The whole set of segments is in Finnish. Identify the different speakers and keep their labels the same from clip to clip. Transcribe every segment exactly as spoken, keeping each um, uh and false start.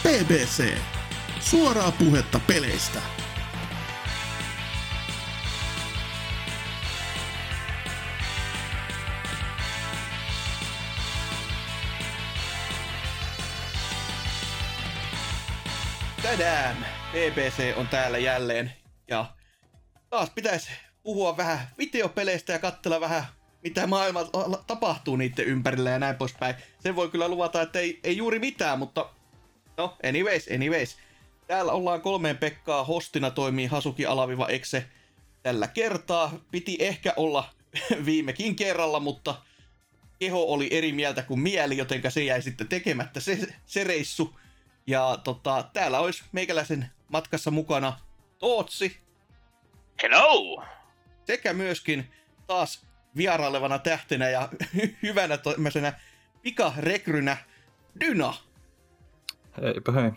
Speaker 1: B B C. Suoraa puhetta peleistä.
Speaker 2: Tadään! B B C on täällä jälleen ja taas pitäisi puhua vähän videopeleistä ja katsella vähän mitä maailmalla tapahtuu niiden ympärillä ja näin poispäin. Sen voi kyllä luvata, että ei, ei juuri mitään, mutta no anyways, anyways. Täällä ollaan kolmeen Pekkaa, hostina toimii Hasuki-Exe tällä kertaa. Piti ehkä olla viimekin kerralla, mutta keho oli eri mieltä kuin mieli, jotenka se jäi sitten tekemättä se, se reissu. Ja tota, täällä olisi meikäläisen matkassa mukana Tootsi.
Speaker 3: Hello!
Speaker 2: Sekä myöskin taas vierailevana tähtenä ja hyvänä tämmöisenä pikarekrynä Dyna.
Speaker 4: Heipä hei.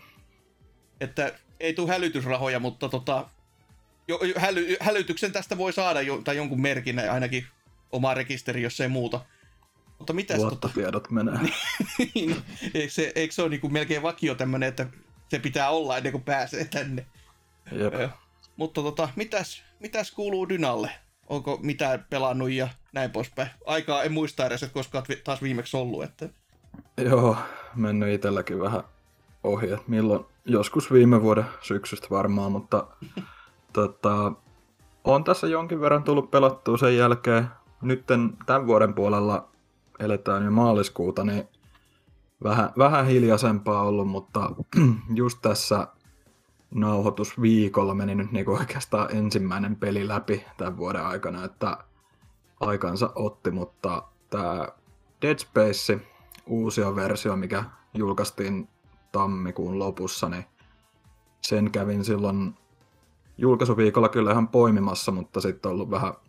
Speaker 2: Että ei tule hälytysrahoja, mutta tota, jo, jo, häly, hälytyksen tästä voi saada jo, tai jonkun merkin, ainakin oma rekisteri, jos ei muuta. Mutta mitäs
Speaker 4: luottotiedot tota, menee.
Speaker 2: Niin, eikö, se, eikö se ole niin kuin melkein vakio tämmönen, että se pitää olla ennen kuin pääsee tänne?
Speaker 4: Jep.
Speaker 2: Ö, mutta tota, mitäs, mitäs kuuluu Dynalle? Onko mitään pelannut ja näin poispäin? Aikaa en muista edes, että koska olet taas viimeksi ollut. Että...
Speaker 4: Joo, mennyt itselläkin vähän ohi, että milloin joskus viime vuoden syksystä varmaan, mutta tota, on tässä jonkin verran tullut pelattua sen jälkeen. Nytten tämän vuoden puolella eletään jo maaliskuuta, niin vähän, vähän hiljaisempaa ollut, mutta just tässä nauhoitusviikolla meni nyt niinku oikeastaan ensimmäinen peli läpi tämän vuoden aikana, että aikansa otti, mutta tämä Dead Space, uusia versio, mikä julkaistiin tammikuun lopussa, niin sen kävin silloin julkaisuviikolla kyllä ihan poimimassa, mutta sitten on ollut vähän,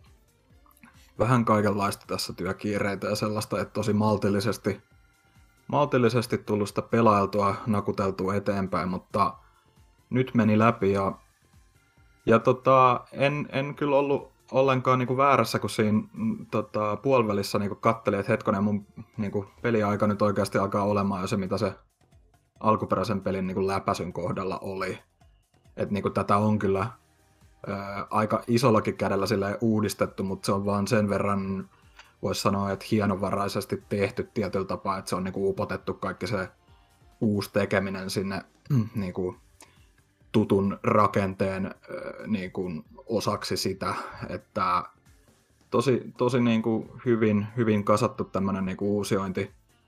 Speaker 4: vähän kaikenlaista tässä työkiireitä ja sellaista, että tosi maltillisesti, maltillisesti tullut sitä pelailtua, nakuteltua eteenpäin, mutta nyt meni läpi ja, ja tota, en, en kyllä ollut ollenkaan niinku väärässä, kun siinä tota, puolivälissä niinku kattelin, että hetkonen mun niinku, peliaika nyt oikeasti alkaa olemaan jo se, mitä se alkuperäisen pelin niinku, läpäisyn kohdalla oli. Et, niinku, tätä on kyllä ää, aika isollakin kädellä silleen uudistettu, mutta se on vaan sen verran, voisi sanoa, että hienovaraisesti tehty tietyllä tapaa, että se on niinku, upotettu kaikki se uusi tekeminen sinne niinku, tutun rakenteen äh, niin kuin osaksi sitä, että tosi, tosi niin kuin hyvin, hyvin kasattu tämmöinen niin kuin uusiointi.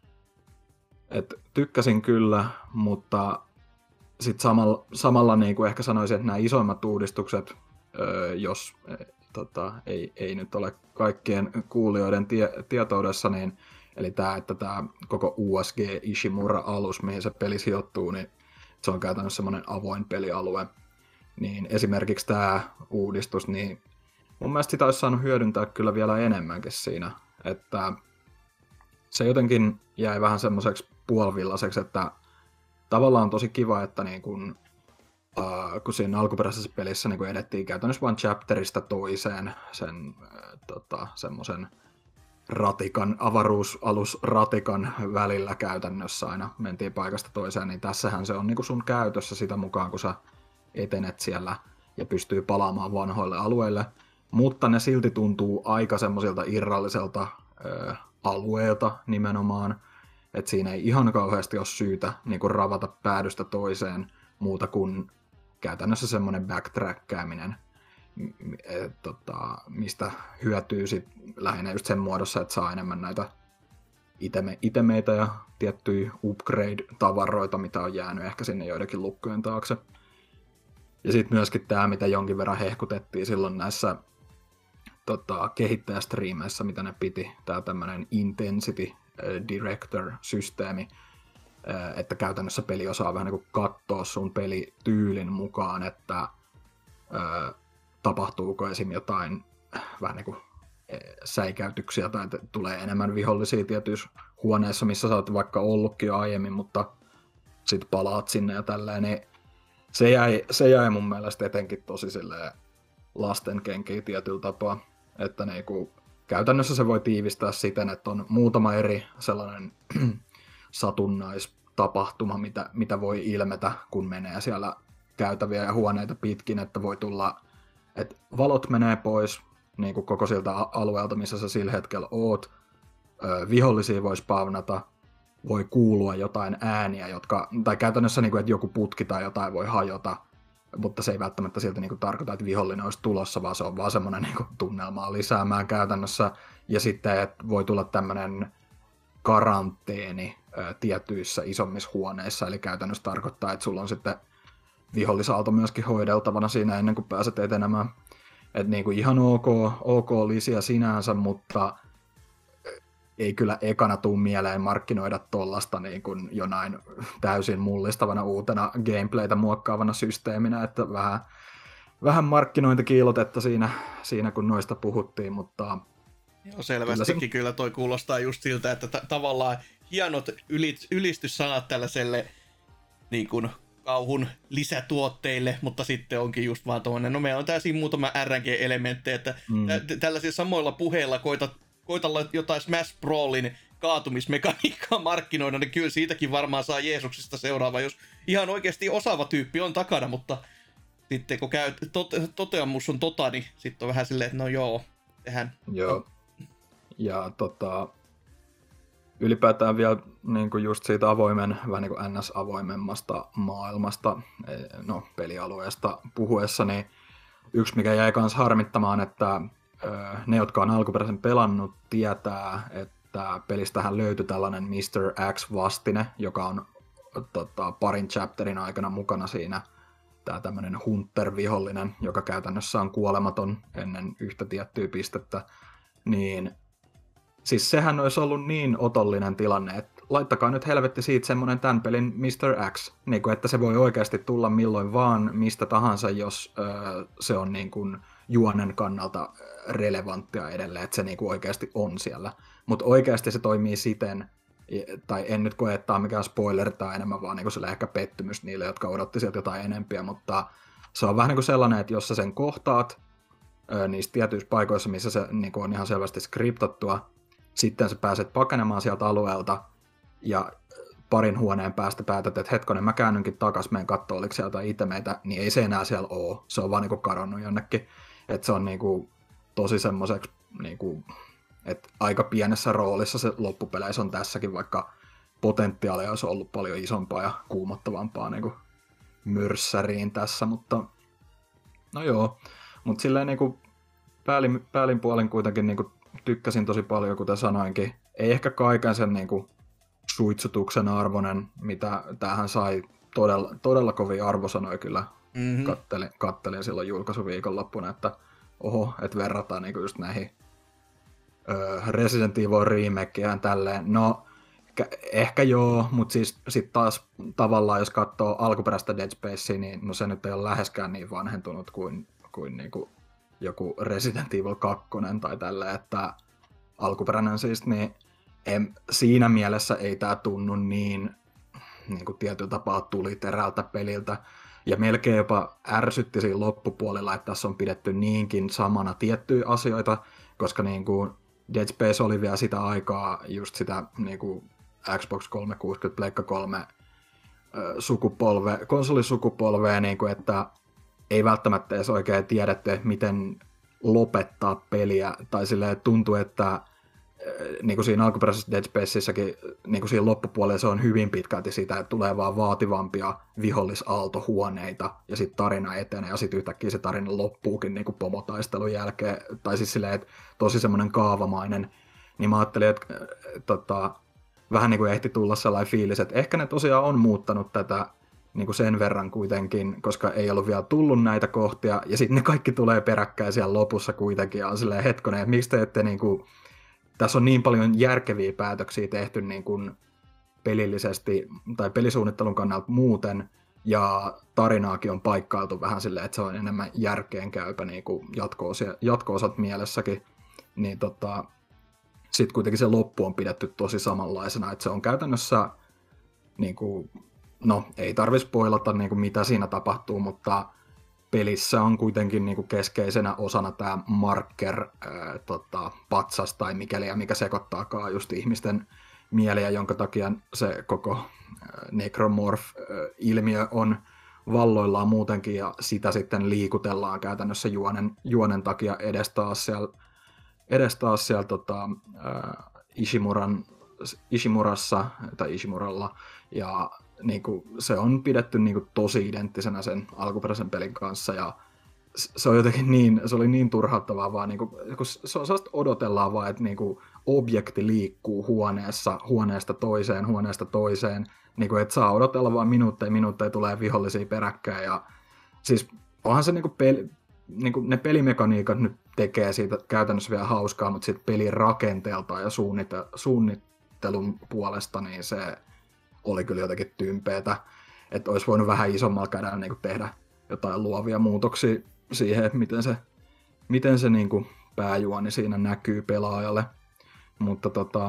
Speaker 4: Et tykkäsin kyllä, mutta sit samalla, samalla niin kuin ehkä sanoisin, että nämä isoimmat uudistukset, äh, jos äh, tota, ei, ei nyt ole kaikkien kuulijoiden tie, tietoudessa, niin eli tämä, että tämä koko U S G Ishimura-alus, mihin se peli sijoittuu, niin se on käytännössä semmoinen avoin pelialue, niin esimerkiksi tämä uudistus, niin mun mielestä sitä olisi saanut hyödyntää kyllä vielä enemmänkin siinä, että se jotenkin jäi vähän semmoiseksi puolivillaiseksi, että tavallaan on tosi kiva, että niin kun, äh, kun siinä alkuperäisessä pelissä niin kun edettiin käytännössä vain chapterista toiseen sen äh, tota, semmoisen ratikan, avaruusalusratikan välillä käytännössä aina mentiin paikasta toiseen, niin tässähän se on niin kuin sun käytössä sitä mukaan, kun sä etenet siellä ja pystyy palaamaan vanhoille alueille, mutta ne silti tuntuu aika semmoisilta irralliselta ö, alueelta nimenomaan, että siinä ei ihan kauheasti ole syytä niin kuin ravata päädystä toiseen muuta kuin käytännössä semmoinen backtrackkääminen, Et, tota, mistä hyötyy sit lähinnä just sen muodossa, että saa enemmän näitä iteme, itemeitä ja tiettyjä upgrade-tavaroita, mitä on jäänyt ehkä sinne joidenkin lukkojen taakse. Ja sitten myöskin tämä, mitä jonkin verran hehkutettiin silloin näissä tota, kehittäjästriimeissä, mitä ne piti, tämä tämmöinen Intensity Director-systeemi, että käytännössä peli osaa vähän niin kuin katsoa sun pelityylin mukaan, että tapahtuuko esim. Jotain vähän niin kuin säikäytyksiä tai tulee enemmän vihollisia tietyissä huoneissa, missä sä oot vaikka ollutkin jo aiemmin, mutta sit palaat sinne ja tälleen, niin se jäi, se jäi mun mielestä etenkin tosi silleen lastenkenkiä tietyllä tapaa, että niinku, käytännössä se voi tiivistää siten, että on muutama eri sellainen satunnais tapahtuma, mitä, mitä voi ilmetä, kun menee siellä käytäviä ja huoneita pitkin, että voi tulla, että valot menee pois niin kuin koko siltä alueelta, missä sä sillä hetkellä oot, vihollisia voi spawnata, voi kuulua jotain ääniä, jotka, tai käytännössä niin kuin, että joku putki tai jotain voi hajota, mutta se ei välttämättä silti niin kuin tarkoita, että vihollinen olisi tulossa, vaan se on vaan semmoinen niin kuin tunnelmaa lisäämään käytännössä. Ja sitten että voi tulla tämmöinen karanteeni ää, tietyissä isommissa huoneissa, eli käytännössä tarkoittaa, että sulla on sitten vihollisaalto myöskin hoideltavana siinä ennen kuin pääset etenemään. Että niin kuin ihan ok, ok lisiä sinänsä, mutta ei kyllä ekana tuu mieleen markkinoida tollasta niin kuin jonain täysin mullistavana uutena gameplaytä muokkaavana systeeminä, että vähän, vähän markkinointikiilotetta siinä, siinä, kun noista puhuttiin, mutta...
Speaker 2: Joo, selvästikin kyllä, se... kyllä toi kuulostaa just siltä, että t- tavallaan hienot yli- ylistyssanat tällaiselle niin kuin kauhun lisätuotteille, mutta sitten onkin just vaan tuonne, no meillä on täysin muutama R N G-elementtejä, että mm. tä- tällaisilla samoilla puheilla koitat koitalla jotain Smash Brawlin kaatumismekaniikkaa markkinoida, niin kyllä siitäkin varmaan saa Jeesuksesta seuraava, jos ihan oikeasti osaava tyyppi on takana, mutta sitten kun käy, tote, toteamus on tota, niin sitten on vähän silleen, että no joo, tehdään.
Speaker 4: Joo, ja tota, ylipäätään vielä niin kuin just siitä avoimen, vähän niin kuin N S-avoimemmasta maailmasta, no pelialueesta puhuessa, niin yksi mikä jäi kans harmittamaan, että ne, jotka on alkuperäisen pelannut, tietää, että pelistähän löytyi tällainen mister X-vastine, joka on tota, parin chapterin aikana mukana siinä. Tämä tämmöinen Hunter-vihollinen, joka käytännössä on kuolematon ennen yhtä tiettyä pistettä. Niin, siis sehän olisi ollut niin otollinen tilanne, että laittakaa nyt helvetti siitä semmoinen tämän pelin mister X, niin kuin, että se voi oikeasti tulla milloin vaan mistä tahansa, jos öö, se on niin kuin juonen kannalta relevanttia edelleen, että se niinku oikeasti on siellä. Mutta oikeasti se toimii siten, tai en nyt koe, että tämä on mikään spoiler tai enemmän vaan niinku sille ehkä pettymys niille, jotka odotti sieltä jotain enempiä, mutta se on vähän niin kuin sellainen, että jos sä sen kohtaat niissä tietyissä paikoissa, missä se niinku on ihan selvästi skriptattua, sitten sä pääset pakenemaan sieltä alueelta ja parin huoneen päästä päätät, että hetkonen, mä käännynkin takas, menen katsoa, oliko siellä jotain itemeitä, niin ei se enää siellä ole. Se on vaan niinku kadonnut jonnekin. Että se on niinku tosi semmoiseksi, niinku, että aika pienessä roolissa se loppupeleissä on tässäkin, vaikka potentiaalia olisi ollut paljon isompaa ja kuumottavampaa niinku myrssäriin tässä, mutta no joo. Mutta silleen niinku päälin, päälin puolin kuitenkin niinku tykkäsin tosi paljon, kuten sanoinkin. Ei ehkä kaiken sen niinku suitsutuksen arvoinen, mitä tämähän sai todella, todella kovin arvosanoja kyllä. Mm-hmm. Kattelin, kattelin silloin julkaisuviikonloppuna, että oho, että verrataan niinku just näihin ö, Resident Evil remakeihin tälleen. No, ehkä joo, mutta siis sit taas tavallaan, jos katsoo alkuperäistä Dead Spacea, niin no se nyt ei ole läheskään niin vanhentunut kuin, kuin niinku joku Resident Evil kaksi tai tälleen, että alkuperäinen siis, niin en, siinä mielessä ei tää tunnu niin, niin kuin tietyllä tapaa tuliterältä peliltä. Ja melkein jopa ärsytti siinä loppupuolella, että tässä on pidetty niinkin samana tiettyjä asioita, koska niin kuin Dead Space oli vielä sitä aikaa, just sitä niin kuin Xbox kolmesataakuusikymmentä, Pleikka kolme sukupolve, konsolisukupolvea, niin kuin, että ei välttämättä edes oikein tiedetty, miten lopettaa peliä, tai silleen tuntuu, että niin kuin siinä alkuperäisessä Dead Spaceissakin, niin kuin siinä loppupuolella se on hyvin pitkälti sitä, että tulee vaan vaativampia vihollisaaltohuoneita, ja sitten tarina etenee, ja sitten yhtäkkiä se tarina loppuukin niin kuin pomotaistelun jälkeen, tai siis silleen, että tosi semmoinen kaavamainen, niin mä ajattelin, että tota, vähän niin kuin ehti tulla sellainen fiilis, että ehkä ne tosiaan on muuttanut tätä niin kuin sen verran kuitenkin, koska ei ollut vielä tullut näitä kohtia, ja sitten ne kaikki tulee peräkkäin siellä lopussa kuitenkin, ja on silleen hetkonen, että miksi te ette niin kuin tässä on niin paljon järkeviä päätöksiä tehty niin kuin pelillisesti tai pelisuunnittelun kannalta muuten, ja tarinaakin on paikkailtu vähän silleen, että se on enemmän järkeenkäypä niin kuin jatko-osia, jatko-osat mielessäkin, niin tota, sitten kuitenkin se loppu on pidetty tosi samanlaisena, että se on käytännössä, niin kuin, no ei tarvitse spoilata niin kuin mitä siinä tapahtuu, mutta pelissä on kuitenkin niinku keskeisenä osana tämä marker, ää, tota, patsas tai mikäli ja mikä sekoittaakaan just ihmisten mieliä, jonka takia se koko necromorph-ilmiö on valloillaan muutenkin, ja sitä sitten liikutellaan käytännössä juonen, juonen takia edes taas siellä, edes taas siellä tota, Ishimuran, Ishimurassa tai Ishimuralla, ja niin kuin, se on pidetty niin kuin, tosi identtisenä sen alkuperäisen pelin kanssa, ja se on jotenkin niin, se oli niin turhauttavaa vaan, niin kuin, kun se on sellaista odotellaan vaan, että niin kuin, objekti liikkuu huoneessa, huoneesta toiseen, huoneesta toiseen, niin kuin, että saa odotella vaan minuutteja, minuutteja tulee vihollisia peräkkäin, ja siis onhan se niin kuin peli, niin kuin ne pelimekaniikat nyt tekee siitä käytännössä vielä hauskaa, mutta sitten pelin rakenteelta ja suunnite- suunnittelun puolesta, niin se oli kyllä jotenkin tympeetä, että olisi voinut vähän isommalla kädellä niin kuin tehdä jotain luovia muutoksia siihen, että miten se, miten se niin kuin pääjuoni siinä näkyy pelaajalle. Mutta tota,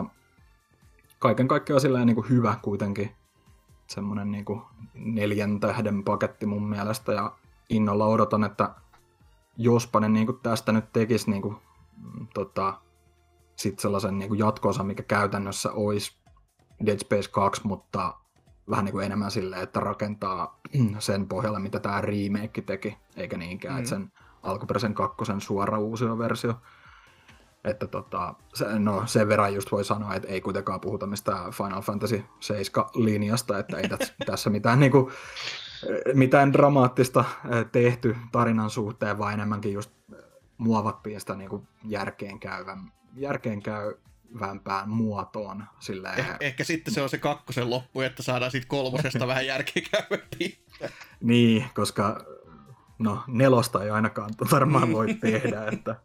Speaker 4: kaiken kaikkiaan silleen niin kuin hyvä kuitenkin. Semmoinen niin kuin neljän tähden paketti mun mielestä. Ja innolla odotan, että jospa ne niin kuin tästä nyt tekisi niin kuin, tota, sit sellaisen niin kuin jatko-osa, mikä käytännössä olisi Dead Space kaksi, mutta vähän niin kuin enemmän silleen, että rakentaa sen pohjalla, mitä tämä remake teki, eikä niinkään, mm. että sen alkuperäisen kakkosen suora uusi versio. Että tota, se, no sen verran just voi sanoa, että ei kuitenkaan puhuta mistään Final Fantasy seitsemän linjasta, että ei tässä mitään, niin kuin, mitään dramaattista tehty tarinan suhteen, vaan enemmänkin just muovattiin sitä niin kuin järkeenkäyvän, järkeenkäyvämpään muotoon. Silleen...
Speaker 2: Eh, ehkä sitten se on se kakkosen loppu, että saadaan siitä kolmosesta vähän järkeenkäyvämpiä.
Speaker 4: Niin, koska no nelosta ei ainakaan varmaan voi tehdä, että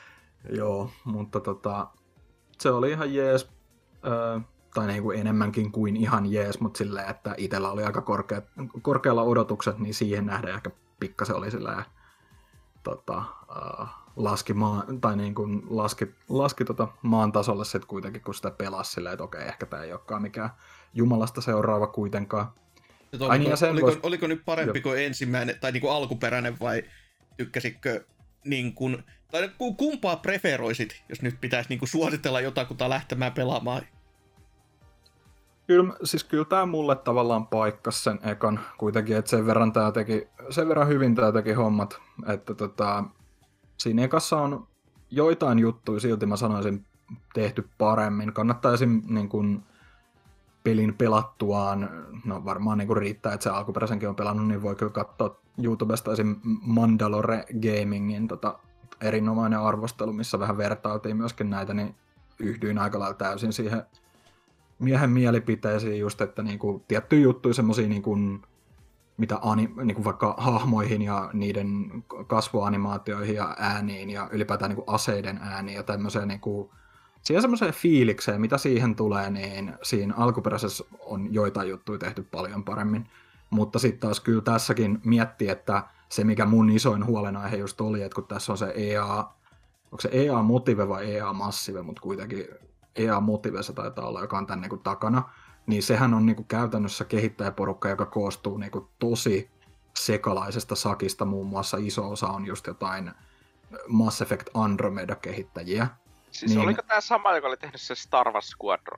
Speaker 4: joo, mutta tota, se oli ihan jees, äh, tai niin kuin enemmänkin kuin ihan jees, mutta silleen, että itsellä oli aika korkea, korkealla odotukset, niin siihen nähden ehkä pikkasen oli silleen, tota, äh, laski, maa, tai niin kuin laski, laski tota maan tasolle sitten kuitenkin, kun sitä pelasi silleen, että okei, ehkä tämä ei olekaan mikään jumalasta seuraava kuitenkaan.
Speaker 2: Ai, oliko, niin, oliko, vois... oliko nyt parempi jo. kuin ensimmäinen, tai niin kuin alkuperäinen, vai tykkäsitkö niin kuin, tai kumpaa preferoisit, jos nyt pitäisi niin kuin suositella jotakuta lähtemään pelaamaan?
Speaker 4: Kyllä, siis kyllä tämä mulle tavallaan paikkasi sen ekan kuitenkin, että sen verran, tää teki, sen verran hyvin tämä teki hommat, että tota, siinä ekassa on joitain juttuja silti mä sanoisin tehty paremmin. Kannattaa esim. Niin kuin pelin pelattuaan, no varmaan niin kuin riittää, että se alkuperäisenkin on pelannut, niin voi kyllä katsoa YouTubesta esim. Mandalore Gamingin tota, erinomainen arvostelu, missä vähän vertailtiin myöskin näitä, niin yhdyin aika lailla täysin siihen miehen mielipiteisiin just, että niinku tiettyjä juttuja semmosia niinku, mitä ani, niinku vaikka hahmoihin ja niiden kasvuanimaatioihin ja ääniin ja ylipäätään niinku aseiden ääniin ja tämmöiseen niinku, siihen semmoiseen fiilikseen, mitä siihen tulee, niin siinä alkuperäisessä on joitain juttuja tehty paljon paremmin. Mutta sitten taas kyllä tässäkin miettii, että se mikä mun isoin huolenaihe just oli, että kun tässä on se E A, onko se E A Motive vai E A Massive, mutta kuitenkin E A Motive se taitaa olla, joka on tämän niin takana, niin sehän on niin kuin käytännössä kehittäjäporukka, joka koostuu niin kuin tosi sekalaisesta sakista, muun muassa iso osa on just jotain Mass Effect Andromeda-kehittäjiä.
Speaker 3: Siis niin, oliko tämä sama, joka oli tehnyt se Star Wars Squadron?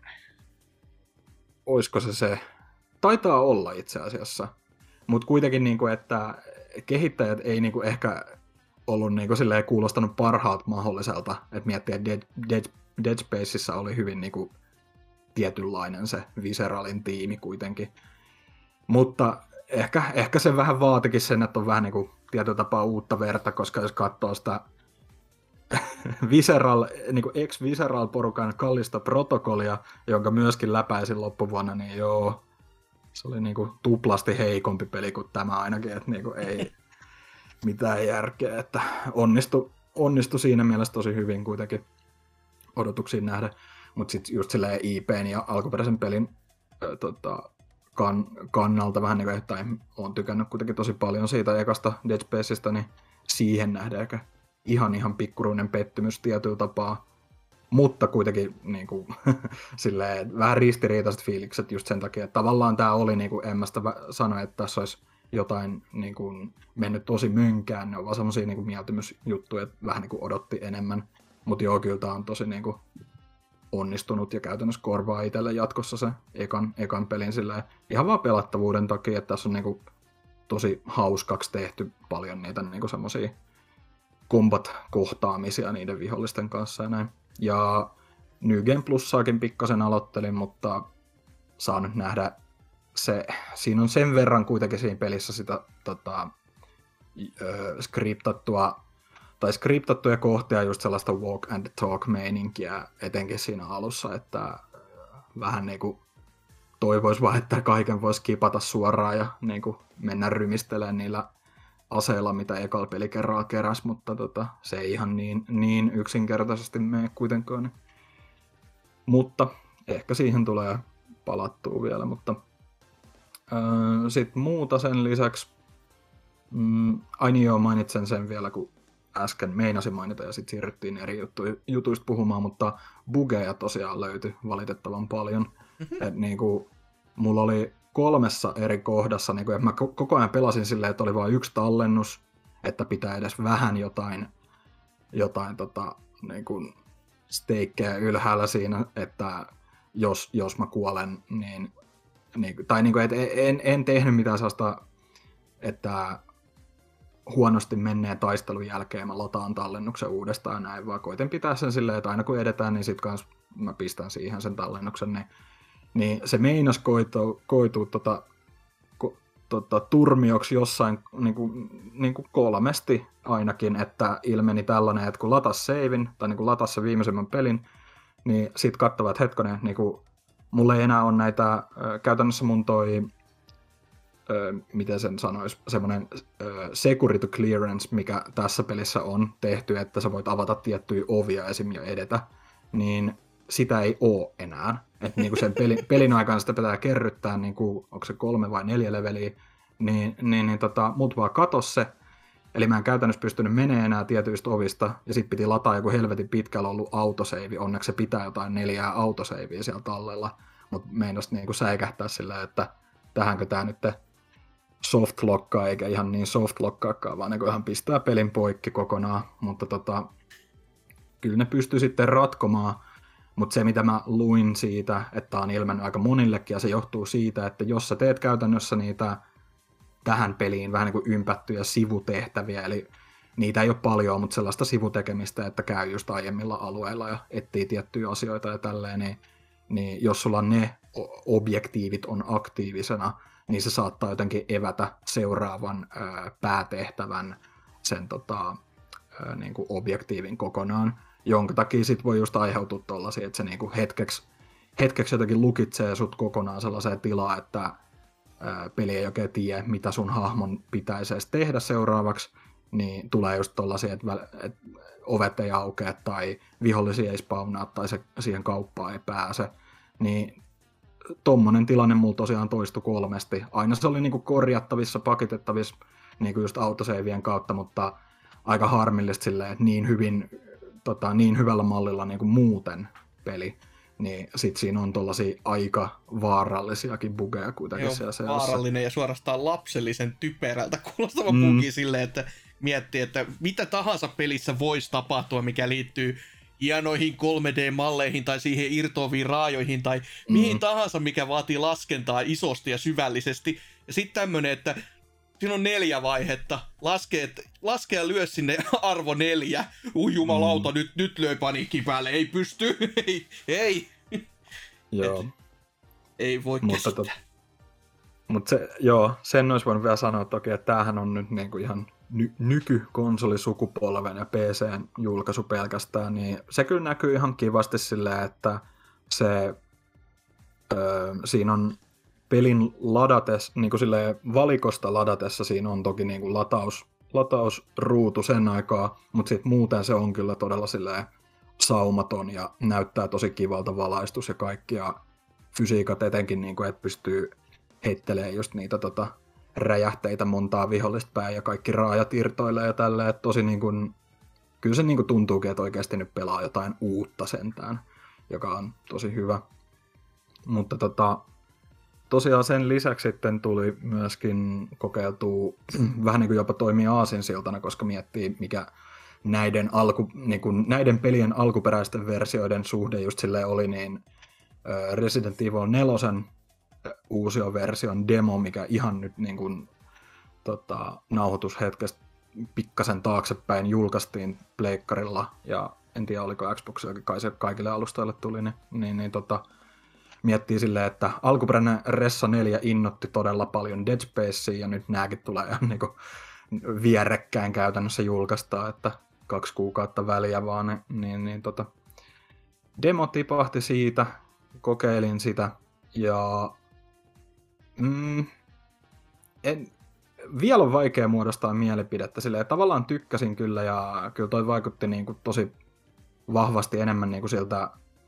Speaker 4: Oisko se se? Taitaa olla itse asiassa, mutta kuitenkin, niin kuin, että kehittäjät ei niin kuin ehkä ollut niin kuin silleen kuulostanut parhaalta mahdolliselta, että miettii, että Dead, Dead, Dead Spaceissa oli hyvin niin kuin tietynlainen se Visceralin tiimi kuitenkin. Mutta ehkä, ehkä se vähän vaatikin sen, että on vähän niin kuin tietyllä tapaa uutta verta, koska jos katsoo sitä Visceral, niin kuin ex-Visceral-porukan kallista protokollia, jonka myöskin läpäisin loppuvuonna, niin joo, se oli niin kuin tuplasti heikompi peli kuin tämä ainakin, että niin kuin ei mitään järkeä, että onnistui, onnistui siinä mielessä tosi hyvin kuitenkin odotuksiin nähdä, mutta sitten just silleen I P:n ja alkuperäisen pelin ö, tota, kan, kannalta vähän niin kuin, että olen tykännyt kuitenkin tosi paljon siitä ekasta Dead Spaceista, niin siihen nähdään ehkä ihan ihan pikkuruinen pettymys tietyllä tapaa, mutta kuitenkin niin kuin, silleen, vähän ristiriitaiset fiilikset just sen takia, että tavallaan tämä oli, niin kuin Emmästä sanoi, että tässä olisi jotain niin kuin, mennyt tosi mönkään, ne on vaan semmosia niin kuin mieltymysjuttuja, että vähän niin kuin odotti enemmän, mutta joo, kyllä tämä on tosi niin kuin, onnistunut ja käytännössä korvaa itselle jatkossa se ekan, ekan pelin silleen, ihan vaan pelattavuuden takia, että tässä on niinku tosi hauskaksi tehty paljon niitä niinku semmosia combat-kohtaamisia niiden vihollisten kanssa ja näin. Ja New Game Plussaakin pikkasen aloittelin, mutta saa nyt nähdä se, siinä on sen verran kuitenkin siinä pelissä sitä tota, ö, skriptattua tai skriptattuja kohtia, just sellaista walk and talk meininkiä, etenkin siinä alussa, että vähän niinku toivois vaan, että kaiken voisi kipata suoraan ja niinku mennä rymistelemään niillä aseilla, mitä ekalla pelikerralla keräs, mutta tota, se ei ihan niin, niin yksinkertaisesti mene kuitenkaan. Mutta ehkä siihen tulee palattua vielä, mutta öö, sitten muuta sen lisäksi, mm, ai niin joo, mainitsen sen vielä, kun äsken meinasin mainita ja sitten siirryttiin eri juttu, jutuista puhumaan, mutta bugeja tosiaan löytyi valitettavan paljon. Mm-hmm. Et niinku, mulla oli kolmessa eri kohdassa, niinku, että mä koko ajan pelasin silleen, että oli vain yksi tallennus, että pitää edes vähän jotain, jotain tota, niinku, steikkejä ylhäällä siinä, että jos, jos mä kuolen, niin, niin tai niinku, et en, en tehnyt mitään sellaista, että huonosti menneen taistelun jälkeen mä lataan tallennuksen uudestaan näin, vaan koitin pitää sen silleen, että aina kun edetään, niin sit kans mä pistän siihen sen tallennuksen, niin, niin se meinas koituu, koituu tota, ko, tota, turmioksi jossain niinku, niinku kolmesti ainakin, että ilmeni tällainen, että kun latas savein, tai niinku latas se viimeisemmän pelin, niin sit katsovat, että hetkonen, niinku, mulla ei enää ole näitä, äh, käytännössä mun toi Öö, miten sen sanoisi, semmoinen öö, security clearance, mikä tässä pelissä on tehty, että sä voit avata tiettyjä ovia esim. Ja edetä, niin sitä ei oo enää. Että niinku sen pelin, pelin aikana sitä pitää kerryttää, niinku, onko se kolme vai neljä leveliä, niin, niin, niin tota, mut vaan katos se, eli mä en käytännössä pystynyt menemään enää tietyistä ovista, ja sit piti lataa joku helvetin pitkällä ollut autoseivi, onneksi se pitää jotain neljää autoseiviä siellä tallella, mut meinas niinku säikähtää silleen, että tähänkö tää nyt softlockaa, eikä ihan niin softlockaakaan, vaan ne ihan pistää pelin poikki kokonaan, mutta tota, kyllä ne pystyy sitten ratkomaan, mutta se mitä mä luin siitä, että on ilmennyt aika monillekin, ja se johtuu siitä, että jos sä teet käytännössä niitä tähän peliin vähän niin kuin ympättyjä sivutehtäviä, eli niitä ei ole paljon, mutta sellaista sivutekemistä, että käy just aiemmilla alueilla ja etsii tiettyjä asioita ja tälleen, niin, niin jos sulla ne objektiivit on aktiivisena, niin se saattaa jotenkin evätä seuraavan ää, päätehtävän sen tota, ää, niin kuin objektiivin kokonaan, jonka takia sit voi just aiheutua tollasia, että se niin kuin hetkeksi, hetkeksi jotenkin lukitsee sut kokonaan sellaiseen tilaan, että ää, peli ei oikein tiedä, mitä sun hahmon pitäisi edes tehdä seuraavaksi, niin tulee just tollasia, että, että ovet ei aukea tai vihollisia ei spawnaa tai se, siihen kauppaan ei pääse, niin tommonen tilanne mulla tosiaan toistui kolmesti. Aina se oli niinku korjattavissa, pakitettavissa niinku just autoseivien kautta, mutta aika harmillista silleen, että niin, hyvin, tota, niin hyvällä mallilla niinku muuten peli, niin sit siinä on tollasia aika vaarallisiakin bugeja kuitenkin
Speaker 2: Joo,
Speaker 4: siellä seassa.
Speaker 2: vaarallinen ja suorastaan lapsellisen typerältä kuulostava mm. bugi silleen, että miettii, että mitä tahansa pelissä voisi tapahtua, mikä liittyy hienoihin kolme D-malleihin tai siihen irtoaviin raajoihin tai mm. mihin tahansa, mikä vaatii laskentaa isosti ja syvällisesti. Ja sitten tämmönen, että siinä on neljä vaihetta. Laske, et, laske ja lyö sinne arvo neljä. Ui jumalauta, mm. nyt, nyt löi paniikki päälle. Ei pysty. ei, ei.
Speaker 4: Joo.
Speaker 2: Et, ei voi
Speaker 4: mutta
Speaker 2: käsittää.
Speaker 4: Tot, mutta se, joo, sen olisi voinut vielä sanoa toki, että tämähän on nyt niinku ihan ny- nykykonsolisukupolven ja P C:n julkaisu pelkästään, niin se kyllä näkyy ihan kivasti silleen, että se, öö, siinä on pelin ladatessa, niin kuin silleen valikosta ladatessa siinä on toki niin kuin lataus, latausruutu sen aikaa, mutta sitten muuten se on kyllä todella silleen saumaton ja näyttää tosi kivalta valaistus ja kaikki, ja fysiikat etenkin, niin kuin, että pystyy heittelemään just niitä tota, räjähteitä montaa vihollista päin ja kaikki raajat irtoilee ja tälleen, että tosi niin kuin, kyllä se niin kuin tuntuukin, että oikeasti nyt pelaa jotain uutta sentään, joka on tosi hyvä. Mutta tota, tosiaan sen lisäksi sitten tuli myöskin kokeiltua vähän niin kuin jopa toimii aasinsiltana, koska miettii mikä näiden, alku, niin kuin, näiden pelien alkuperäisten versioiden suhde just silleen oli, niin Resident Evil neljä uusioversion demo, mikä ihan nyt niin kuin, tota, nauhoitushetkestä pikkasen taaksepäin julkaistiin pleikkarilla, ja en tiedä oliko Xboxilla, kai se kaikille alustoille tuli, niin, niin, niin tota, miettii silleen, että alkuperäinen Ressa neljä innotti todella paljon Dead Spacea, ja nyt nääkin tulee ihan niin kuin vierekkäin käytännössä julkaistaan, että kaksi kuukautta väliä vaan, niin, niin, niin tota, demo tipahti siitä, kokeilin sitä, ja mm, en, vielä on vaikea muodostaa mielipidettä silleen, tavallaan tykkäsin kyllä, ja kyllä toi vaikutti niin kuin tosi vahvasti enemmän niin kuin siltä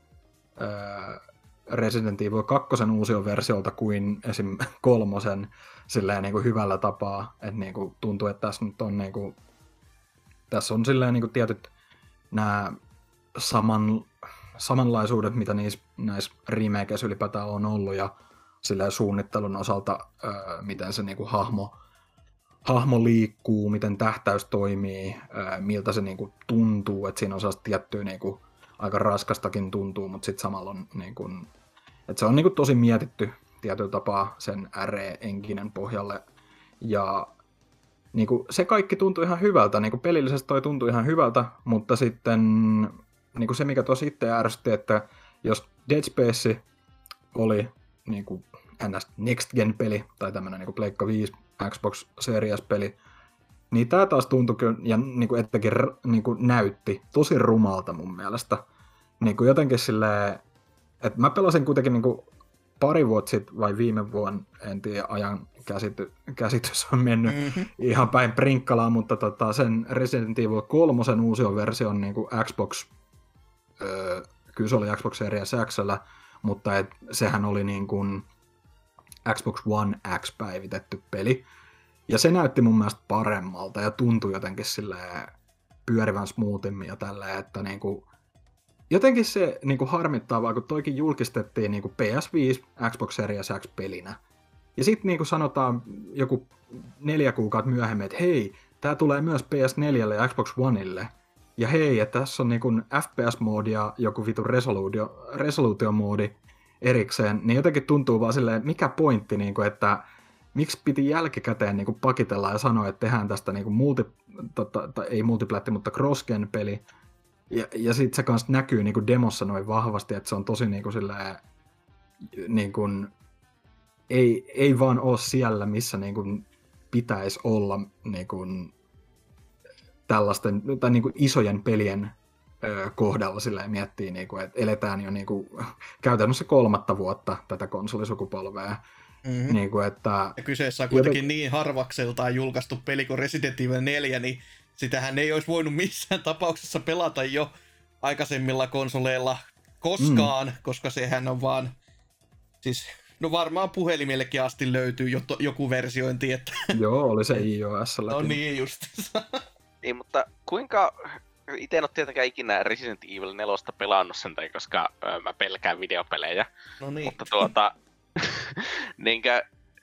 Speaker 4: ää, Resident Evil kaksi uusioversiolta kuin esim. kolmosen silleen niin kuin hyvällä tapaa, että niin kuin tuntuu, että tässä nyt on niin kuin, tässä on silleen niin kuin tietyt nämä saman, samanlaisuudet, mitä niissä, näissä remakeissä ylipäätään on ollut, ja silleen suunnittelun osalta, ää, miten se niin kuin hahmo, hahmo liikkuu, miten tähtäys toimii, ää, miltä se niin kuin tuntuu, että siinä on sellaista tiettyä niin kuin aika raskastakin tuntuu, mutta sitten samalla on niin kuin, että se on niin kuin tosi mietitty tietyllä tapaa sen R E-enkinen pohjalle, ja niin kuin se kaikki tuntui ihan hyvältä, niin kuin pelillisesti toi tuntui ihan hyvältä, mutta sitten niin kuin se, mikä tosi itse ärsytti, että jos Dead Space oli niin kuin N S Next Gen peli tai tämmöinen niin kuin Pleikka viisi Xbox Series peli, niin tää taas tuntui ja niin kuin ettekin niin kuin näytti tosi rumalta mun mielestä. Niin kuin jotenkin silleen, että mä pelasin kuitenkin niin kuin pari vuotta sitten vai viime vuonna, en tiedä, ajan käsity, käsitys on mennyt mm-hmm. ihan päin prinkkalaan, mutta tota, sen Resident Evil kolme uusion version niin kuin Xbox, öö, kyllä se oli Xbox Series X:llä, mutta et, sehän oli niin kuin Xbox One X päivitetty peli, ja se näytti mun mielestä paremmalta ja tuntui jotenkin silleen pyörivän smoothimmin ja tälleen, että niin kuin jotenkin se niin kuin harmittaa, vaan kun toikin julkistettiin niin kuin P S viisi Xbox Series X-pelinä. Ja sitten niin kuin sanotaan joku neljä kuukautta myöhemmin, että hei, tää tulee myös P S neljälle ja Xbox Oneille. Ja hei, että tässä on niin kuin F P S-moodi ja joku vitun resoluutio, resoluutiomoodi erikseen. Niin jotenkin tuntuu vaan silleen, mikä pointti, niin kuin, että miksi piti jälkikäteen niin kuin pakitella ja sanoa, että tehdään tästä niin kuin multi, tota, ei multiplätti, mutta cross-gen-peli. Ja, ja sitten se kanssa näkyy niin kuin demossa noin vahvasti, että se on tosi niin kuin silleen, niin kuin, ei, ei vaan ole siellä, missä niin kuin pitäisi olla niin kuin tällaisten tai niin kuin isojen pelien ö, kohdalla silleen miettii, niin kuin, että eletään jo niin kuin, käytännössä kolmatta vuotta tätä konsolisukupolvea.
Speaker 2: Mm-hmm.
Speaker 4: Niin kuin, että,
Speaker 2: ja kyseessä on kuitenkin
Speaker 4: joten
Speaker 2: niin harvakseltaan julkaistu peli kuin Resident Evil neljä, niin sitähän ei olisi voinut missään tapauksessa pelata jo aikaisemmilla konsoleilla koskaan, mm. koska sehän on vaan, siis, no varmaan puhelimillekin asti löytyy jo to, joku versiointi, että
Speaker 4: joo, oli se iOS:llä.
Speaker 2: No niin justiinsa.
Speaker 3: Niin, mutta kuinka, itse en ole tietenkään ikinä Resident Evil neljä pelannut sen, tai koska ö, mä pelkään videopelejä,
Speaker 2: no niin.
Speaker 3: mutta tuota, niinkö,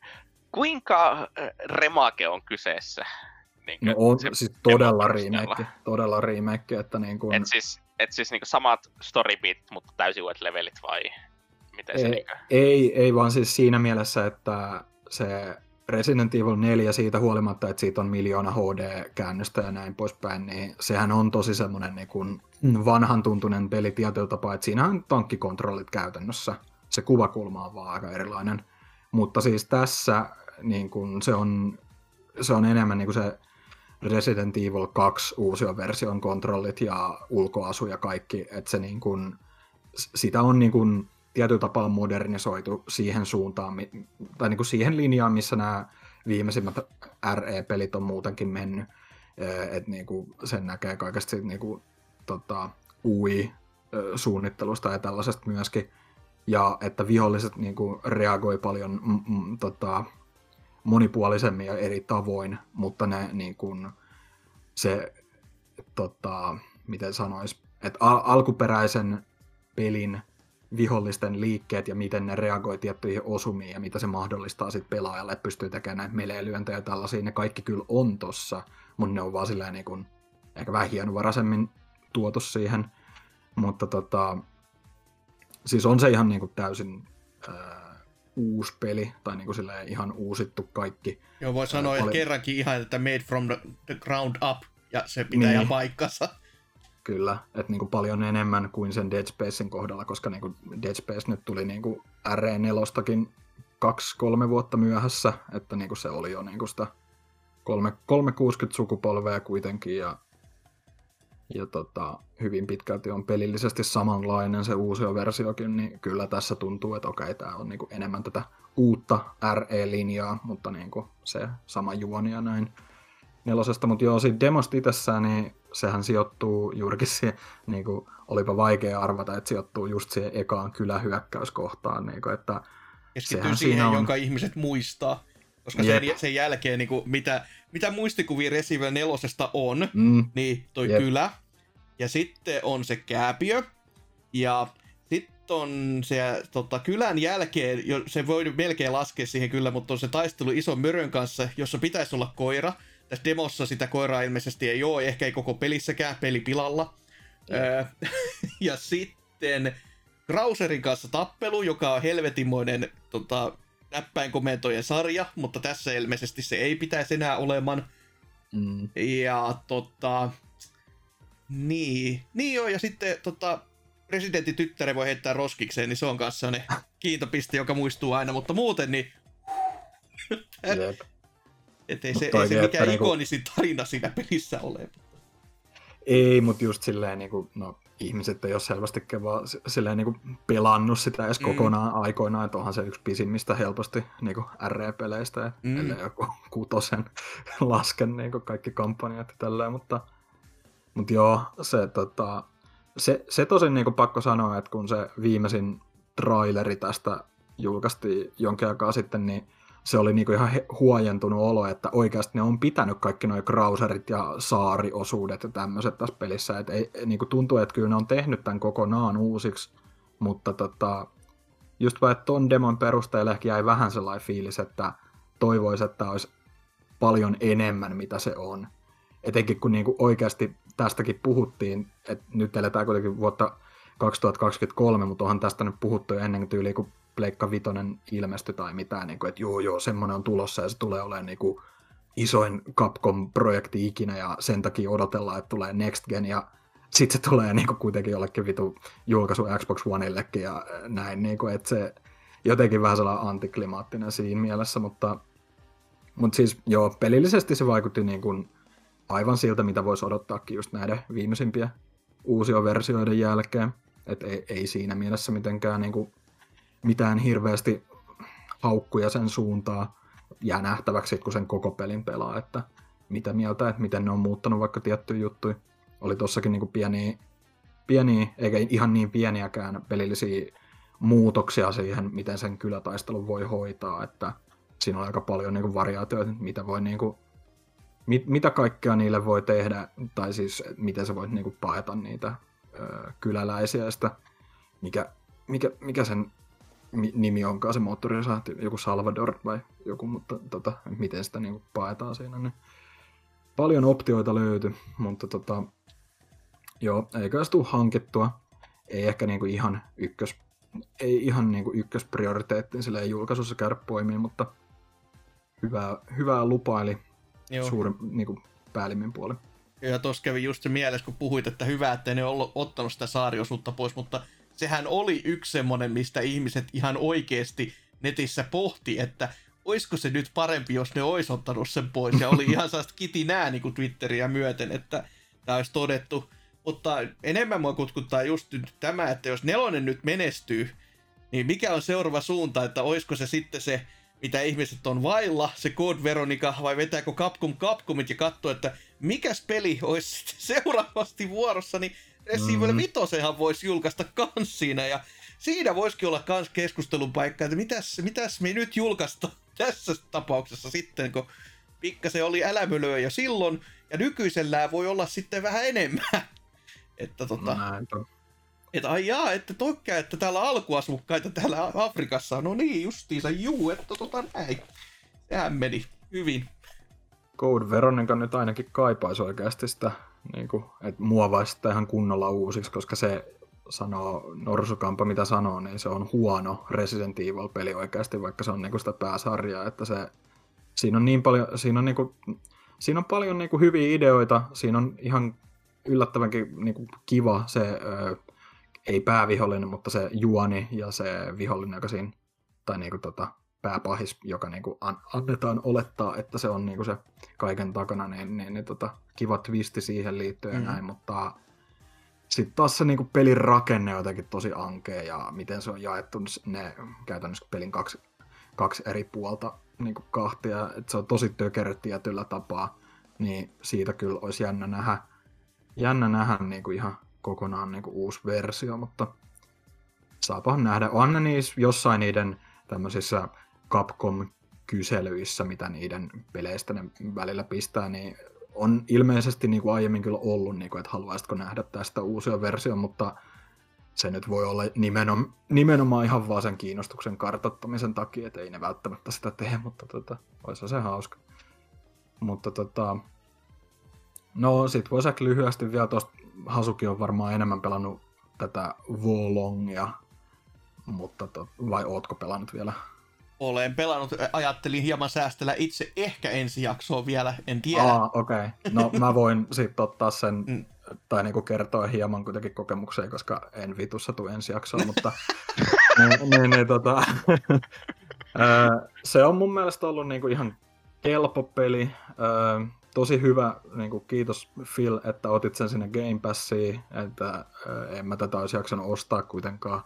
Speaker 3: kuinka remake on kyseessä? Niinkö,
Speaker 4: no on siis todella remake, todella remake, että niin kuin
Speaker 3: et siis, et siis niinku samat storybeat, mutta täysin uudet levelit vai miten se
Speaker 4: ei,
Speaker 3: niinkö?
Speaker 4: Ei, ei vaan siis siinä mielessä, että se Resident Evil neljä siitä huolimatta, että siitä on miljoona H D-käännöstä ja näin poispäin, niin sehän on tosi semmoinen niin kuin vanhan tuntunen peli tietyllä tapaa, että siinä on tankkikontrollit käytännössä. Se kuvakulma on vaan aika erilainen. Mutta siis tässä niin kuin se on, se on enemmän niin kuin se Resident Evil kaksi uusioversion kontrollit ja ulkoasu ja kaikki, että se niin kuin, sitä on niin kuin tietyllä tapaa modernisoitu siihen suuntaan, tai niin kuin siihen linjaan, missä nämä viimeisimmät R E-pelit on muutenkin mennyt, että niin kuin sen näkee kaikesta niin kuin, tota, U I-suunnittelusta ja tällaisesta myöskin, ja että viholliset niin kuin reagoi paljon mm, mm, tota, monipuolisemmin ja eri tavoin, mutta ne niin kuin, se, tota, miten sanois, että al- alkuperäisen pelin vihollisten liikkeet ja miten ne reagoi tiettyihin osumiin ja mitä se mahdollistaa sit pelaajalle, että pystyy tekemään näitä melee-lyöntejä ja tällaisia, ne kaikki kyllä on tossa, mutta ne on vaan silleen niin kuin ehkä vähän hienovaraisemmin tuotu siihen, mutta tota, siis on se ihan niinku täysin ää, uusi peli, tai niinku silleen ihan uusittu kaikki.
Speaker 2: Joo, voi sanoa, että
Speaker 4: oli... kerrankin
Speaker 2: ihan, että made from the, the ground up, ja se pitää niin. ihan paikkansa.
Speaker 4: Kyllä, että niinku paljon enemmän kuin sen Dead Spacein kohdalla, koska niinku Dead Space nyt tuli niinku R E neljästäkin kaksi kolme vuotta myöhässä, että niinku se oli jo niinku sitä kolmesataakuusikymmentä sukupolvea kuitenkin, ja, ja tota, hyvin pitkälti on pelillisesti samanlainen se uusi versiokin, niin kyllä tässä tuntuu, että okei, tämä on niinku enemmän tätä uutta R E-linjaa, mutta niinku se sama juoni ja näin nelosesta, mutta joo, siinä demosta itsessään, niin sehän sijoittuu juurikin siihen, niin kuin, olipa vaikea arvata, että sijoittuu just siihen ekaan kylähyökkäyskohtaan, niin kuin, että
Speaker 2: keskittyy siihen, on... jonka ihmiset muistaa, koska sen, sen jälkeen, niin kuin, mitä, mitä muistikuvia Resident Evil nelosesta on, mm. niin toi Jep. kylä, ja sitten on se kääpiö, ja sitten on se tota, kylän jälkeen, se voi melkein laskea siihen kyllä, mutta on se taistelu ison mörön kanssa, jossa pitäisi olla koira. Tässä demossa sitä koiraa ilmeisesti ei ole, ehkä ei koko pelissäkään, peli pilalla. Öö, ja sitten Krauserin kanssa tappelu, joka on helvetinmoinen tota, näppäinkomentojen sarja, mutta tässä ilmeisesti se ei pitäisi enää oleman. Mm. Ja tota... Niin, niin joo, ja sitten tota, presidentin tyttären voi heittää roskikseen, niin se on kanssa ne kiintopiste, joka muistuu aina, mutta muuten niin...
Speaker 4: Jep.
Speaker 2: Että ei se, ei se mikään niinku... ikonisin tarina siinä pelissä ole.
Speaker 4: Ei, mutta just silleen, niinku, no ihmiset ei ole selvästikään vaan silleen niinku pelannut sitä edes mm. kokonaan aikoinaan, että onhan se yksi pisimmistä helposti niinku R E-peleistä, mm. ellei joku kutosen lasken niinku kaikki kampanjat ja tälleen, mutta, mutta joo, se, tota, se, se tosin niinku pakko sanoa, että kun se viimeisin traileri tästä julkaistiin jonkin aikaa sitten, niin se oli niinku ihan huojentunut olo, että oikeasti ne on pitänyt kaikki nuo Krauserit ja saariosuudet ja tämmöiset tässä pelissä. Et ei, niinku tuntuu, että kyllä ne on tehnyt tämän kokonaan uusiksi, mutta tota, just vaan, että ton demon perusteella ehkä jäi vähän sellainen fiilis, että toivoisi, että olisi paljon enemmän, mitä se on. Etenkin kun niinku oikeasti tästäkin puhuttiin, että nyt eletään kuitenkin vuotta kaksituhattakaksikymmentäkolme, mutta onhan tästä nyt puhuttu jo ennen tyyliin, kun Pleikka Vitoinen ilmestyi tai mitään, niin kuin, että joo joo, semmoinen on tulossa ja se tulee olemaan niin kuin isoin Capcom-projekti ikinä ja sen takia odotellaan, että tulee Next Gen ja sitten se tulee niin kuin kuitenkin jollekin vitu julkaisu Xbox Oneillekin ja näin, niin kuin, että se jotenkin vähän sellainen antiklimaattinen siinä mielessä, mutta, mutta siis joo, pelillisesti se vaikutti niin kuin aivan siltä, mitä voisi odottaakin just näiden viimeisimpiä uusia versioiden jälkeen, että ei, ei siinä mielessä mitenkään niin kuin mitään hirveästi haukkuja sen suuntaan. Jää nähtäväksi, kun sen koko pelin pelaa, että mitä mieltä, että miten ne on muuttanut vaikka tiettyjä juttuja. Oli tossakin niinku pieniä, pieniä, eikä ihan niin pieniäkään pelillisiä muutoksia siihen, miten sen kylätaistelun voi hoitaa, että siinä on aika paljon niinku variaatioita, mitä, voi niinku, mit, mitä kaikkea niille voi tehdä, tai siis miten sä voit niinku paeta niitä ö, kyläläisiä, sitä, mikä, mikä, mikä sen nimi onkaan se moottoriosa, joku Salvador vai joku, mutta tota, miten sitä niinku paetaan siinä. Niin paljon optioita löytyi, mutta tota, joo, eikä se tule hankittua. Ei ehkä niinku ihan ykkös, ei ihan niinku ykkösprioriteettiin silleen julkaisussa käydä poimiin, mutta hyvää, hyvää lupaili suurin niinku päällimmin puoli.
Speaker 2: Ja tuossa kävi just se mielessä, kun puhuit, että hyvä, että ne on ottanut sitä saariosuutta pois, mutta sehän oli yksi semmoinen, mistä ihmiset ihan oikeasti netissä pohti, että olisiko se nyt parempi, jos ne olisi ottanut sen pois. Ja oli ihan sellaista kitinää niin kuin Twitteriä myöten, että tämä olisi todettu. Mutta enemmän mua kutkuttaa just nyt tämä, että jos nelonen nyt menestyy, niin mikä on seuraava suunta, että olisiko se sitten se, mitä ihmiset on vailla, se Code Veronica, vai vetääkö Capcom Capcomit ja katsoo, että mikäs peli olisi sitten seuraavasti vuorossa, niin Resident Evil Vitosenhan voisi julkaista kans siinä, ja siinä voisikin olla kans keskustelun paikka, että mitäs, mitäs me nyt julkaista tässä tapauksessa sitten, kun pikkasen oli älämölöä jo silloin, ja nykyisellään voi olla sitten vähän enemmän. Että tota... Että ai jaa, että tokkää, että täällä alkuasukkaita täällä Afrikassa on, no niin justiinsa, juu, että tota näin. Sehän meni hyvin.
Speaker 4: Code Veronica nyt ainakin kaipaisi oikeasti sitä niinku, että muovaisi sitä ihan kunnolla uusiksi, koska se sanoo, Norsukampa mitä sanoo, niin se on huono Resident Evil-peli oikeasti, vaikka se on niinku sitä pääsarjaa, että se, siinä on niin paljon, siinä on, niinku, siinä on paljon niinku hyviä ideoita, siinä on ihan yllättävänkin niinku kiva se, ö, ei päävihollinen, mutta se juoni ja se vihollinen, joka siinä, tai niinku tota, pääpahis, joka niinku an, annetaan olettaa, että se on niinku se kaiken takana, niin, niin, niin tota, kiva twisti siihen liittyen mm-hmm. näin, mutta sitten taas se niinku pelin rakenne on jotenkin tosi ankea ja miten se on jaettu ne käytännössä pelin kaksi, kaksi eri puolta niinku kahtia, että se on tosi tökerö tietyllä tapaa, niin siitä kyllä olisi jännä nähdä, jännä nähdä niinku ihan kokonaan niinku uusi versio, mutta saapahan nähdä. On ne niissä jossain niiden tämmöisissä Capcom-kyselyissä, mitä niiden peleistä ne välillä pistää, niin on ilmeisesti niin kuin aiemmin kyllä ollut, niin kuin, että haluaisitko nähdä tästä uusia versio, mutta se nyt voi olla nimenomaan, nimenomaan ihan vaan sen kiinnostuksen kartoittamisen takia, että ei ne välttämättä sitä tee, mutta tota, olisi se hauska. Mutta tota, no sit voisi ehkä lyhyesti vielä tuosta, Hasuki on varmaan enemmän pelannut tätä Wolongia, mutta to, vai ootko pelannut vielä?
Speaker 2: Olen pelannut, ajattelin hieman säästellä itse ehkä ensi jaksoa vielä, en tiedä.
Speaker 4: Aa, okei. Okay. No mä voin sitten ottaa sen, mm. tai niinku kertoa hieman kuitenkin kokemuksia, koska en vitussa tuu ensi jaksoa, mutta niin, niin, niin, tota, se on mun mielestä ollut niinku ihan kelpo peli. Tosi hyvä, niinku, kiitos Phil, että otit sen sinne Game Passiin, että en mä tätä olisi jaksanut ostaa kuitenkaan.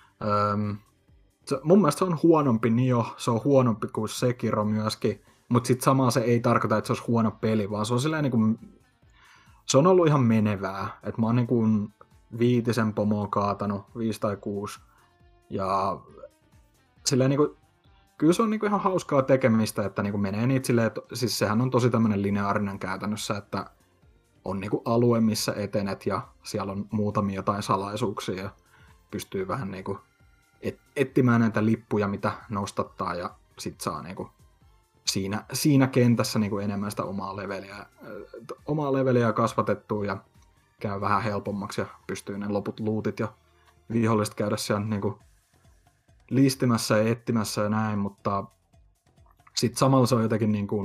Speaker 4: Se, mun mielestä se on huonompi Nioh, se on huonompi kuin Sekiro myöskin, mutta sitten samaa se ei tarkoita, että se olisi huono peli, vaan se on silleen niinku, se on ollut ihan menevää, että mä oon niinku viitisen pomoa kaatanut, viisi tai kuusi, ja silleen niinku, kyllä se on niinku ihan hauskaa tekemistä, että niinku menee niitä silleen, että siis sehän on tosi tämmönen lineaarinen käytännössä, että on niinku alue, missä etenet, ja siellä on muutamia jotain salaisuuksia, ja pystyy vähän niinku Et, etsimään näitä lippuja, mitä nostattaa, ja sit saa niinku siinä, siinä kentässä niinku enemmän sitä omaa leveliä, äh, omaa leveliä kasvatettua ja käy vähän helpommaksi ja pystyy ne loput lootit ja viholliset käydä siellä niinku listimässä ja etsimässä ja näin, mutta sit samalla se on jotenkin niinku,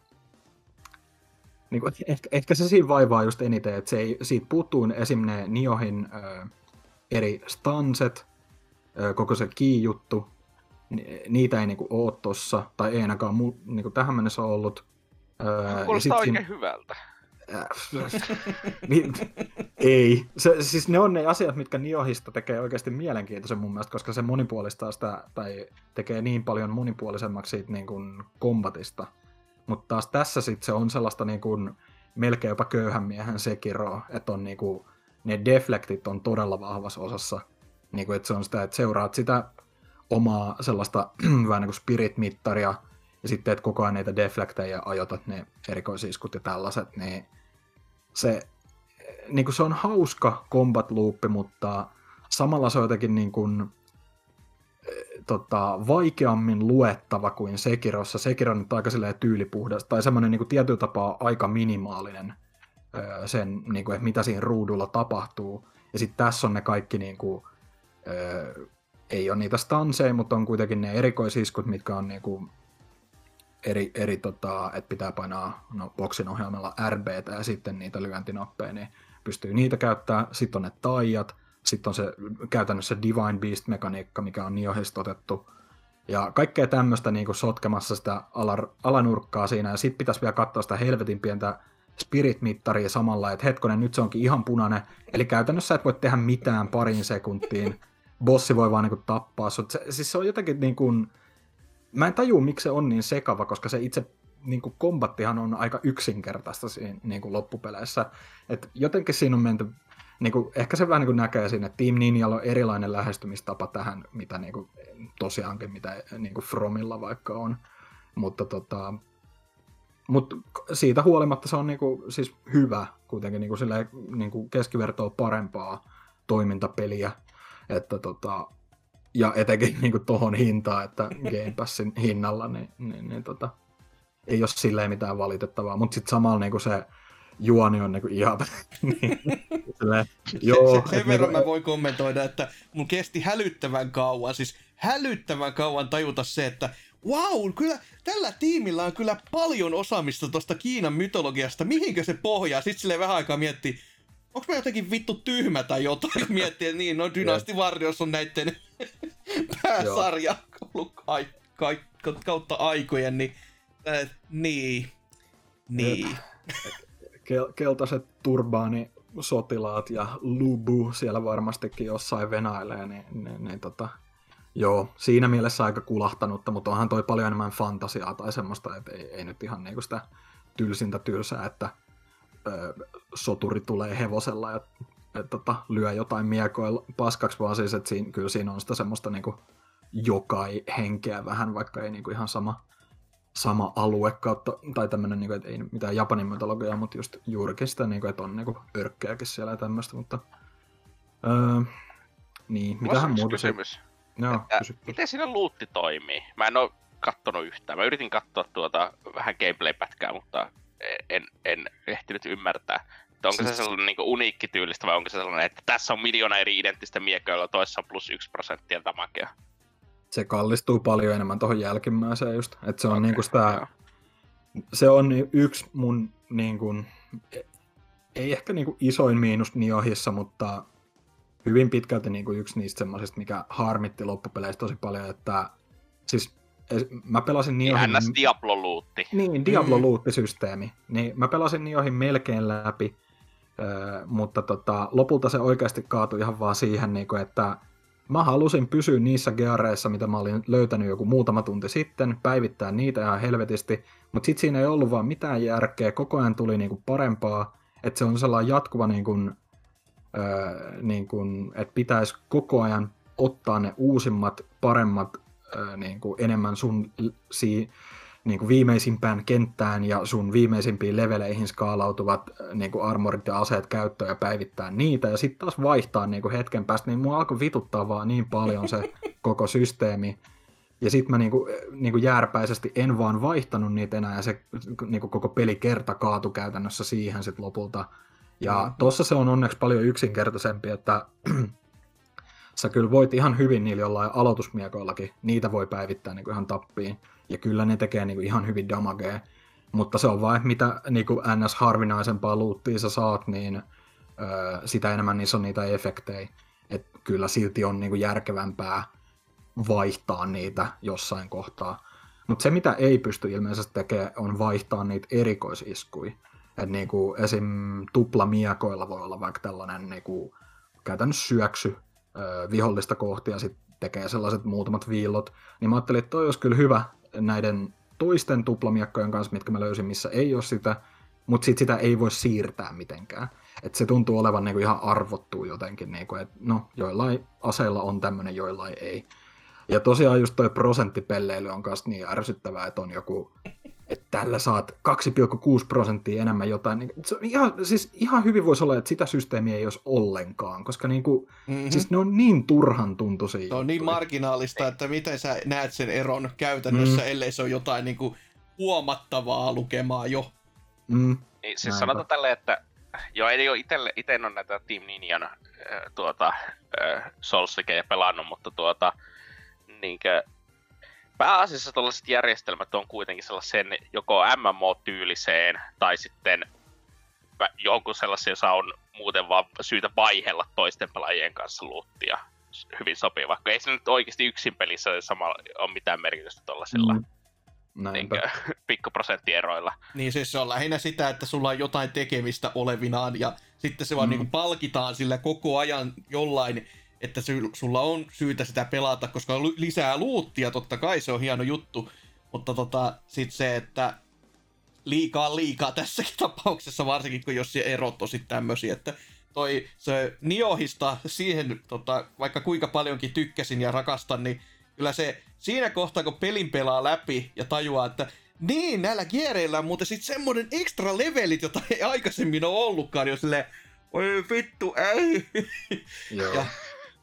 Speaker 4: niinku ehkä, ehkä se siinä vaivaa just eniten, että se ei, siitä puuttuu esim. Ne Niohin äh, eri stanset, koko se key-juttu, niitä ei niinku oo tossa, tai ei ainakaan mu, niinku tähän mennessä ollut.
Speaker 3: Kuulostaa oikein siinä hyvältä.
Speaker 4: Ei. Se, siis ne on ne asiat, mitkä Niohista tekee oikeasti mielenkiintoisen mun mielestä, koska se monipuolistaa sitä, tai tekee niin paljon monipuolisemmaksi siitä niin kuin kombatista. Mutta taas tässä sit se on sellaista niin kuin melkein jopa köyhän miehen Sekiroa, että on niin kuin, ne deflektit on todella vahvassa osassa. Niin kuin, että se on sitä, että seuraat sitä omaa sellaista vähän niin kuin spirit-mittaria, ja sitten teet koko ajan niitä deflektejä ja ajotat ne erikoisiskut ja tällaiset, niin se, niin kuin se on hauska combat loopi, mutta samalla se on jotenkin niin kuin, tota, vaikeammin luettava kuin Sekirossa. Sekiro on nyt aika tyylipuhdas, tai semmoinen niin kuin tietyllä tapaa aika minimaalinen sen, niin kuin, että mitä siinä ruudulla tapahtuu. Ja sitten tässä on ne kaikki, niin kuin, ö, ei ole niitä stanseja, mutta on kuitenkin ne erikoisiskut, mitkä on niin kuin, eri, eri tota, että pitää painaa no, boksin ohjaimella R B:tä ja sitten niitä lyöntinappeja, niin pystyy niitä käyttämään. Sitten on ne taijat, sitten on se käytännössä Divine Beast-mekaniikka, mikä on Niohista otettu. Ja kaikkea tämmöistä niin kuin sotkemassa sitä alar, alanurkkaa siinä, ja sitten pitäisi vielä katsoa sitä helvetin pientä spirit-mittaria samalla, että hetkonen, nyt se onkin ihan punainen, eli käytännössä et voi tehdä mitään parin sekuntiin, bossi voi vaan niin kuin tappaa sut. Se, siis se on jotenkin niin kuin, mä en tajua, miksi se on niin sekava, koska se itse niin kuin kombattihan on aika yksinkertaista siinä niin kuin loppupeleissä, että jotenkin siinä on menty, niin kuin, ehkä se vähän niin kuin näkee siinä, että Team Ninjalla on erilainen lähestymistapa tähän, mitä niin kuin, tosiaankin, mitä niin kuin Fromilla vaikka on, mutta tota, Mutta siitä huolimatta se on niinku, siis hyvä kuitenkin niinku silleen, niinku keskivertoa parempaa toimintapeliä. Että tota, ja etenkin niinku tohon hintaan, että Game Passin hinnalla niin, niin, niin tota, ei ole silleen mitään valitettavaa. Mutta sitten samalla niinku se juoni on niinku ihan... niin, silleen, joo,
Speaker 2: se, se, sen verran
Speaker 4: niinku,
Speaker 2: mä voin kommentoida, että mun kesti hälyttävän kauan, siis hälyttävän kauan tajuta se, että wow, kyllä tällä tiimillä on kyllä paljon osaamista tuosta Kiinan mytologiasta, mihinkö se pohjaa? Sitten silleen vähän aikaa miettii, onko mä jotenkin vittu tyhmä tai jotain, miettii, että niin, no Dynasty Warriors on näitten pääsarja ollut kai, kai, kautta aikojen, niin äh, niin, niin.
Speaker 4: Kel- keltaiset turbaanisotilaat ja Lubu siellä varmastikin jossain venailee, niin, niin, niin tota, joo, siinä mielessä aika kulahtanutta, mutta onhan toi paljon enemmän fantasiaa tai semmoista, että ei, ei nyt ihan niinku sitä tylsintä tylsää, että ö, soturi tulee hevosella ja et, tota, lyö jotain miekoilla paskaksi, vaan siis, että siinä, kyllä siinä on sitä semmoista niinku jokai henkeä vähän, vaikka ei niinku ihan sama, sama alue kautta, tai tämmönen, niinku, että ei mitään Japanin mytologiaa, mutta just juurikin sitä, niinku, että on niinku örkkejäkin siellä ja tämmöistä, mutta öö, niin, mitähän muuta
Speaker 3: kysymys.
Speaker 4: Joo,
Speaker 3: miten siinä luutti toimii? Mä en oo kattonut yhtään. Mä yritin katsoa tuota vähän gameplay-pätkää, mutta en, en ehtinyt ymmärtää. Että onko siis... se sellainen niin uniikki tyylistä vai onko se sellainen, että tässä on miljoona eri identtistä miekkoilla, toissa on plus yksi prosenttia damakea?
Speaker 4: Se kallistuu paljon enemmän tuohon jälkimmäiseen just. Että se on okay, niinku sitä...
Speaker 3: Joo.
Speaker 4: Se on yksi mun niinku... Ei ehkä niinku isoin miinus Niohissa, mutta... Hyvin pitkälti niin kuin yksi niistä semmoisista, mikä harmitti loppupeleissä tosi paljon, että siis mä pelasin Niohin...
Speaker 3: Ns. Diablo-luutti.
Speaker 4: Niin, Diablo-luuttisysteemi. Niin mä pelasin Niohin melkein läpi, mutta tota, lopulta se oikeasti kaatui ihan vaan siihen, että mä halusin pysyä niissä geareissa, mitä mä olin löytänyt joku muutama tunti sitten, päivittää niitä ihan helvetisti, mutta sit siinä ei ollut vaan mitään järkeä, koko ajan tuli niinku parempaa, että se on sellainen jatkuva niinku, Öö, niin kun, että pitäisi koko ajan ottaa ne uusimmat, paremmat, öö, niin kun enemmän sun si, niin kun viimeisimpään kenttään ja sun viimeisimpiin leveleihin skaalautuvat niin kun armorit ja aseet käyttöön ja päivittää niitä ja sitten taas vaihtaa niin kun hetken päästä, niin mua alkoi vituttaa vaan niin paljon se koko systeemi. Ja sitten mä niinku, niinku jääräpäisesti en vaan vaihtanut niitä enää ja se niinku koko peli kerta kaatui käytännössä siihen sit lopulta. Ja mm. tossa se on onneksi paljon yksinkertaisempi, että sä kyllä voit ihan hyvin niillä jollain aloitusmiekoillakin, niitä voi päivittää niinku ihan tappiin. Ja kyllä ne tekee niinku ihan hyvin damagea. Mutta se on vaan, että mitä niinku ns. Harvinaisempaa luuttia sä saat, niin öö, sitä enemmän niissä on niitä efektejä. Et kyllä silti on niinku järkevämpää vaihtaa niitä jossain kohtaa. Mutta se mitä ei pysty ilmeisesti tekemään on vaihtaa niitä erikoisiskuja. Et niinku esim. Tuplamiekoilla voi olla vaikka tällainen niinku käytännössä syöksy ö, vihollista kohti ja sitten tekee sellaiset muutamat viillot. Niin mä ajattelin, että toi olisi kyllä hyvä näiden toisten tuplamiekkojen kanssa, mitkä mä löysin, missä ei ole sitä, mutta sit sitä ei voi siirtää mitenkään. Et se tuntuu olevan niinku ihan arvottua jotenkin, niinku, että no joillain aseilla on tämmöinen, joillain ei. Ja tosiaan just toi prosenttipelleily on kanssa niin ärsyttävää, että on joku, että tällä saat kaksi pilkku kuusi prosenttia enemmän jotain. Niin, se on ihan, siis ihan hyvin voisi olla, että sitä systeemiä ei olisi ollenkaan, koska niinku, mm-hmm. siis ne on niin turhan tuntuisia.
Speaker 2: Se on niin marginaalista, että miten sä näet sen eron käytännössä, mm. ellei se ole jotain niinku huomattavaa lukemaa jo.
Speaker 4: Mm.
Speaker 3: Niin, siis sanotaan tälleen, että joo, ei ole itelle, ite en ole näitä Team Ninjan äh, tuota, äh, Soulsikeja pelannut, mutta tuota, niinkö, pääasiassa tällaiset järjestelmät on kuitenkin sellaisen joko M M O-tyyliseen tai sitten jonkun sellaisen, jossa on muuten vaan syytä vaihella toisten pelaajien kanssa luuttia hyvin sopiva. Vaikka ei se nyt oikeasti yksin pelissä sama ole mitään merkitystä tuollaisilla mm. niinkö, pikkuprosenttieroilla.
Speaker 2: Niin siis se on lähinnä sitä, että sulla on jotain tekemistä olevinaan ja sitten se vaan mm. niin kuin palkitaan sillä koko ajan jollain, että sulla on syytä sitä pelata, koska lisää luuttia, totta kai se on hieno juttu, mutta tota, sitten se, että liikaa liikaa tässäkin tapauksessa, varsinkin kun jos erot on sitten tämmöisiä, että toi se Niohista siihen, tota, vaikka kuinka paljonkin tykkäsin ja rakastan, niin kyllä se siinä kohtaa, kun pelin pelaa läpi ja tajuaa, että niin, näillä kiereillä on muuten sitten semmoinen extra levelit, jota ei aikaisemmin ole ollutkaan, niin on silleen, oi vittu, ei.
Speaker 4: Joo.
Speaker 2: Ja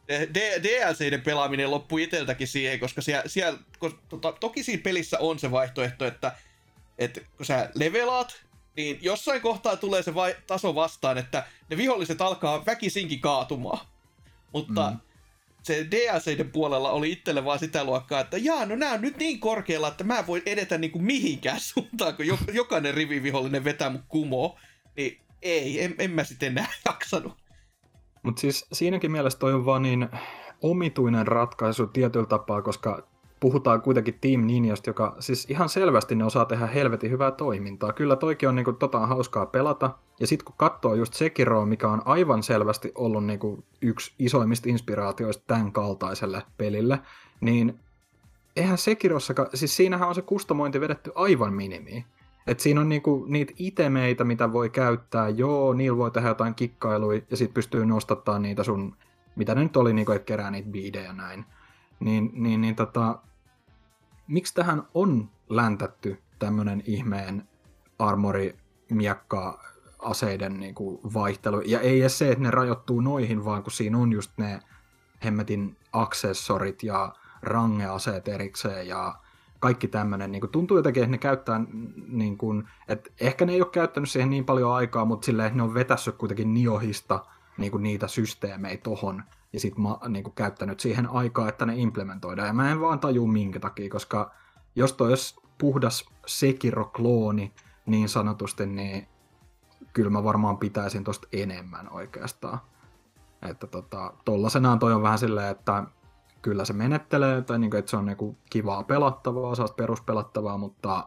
Speaker 2: D L C:iden pelaaminen loppui itseltäkin siihen, koska siellä, siellä koska, tota, toki siinä pelissä on se vaihtoehto, että, että kun sä levelaat, niin jossain kohtaa tulee se vai- taso vastaan, että ne viholliset alkaa väkisinkin kaatumaan. Mutta mm. se D L C:den puolella oli itselle vaan sitä luokkaa, että jaa, no nää on nyt niin korkealla, että mä voin edetä niinku mihinkään suuntaan, kun jokainen rivivihollinen vetää mun kumoo. Niin ei, en, en mä sitten enää jaksanut.
Speaker 4: Mutta siis siinäkin mielessä toi on vaan niin omituinen ratkaisu tietyllä tapaa, koska puhutaan kuitenkin Team Ninjasta, joka siis ihan selvästi ne osaa tehdä helvetin hyvää toimintaa. Kyllä toikin on niinku tota hauskaa pelata. Ja sitten kun katsoo just Sekiroa, mikä on aivan selvästi ollut niinku yksi isoimmista inspiraatioista tämän kaltaiselle pelille, niin eihän Sekirossakaan, siis siinähän on se kustomointi vedetty aivan minimiin. Et siinä on niinku niitä itemeitä, mitä voi käyttää, joo, niillä voi tehdä jotain kikkailuja, ja sitten pystyy nostattaa niitä sun, mitä ne nyt oli, niinku, että kerää niitä biidejä ja näin. Niin, niin, niin tota, miksi tähän on läntätty tämmönen ihmeen armori-miekka aseiden niinku vaihtelu? Ja ei edes se, että ne rajoittuu noihin, vaan kun siinä on just ne hemmetin aksessorit ja rangeaseet erikseen ja kaikki tämmönen. Niin tuntuu jotenkin, että ne käyttää, niin kuin, että ehkä ne ei ole käyttänyt siihen niin paljon aikaa, mutta silleen, että ne on vetässyt kuitenkin Niohista niin kuin niitä systeemejä tohon ja sitten niin käyttänyt siihen aikaa, että ne implementoidaan. Ja mä en vaan tajua minkä takia, koska jos toi olisi puhdas Sekiro-klooni niin sanotusti, niin kyllä mä varmaan pitäisin tosta enemmän oikeastaan. Että tota, tollasenaan toi on vähän silleen, että kyllä se menettelee, tai niinku, että se on niinku kivaa pelattavaa, sellaista peruspelattavaa, mutta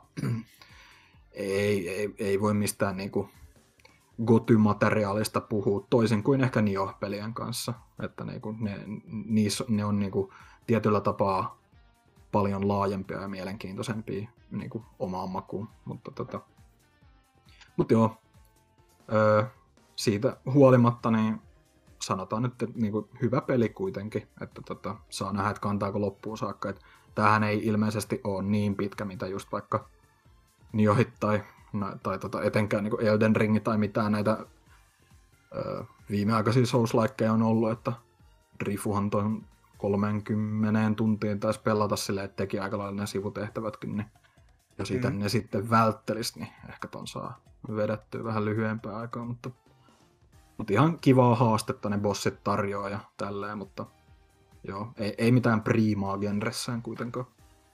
Speaker 4: ei, ei, ei voi mistään niinku goty-materiaalista puhua toisin kuin ehkä Nioh-pelien kanssa. Että niinku ne, niissä, ne on niinku tietyllä tapaa paljon laajempia ja mielenkiintoisempia niinku omaan makuun. Mutta tota, mut joo, öö, siitä huolimatta niin sanotaan nyt, että niinku hyvä peli kuitenkin, että tota, saa nähdä, että kantaako loppuun saakka. Että tämähän ei ilmeisesti ole niin pitkä, mitä just vaikka Niohit tai, tai tota, etenkään niinku Elden Ring tai mitään näitä ö, viimeaikaisia Souls-likeja on ollut, että Rifuhan tuon kolmekymmentä tuntiin taisi pelata silleen, että teki aika lailla ne sivutehtävätkin, niin jos siitä mm. ne sitten välttelisi, niin ehkä ton saa vedettyä vähän lyhyempää aikaa, mutta Mutta ihan kivaa haastetta ne bossit tarjoaa ja tälleen, mutta joo, ei, ei mitään priimaa genressään kuitenkaan.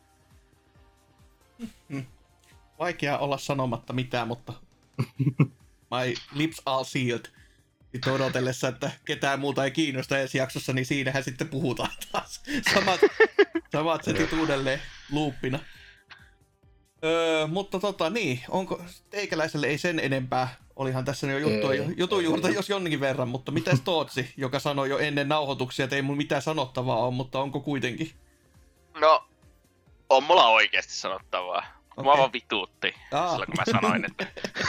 Speaker 2: Mm. Vaikea olla sanomatta mitään, mutta my lips are sealed. Sitten odotellessa, että ketään muuta ei kiinnosta ensi jaksossa, niin siinähän sitten puhutaan taas. Samat, samat setit uudelleen luuppina. Öö, mutta tota niin, onko teikäläiselle ei sen enempää? Olihan tässä jo juttua, jutun juurta jos jonnekin verran, mutta mitäs Tootsi, joka sanoi jo ennen nauhoituksia, että ei mun mitään sanottavaa ole, mutta onko kuitenkin?
Speaker 3: No, on mulla oikeasti sanottavaa. Okay. Mua vaan vituutti
Speaker 2: Aa.
Speaker 3: silloin, kun mä sanoin, että...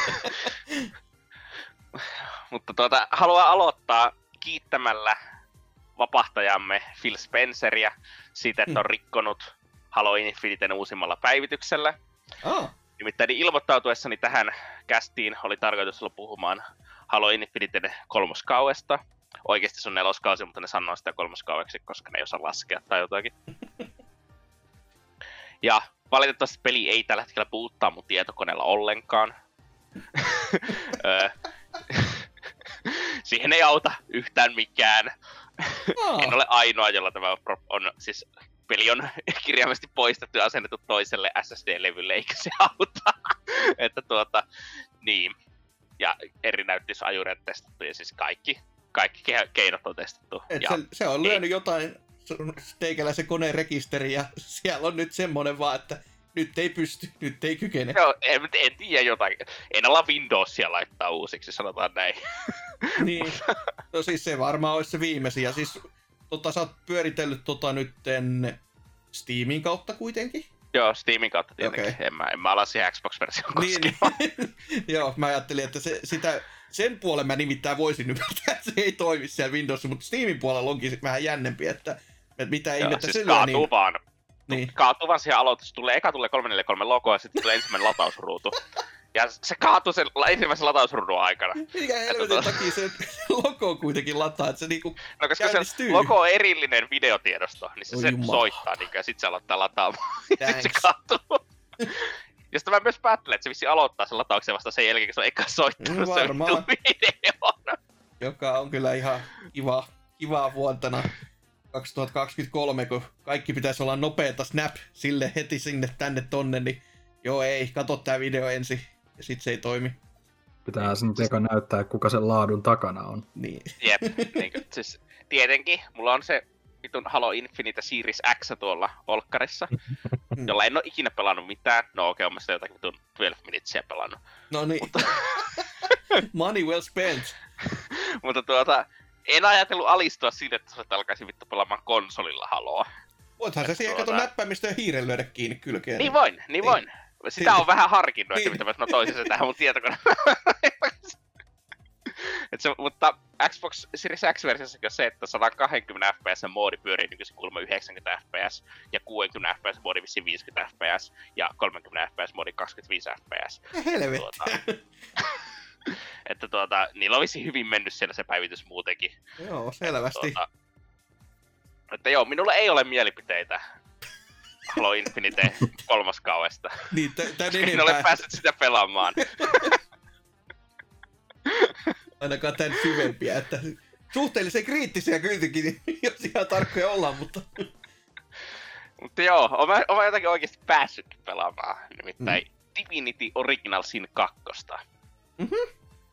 Speaker 3: mutta tuota, haluan aloittaa kiittämällä vapahtajamme Phil Spenceria siitä, että on rikkonut Halo Infiniten uusimmalla päivityksellä.
Speaker 2: Oh.
Speaker 3: Nimittäin ilmoittautuessani tähän kästiin oli tarkoitus olla puhumaan Halo Infiniten kolmoskaudesta. Oikeasti se on neloskausi, mutta ne sanoo sitä kolmoskaudeksi, koska ne ei osaa laskea tai jotakin. Ja valitettavasti peli ei tällä hetkellä puuttaa mun tietokoneella ollenkaan. Siihen ei auta yhtään mikään. Oh. En ole ainoa, jolla tämä on, siis peli on kirjaimellisesti poistettu ja asennettu toiselle S S D-levylle, eikä se auta. Että tuota, niin. Ja eri näyttösajureet testattu ja siis kaikki, kaikki keinot on testattu.
Speaker 2: Et
Speaker 3: ja
Speaker 2: se, se on lyönyt
Speaker 3: ei.
Speaker 2: jotain teikäläisen koneen rekisteri ja siellä on nyt semmonen vaan, että nyt ei pysty, nyt ei kykene.
Speaker 3: No, en, en tiedä jotain. En ala Windowsia laittaa uusiksi, sanotaan näin.
Speaker 2: Niin, no siis se varmaan olisi se viimeisin. Ja siis tota, sä oot pyöritellyt tota nytten Steamin kautta kuitenkin?
Speaker 3: Joo, Steamin kautta tietenkin.
Speaker 2: Okay.
Speaker 3: En mä, en mä ala siihen Xbox-versioon koskemaan.
Speaker 2: Niin, joo, mä ajattelin, että se, sitä, sen puolen mä nimittäin voisin ymmärtää, että se ei toimi siellä Windowsissa, mutta Steamin puolella onkin vähän jännempi, että, että mitä ihmettä
Speaker 3: siis
Speaker 2: se lyö.
Speaker 3: Kaatuu
Speaker 2: niin...
Speaker 3: vaan.
Speaker 2: Niin.
Speaker 3: Kaatuu vaan siihen aloitus. Tulee, eka tulee kolme neljä kolme logo ja sitten tulee ensimmäinen latausruutu. Ja se kaatuu sen ensimmäisen latausruudun aikana.
Speaker 2: Mikä helvetin takia se logo kuitenkin lataa, että se niinku
Speaker 3: no, koska
Speaker 2: käynnistyy.
Speaker 3: se logo on erillinen videotiedosto, niin se,
Speaker 2: Oi
Speaker 3: se
Speaker 2: jumala.
Speaker 3: soittaa niin, ja sit se aloittaa lataamaan. Ja sit se
Speaker 2: Thanks.
Speaker 3: kaatuu. Ja sitten mä myös päättelen, että se vissi aloittaa sen latauksen vasta sen jälkeen, kun se on eka soittanut
Speaker 2: No
Speaker 3: se
Speaker 2: varmaan.
Speaker 3: videon.
Speaker 2: Joka on kyllä ihan kiva, kivaa vuotena kaksituhattakaksikymmentäkolme, kun kaikki pitäisi olla nopeeta snap sille heti sinne tänne tonne, niin joo ei, kato tää video ensin, ja sit se ei toimi.
Speaker 4: Pitää sen teko näyttää, kuka sen laadun takana on.
Speaker 2: Niin.
Speaker 3: Jep, niin kuin, siis tietenkin, mulla on se vitun Halo Infinite Series X tuolla olkkarissa, jolla en oo ikinä pelannut mitään. No okei, okay, on mä jotakin vitun twelve minutesia pelannut.
Speaker 2: No niin.
Speaker 3: Mutta,
Speaker 2: Money well spent.
Speaker 3: mutta tuota, en ajatellut alistua siitä, että sä alkaisin vittu pelaamaan konsolilla Haloa.
Speaker 2: Voithan se siihen kato
Speaker 3: tuota-
Speaker 2: näppäimistä ja hiiren lyödä kiinni kylkeen.
Speaker 3: Niin voin, niin, niin. voin. Sitä on vähän harkinnut, että
Speaker 2: Niin.
Speaker 3: mitä mä no toisin se tähän mun tietokone. Et se, mutta Xbox Series X-versiossakin on se, että sata kaksikymmentä F P S moodi pyörii nykyisin kuulemma yhdeksänkymmentä F P S, ja kuusikymmentä F P S moodi vissiin viisikymmentä F P S, ja kolmekymmentä F P S moodi kaksikymmentäviisi F P S.
Speaker 2: Helvetti.
Speaker 3: Tuota, että tuota, niillä on vissiin hyvin mennyt siellä se päivitys muutenkin.
Speaker 2: Joo, selvästi.
Speaker 3: Tuota, että joo, minulla ei ole mielipiteitä Halo Infinite kolmoskaudesta.
Speaker 2: Niin, t- tän
Speaker 3: En ole
Speaker 2: enempää.
Speaker 3: päässyt sitä pelaamaan.
Speaker 2: Ainakaan tän syvempiä, että suhteellisen kriittisiä kuitenkin, jos ihan tarkkoja ollaan, mutta...
Speaker 3: Mutta joo, oon mä, oon mä jotakin oikeesti päässytkin pelaamaan. Nimittäin mm. Divinity Original Sin kaksi.
Speaker 2: Mhm.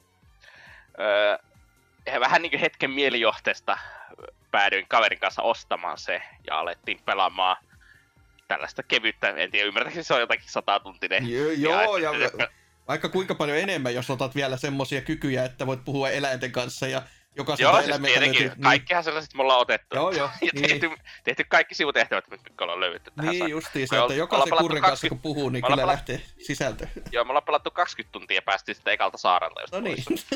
Speaker 3: Öö, vähän niinku hetken mielijohteesta päädyin kaverin kanssa ostamaan se ja alettiin pelaamaan tällaista kevyttä, en tiedä ymmärtääkö se on jotakin satatuntinen.
Speaker 2: Jo, joo, ja,
Speaker 3: ja,
Speaker 2: ja vaikka kuinka paljon enemmän, jos otat vielä semmosia kykyjä, että voit puhua eläinten kanssa ja jokaisen
Speaker 3: joo, siis
Speaker 2: eläimeltä
Speaker 3: tietenkin,
Speaker 2: löytyy...
Speaker 3: kaikkihan sellaiset me ollaan otettu.
Speaker 2: Joo, joo,
Speaker 3: ja
Speaker 2: niin.
Speaker 3: tehty, tehty kaikki sivutehtävät, mitkä ollaan löydetty tähän
Speaker 2: Niin
Speaker 3: saakka.
Speaker 2: justiinsa,
Speaker 3: Me
Speaker 2: että
Speaker 3: ollaan
Speaker 2: jokaisen
Speaker 3: pelattu
Speaker 2: kurren kanssa
Speaker 3: kaksikymmentä
Speaker 2: kun puhuu, niin
Speaker 3: me ollaan
Speaker 2: kyllä
Speaker 3: pelattu-
Speaker 2: lähtee sisältö.
Speaker 3: Joo, me ollaan pelattu kaksikymmentä tuntia ja päästiin sitten ekalta saarelta just
Speaker 2: No niin.
Speaker 3: pois.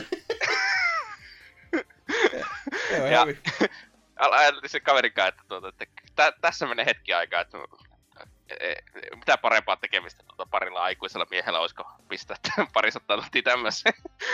Speaker 2: Joo,
Speaker 3: Ja-
Speaker 2: ja...
Speaker 3: Ajattelin sen kaverin kanssa, että, tuota, että tä, tässä menee hetki aikaa, että e, e, mitä parempaa tekemistä tuota, parilla aikuisella miehellä olisiko pistää parisataa tuntia tämmöiseen.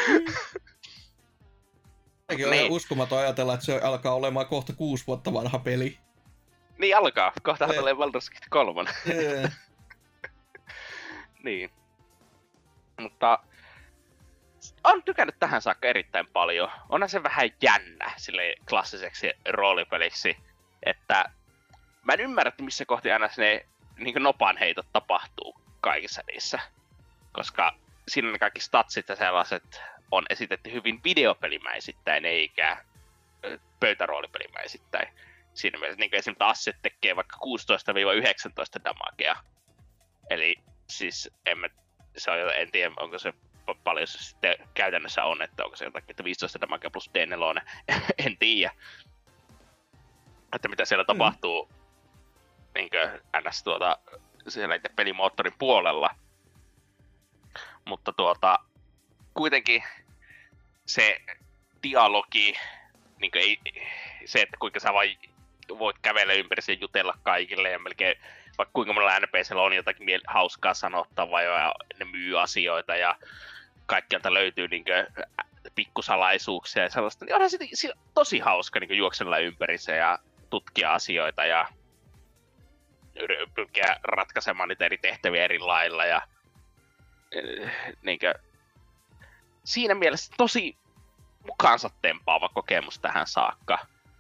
Speaker 2: Sekin on
Speaker 3: Niin.
Speaker 2: ihan uskomaton ajatella, että se alkaa olemaan kohta kuusi vuotta vanha peli.
Speaker 3: Niin alkaa, kohta
Speaker 2: Ne.
Speaker 3: tulee Baldur's Gate kolme.
Speaker 2: Jee.
Speaker 3: Niin. Mutta on tykännyt tähän saakka erittäin paljon. Onhan se vähän jännä sille klassiseksi roolipeliksi, että mä en ymmärrä, että missä kohti aina ne niin nopanheitot tapahtuu kaikissa niissä. Koska siinä ne kaikki statsit ja sellaiset on esitetty hyvin videopelimäisittäin, eikä ö, pöytäroolipelimäisittäin. Siinä mielessä niin esimerkiksi Asset tekee vaikka kuusitoista yhdeksäntoista damagea. Eli siis en, mä, se on, en tiedä, onko se pa- paljon se sitten käytännössä on, että onko se jotakin, että viisitoista damagea plus D neljä, en tiedä. Että mitä siellä
Speaker 2: Mm.
Speaker 3: tapahtuu niinkö ns tuota siellä itse pelimoottorin puolella. Mutta tuota kuitenkin se dialogi, niinkö ei, se, että kuinka sä vain voit kävellä ympäri ja jutella kaikille ja melkein vaikka kuinka monella N P C:llä on jotakin miel- hauskaa sanottavaa ja ne myy asioita ja kaikkialta löytyy niinkö pikkusalaisuuksia ja sellaista, niin onhan se, se tosi hauska niinkö juoksella ympärissä ja tutkia asioita ja yri- pyrkiä ratkaisemaan niitä eri tehtäviä eri lailla ja äh, niinkö siinä mielessä tosi mukaansa tempaava kokemus tähän saakka.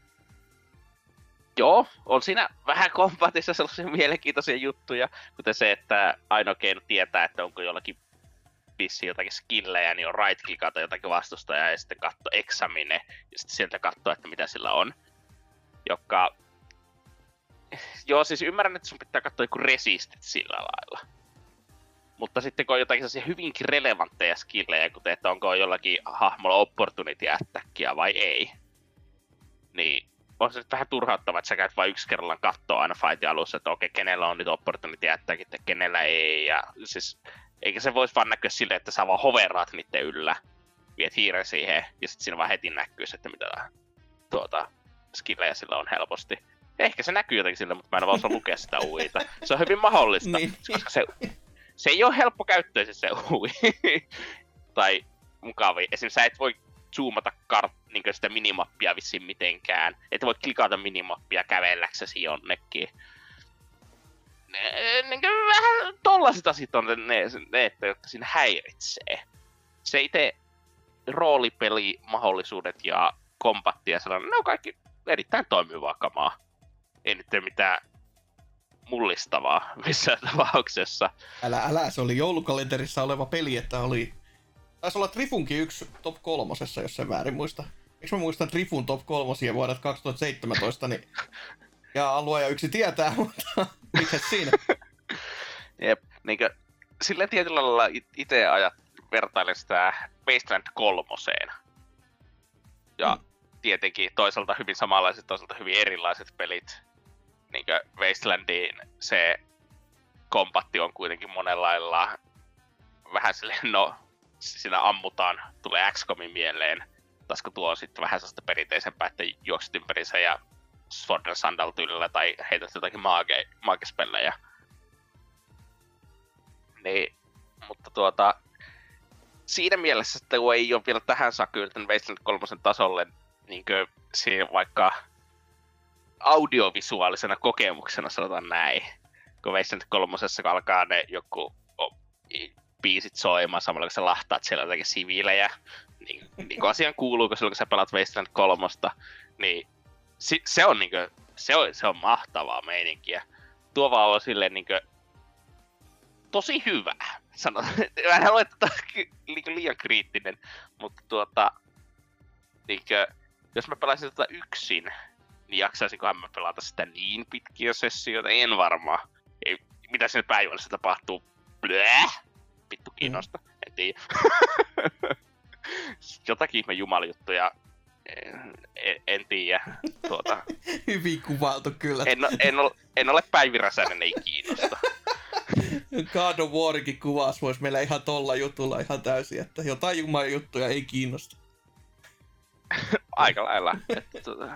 Speaker 3: Joo, on siinä vähän kombatissa sellaisia mielenkiintoisia juttuja, kuten se, että ainoa keino tietää, että onko jollakin pissi jotakin skillejä, niin on right-klikata jotakin vastustajaa ja sitten katso examine ja sitten sieltä katsoa, että mitä sillä on. Joka... Joo, siis ymmärrän, että sun pitää katsoa joku resistit sillä lailla. Mutta sitten kun on jotakin sellaisia hyvinkin relevantteja skillejä, kuten että onko jollakin hahmolla opportunity attackia vai ei, niin on se nyt vähän turhauttavaa, että sä käyt vain yksi kerrallaan kattoo aina fightin alussa, että okei, kenellä on nyt opportunity attackit ja kenellä ei. Ja siis, eikä se voisi vaan näkyä silleen, että sä vaan hoveraat niiden yllä, viet hiiren siihen ja sitten siinä vaan heti näkyy, että mitä tuota, skillejä sillä on helposti. Ehkä se näkyy jotenkin sillä, mutta mä en vaan osaa lukea sitä uita. Se on hyvin mahdollista,
Speaker 2: Niin.
Speaker 3: koska se, se ei ole helppo käyttöisen se ui. Tai mukavia. Esimerkiksi sä et voi zoomata kart, niin sitä minimappia vissiin mitenkään. Et voi klikata minimappia kävelläksesi jonnekin. niin vähän tollaset asiat on ne, ne että, jotka siinä häiritsee. Se itse roolipelimahdollisuudet ja kombatti ja sellainen, ne on kaikki erittäin toimivaa kamaa. Ei nyt tee mitään mullistavaa missään tapauksessa.
Speaker 2: Älä, älä, se oli joulukalenterissa oleva peli, että oli... Taisi olla Trifunkin yksi top kolmosessa, jos sen väärin muista. Miksi mä muistan Trifun top kolmosia vuodet kaksituhattaseitsemäntoista, niin... Ja luoja yksi tietää, mutta mikä siinä?
Speaker 3: Jep, niinkö... Silleen tietyllä lailla itse ajat vertailen sitä Wasteland kolmoseen. Ja mm. tietenkin toisaalta hyvin samanlaiset, toisaalta hyvin erilaiset pelit. Niinkö Wastelandiin se kombatti on kuitenkin monella lailla vähän silleen, no, siinä ammutaan, tulee X COMin mieleen. Taas kun tuo on sitten vähän sellaista perinteisempää, että juokset ympärinsä ja Sword and Sandal tyylillä tai heität jotakin maage, maagispellejä. Niin, mutta tuota, siinä mielessä, että kun ei ole vielä tähän saakka yltänyt Wasteland kolmosen tasolle, niinkö siinä vaikka audiovisuaalisena kokemuksena sanotaan näin. Kun Wasteland kolmosessa kun alkaa ne joku oh, biisit soimaan samalla kun sä lahtaat siellä jotakin siviilejä, niin, niin kuin asiaan kuuluu, kun silloin kun sä pelaat Wasteland kolmosta, niin si, se on niinkö, se on, se on mahtavaa meininkiä. Tuo vaan on silleen niinkö tosi hyvää. Sanotaan, mä en halua, että tämä on liian kriittinen, mutta tuota, niinkö, jos mä pelaisin tätä yksin, niin jaksaisinkohan mä pelata sitä niin pitkiä sessioita? En varmaan. Ei, mitä siinä päivässä tapahtuu? Bläh! Vittu kiinnosta. Mm. En tiedä. Jotakin ihme jumaljuttuja. En, en, en tiedä. Tuota,
Speaker 2: hyvin kuvailtu kyllä.
Speaker 3: En, en, ole, en ole Päivi-Räsänen, ei kiinnosta.
Speaker 2: God of Warkin kuvaus voisi meillä ihan tolla jutulla ihan täysin, että jotain jumaljuttuja ei kiinnosta.
Speaker 3: Aika lailla. Että, tuota...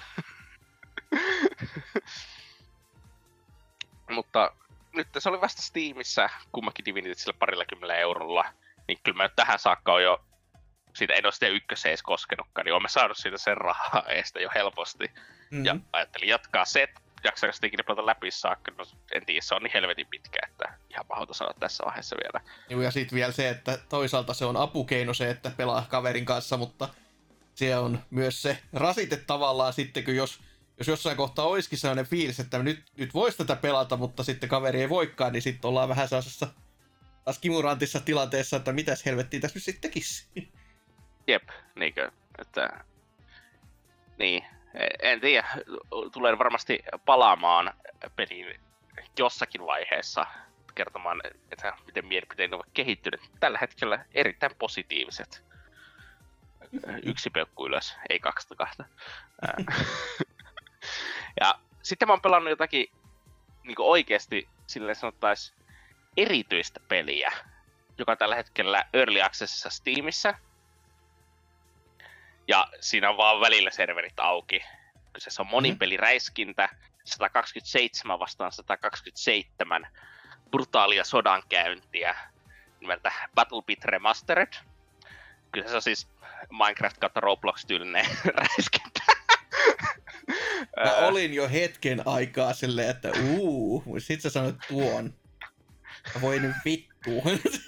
Speaker 3: Mutta nyt se oli vasta Steamissa kummakin Divinityt sillä parilla kymmenellä eurolla, niin kyllä mä nyt tähän saakka on jo, siitä en ole sitä ykkösen edes koskenutkaan, niin oon saanut siitä sen rahaa eestä jo helposti. Mm-hmm. Ja ajattelin jatkaa se, että jaksaako sitä ikinä pelata läpi saakka, no en tiedä, se on niin helvetin pitkä, että ihan mahdoton sanoa tässä vaiheessa vielä.
Speaker 2: Joo, ja sitten vielä se, että toisaalta se on apukeino se, että pelaa kaverin kanssa, mutta se on myös se rasite tavallaan sitten, kun jos Jos jossain kohtaa olisikin sellainen fiilis, että nyt, nyt voisi tätä pelata, mutta sitten kaveri ei voikaan, niin sitten ollaan vähän sellaisessa taas kimurantissa tilanteessa, että mitäs helvettiä tässä nyt sitten tekisi.
Speaker 3: Jep, niinkö, että... Niin, en tiedä, tulen varmasti palaamaan peliin jossakin vaiheessa kertomaan, että miten mielipiteeni ovat kehittyneet. Tällä hetkellä erittäin positiiviset. Yksi peukku ylös, ei kaksi kahta. Ja sitten mä oon pelannut jotakin niin oikeasti silleen sanottais erityistä peliä, joka on tällä hetkellä Early Accessissa Steamissa. Ja siinä on vaan välillä serverit auki. Kyseessä on monipeliräiskintä, sata kaksikymmentäseitsemän vastaan sata kaksikymmentäseitsemän brutaalia sodankäyntiä nimeltä Battle Pit Remastered. Kyseessä on siis Minecraft kautta Roblox-tyylinen räiskintä.
Speaker 2: Mä olin jo hetken aikaa silleen, että uuu, sit sä sanoit tuon. Mä voin nyt vittuun.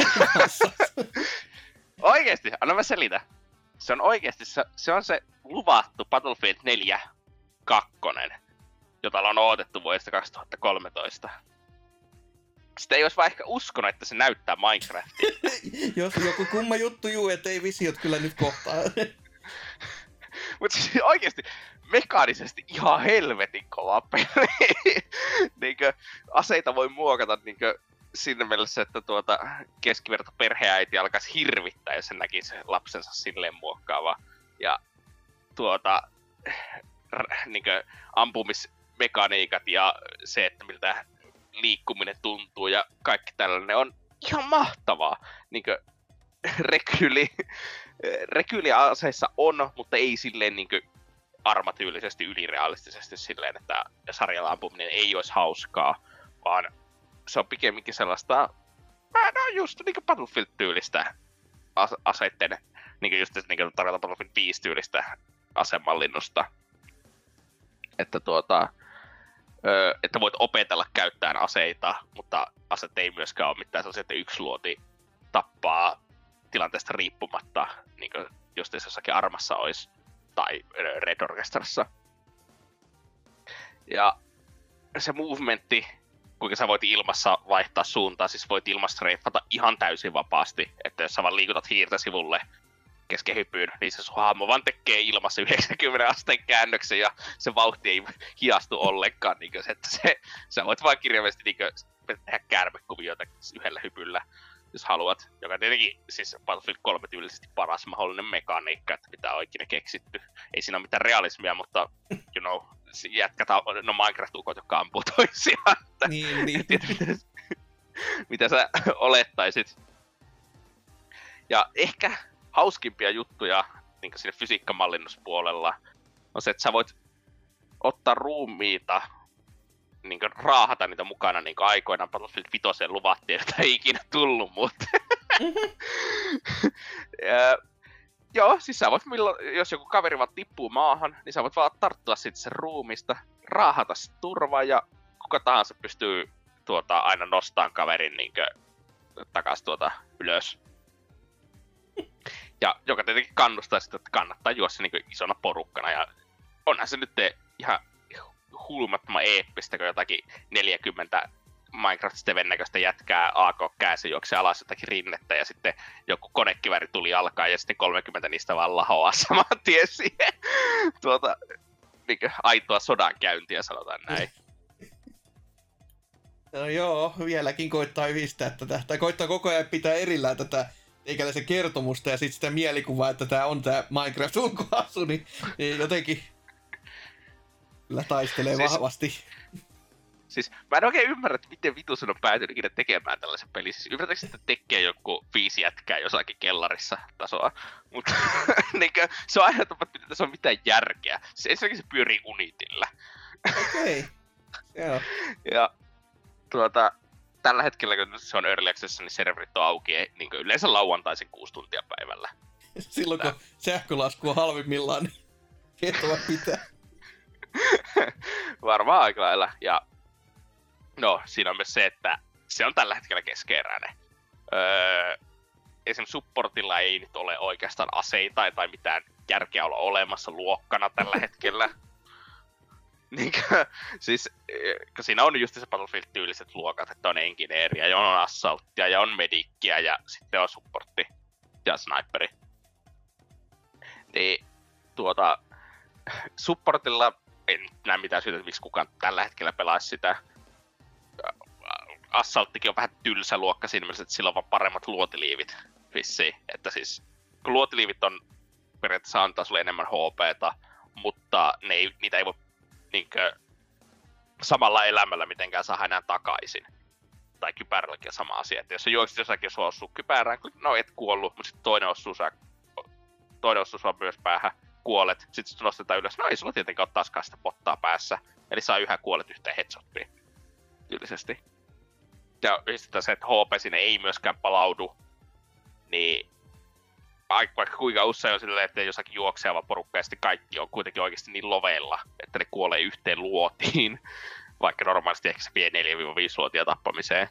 Speaker 3: Oikeesti, anna mä selitä. Se on oikeesti, se, se on se luvattu Battlefield neljä kakkonen, jota on odotettu vuodesta kaksituhattakolmetoista. Sitä ei ois vaan ehkä uskonut, että se näyttää Minecraftia.
Speaker 2: Jos joku kumma juttu juu, ettei visiot kyllä nyt kohtaa.
Speaker 3: Mut siis oikeesti mekaanisesti ihan helvetin kova peli. Niinkö aseita voi muokata niinkö siinä mielessä, että tuota keskiverto perheäiti alkaisi hirvittää, jos se näkisi lapsensa silleen muokkaava. Ja tuota r- niinkö ampumismekaniikat ja se, että miltä liikkuminen tuntuu ja kaikki tällainen on ihan mahtavaa. Niinkö rekyli, rekyliaseissa on, mutta ei silleen niinkö armatyylisesti ylirealistisesti silleen, että sarjalla ampuminen ei olisi hauskaa, vaan se on pikemminkin sellaista, no just niinku Battlefield-tyylistä ase- aseitten, niinku just niinku tarkoitan Battlefield viisi tyylistä asemallinnusta. Että tuota, öö, että voit opetella käyttämään aseita, mutta aseet ei myöskään ole mitään sellaisia, että yksi luoti tappaa tilanteesta riippumatta, niin kuin jos tässä jossakin Armassa olisi, tai Red Orchestrassa. Ja se movementti, kuinka sä voit ilmassa vaihtaa suuntaa, siis voit ilmassa reiffata ihan täysin vapaasti, että jos sä vaan liikutat hiirtä sivulle kesken hypyyn, niin se sun hahmo vaan tekee ilmassa yhdeksänkymmentä asteen käännöksen ja se vauhti ei hiastu ollenkaan, niin kuin se, että se, sä voit vaan kirjaimellisesti niin kuin, tehdä käärmekuvioita yhdellä hypyllä, jos haluat, joka tietenkin siis Battlefield kolme tyylisesti paras mahdollinen mekaniikka, että mitä on ikinä keksitty. Ei siinä ole mitään realismia, mutta you know, jätkät no Minecraft-ukot, jotka ampuu toisiaan. Että
Speaker 2: niin, niin.
Speaker 3: Tiedä, mitä, mitä sä olettaisit. Ja ehkä hauskimpia juttuja niin siinä fysiikkamallinnuspuolella on se, että sä voit ottaa ruumiita, niin raahata niitä mukana niin aikoinaan Battlefield viisi luvattiin, että ei ikinä tullut, mutta ja, joo, siis sä voit milloin, jos joku kaveri vaan tippuu maahan, niin sä voit vaan tarttua sitten sen ruumista, raahata se turvaa ja kuka tahansa pystyy tuota, aina nostamaan kaverin niin takas tuota ylös. Ja joka tietenkin kannustaa sitä, että kannattaa juossa niin isona porukkana ja onhan se nyt ihan hulmattoman eeppistä, kun jotakin neljäkymmentä Minecraft-steven näköistä jätkää A K-käänsä juoksee alas jotakin rinnettä ja sitten joku konekiväri tuli alkaa ja sitten kolmekymmentä niistä vaan lahoaa saman tien siihen tuota, niin aitoa sodankäyntiä, sanotaan näin.
Speaker 2: No joo, vieläkin koittaa yhdistää tätä, tai koittaa koko ajan pitää erillään tätä teikäläisen kertomusta ja sitten sitä mielikuvaa, että tää on tää Minecraft-ulkoasu, niin, niin jotenkin kyllä taistelee siis, vahvasti.
Speaker 3: Siis mä en oikein ymmärrä, että miten vitusen on päätynyt ikinä tekemään tällaisen pelin. Siis ymmärrätkö, että tekee joku viisi jätkää jossakin kellarissa tasoa. Mutta niinkö, se on aina tapa, että tässä on mitään järkeä. Siis ensinnäkin se pyörii Unitillä.
Speaker 2: Okei. Okay.
Speaker 3: Ja tuota, tällä hetkellä, kun se on Early Accessissa, niin serverit on auki niin yleensä lauantaisin kuusi tuntia päivällä.
Speaker 2: Silloin kun sähkölasku on halvimmillaan, niin ketova pitää.
Speaker 3: Varmaan aika lailla. Ja no, siinä on myös se, että se on tällä hetkellä keskeeräinen. Öö, esimerkiksi supportilla ei nyt ole oikeastaan aseita tai mitään järkeä olla olemassa luokkana tällä hetkellä. Niinkö, siis, kun siinä on just se Battlefield-tyyliset luokat, että on engineeria ja on assaulttia ja on medikkiä ja sitten on supportti ja sniperi. Niin, tuota, supportilla en näe mitään syytä, miksi kukaan tällä hetkellä pelaisi sitä. Assaulttikin on vähän tylsä luokka siinä mielessä, että sillä on vaan paremmat luotiliivit vissiin. Että siis, kun luotiliivit on periaatteessa antaa sulle enemmän H P:tä, mutta ne ei, niitä ei voi niinkö samalla elämällä mitenkään saa enää takaisin. Tai kypärälläkin on sama asia, että jos sä juoksit jossakin, jos sua osuu kypärään, no et kuollut, mutta sitten toinen osuu sua, toinen osuu sua myös päähän, kuolet, sitten sut nostetaan ylös, no ei sulla tietenkään ole taaskaan sitä pottaa päässä, eli saa yhä kuolet yhteen headshottiin, tyylisesti. Ja yhdistetään se, että H P sinne ei myöskään palaudu, niin vaikka kuinka usein on silleen, että jossakin juokseava porukka ja sitten kaikki on kuitenkin oikeasti niin loveilla, että ne kuolee yhteen luotiin, vaikka normaalisti ehkä se vie neljä viisi luotia tappamiseen.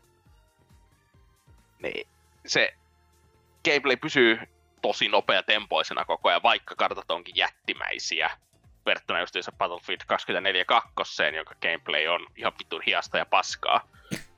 Speaker 3: Niin se gameplay pysyy tosi nopeatempoisena koko ajan, vaikka kartat onkin jättimäisiä. Verrattuna just se Battlefield kaksikymmentäneljä kaksi, jonka gameplay on ihan vitun hiasta ja paskaa.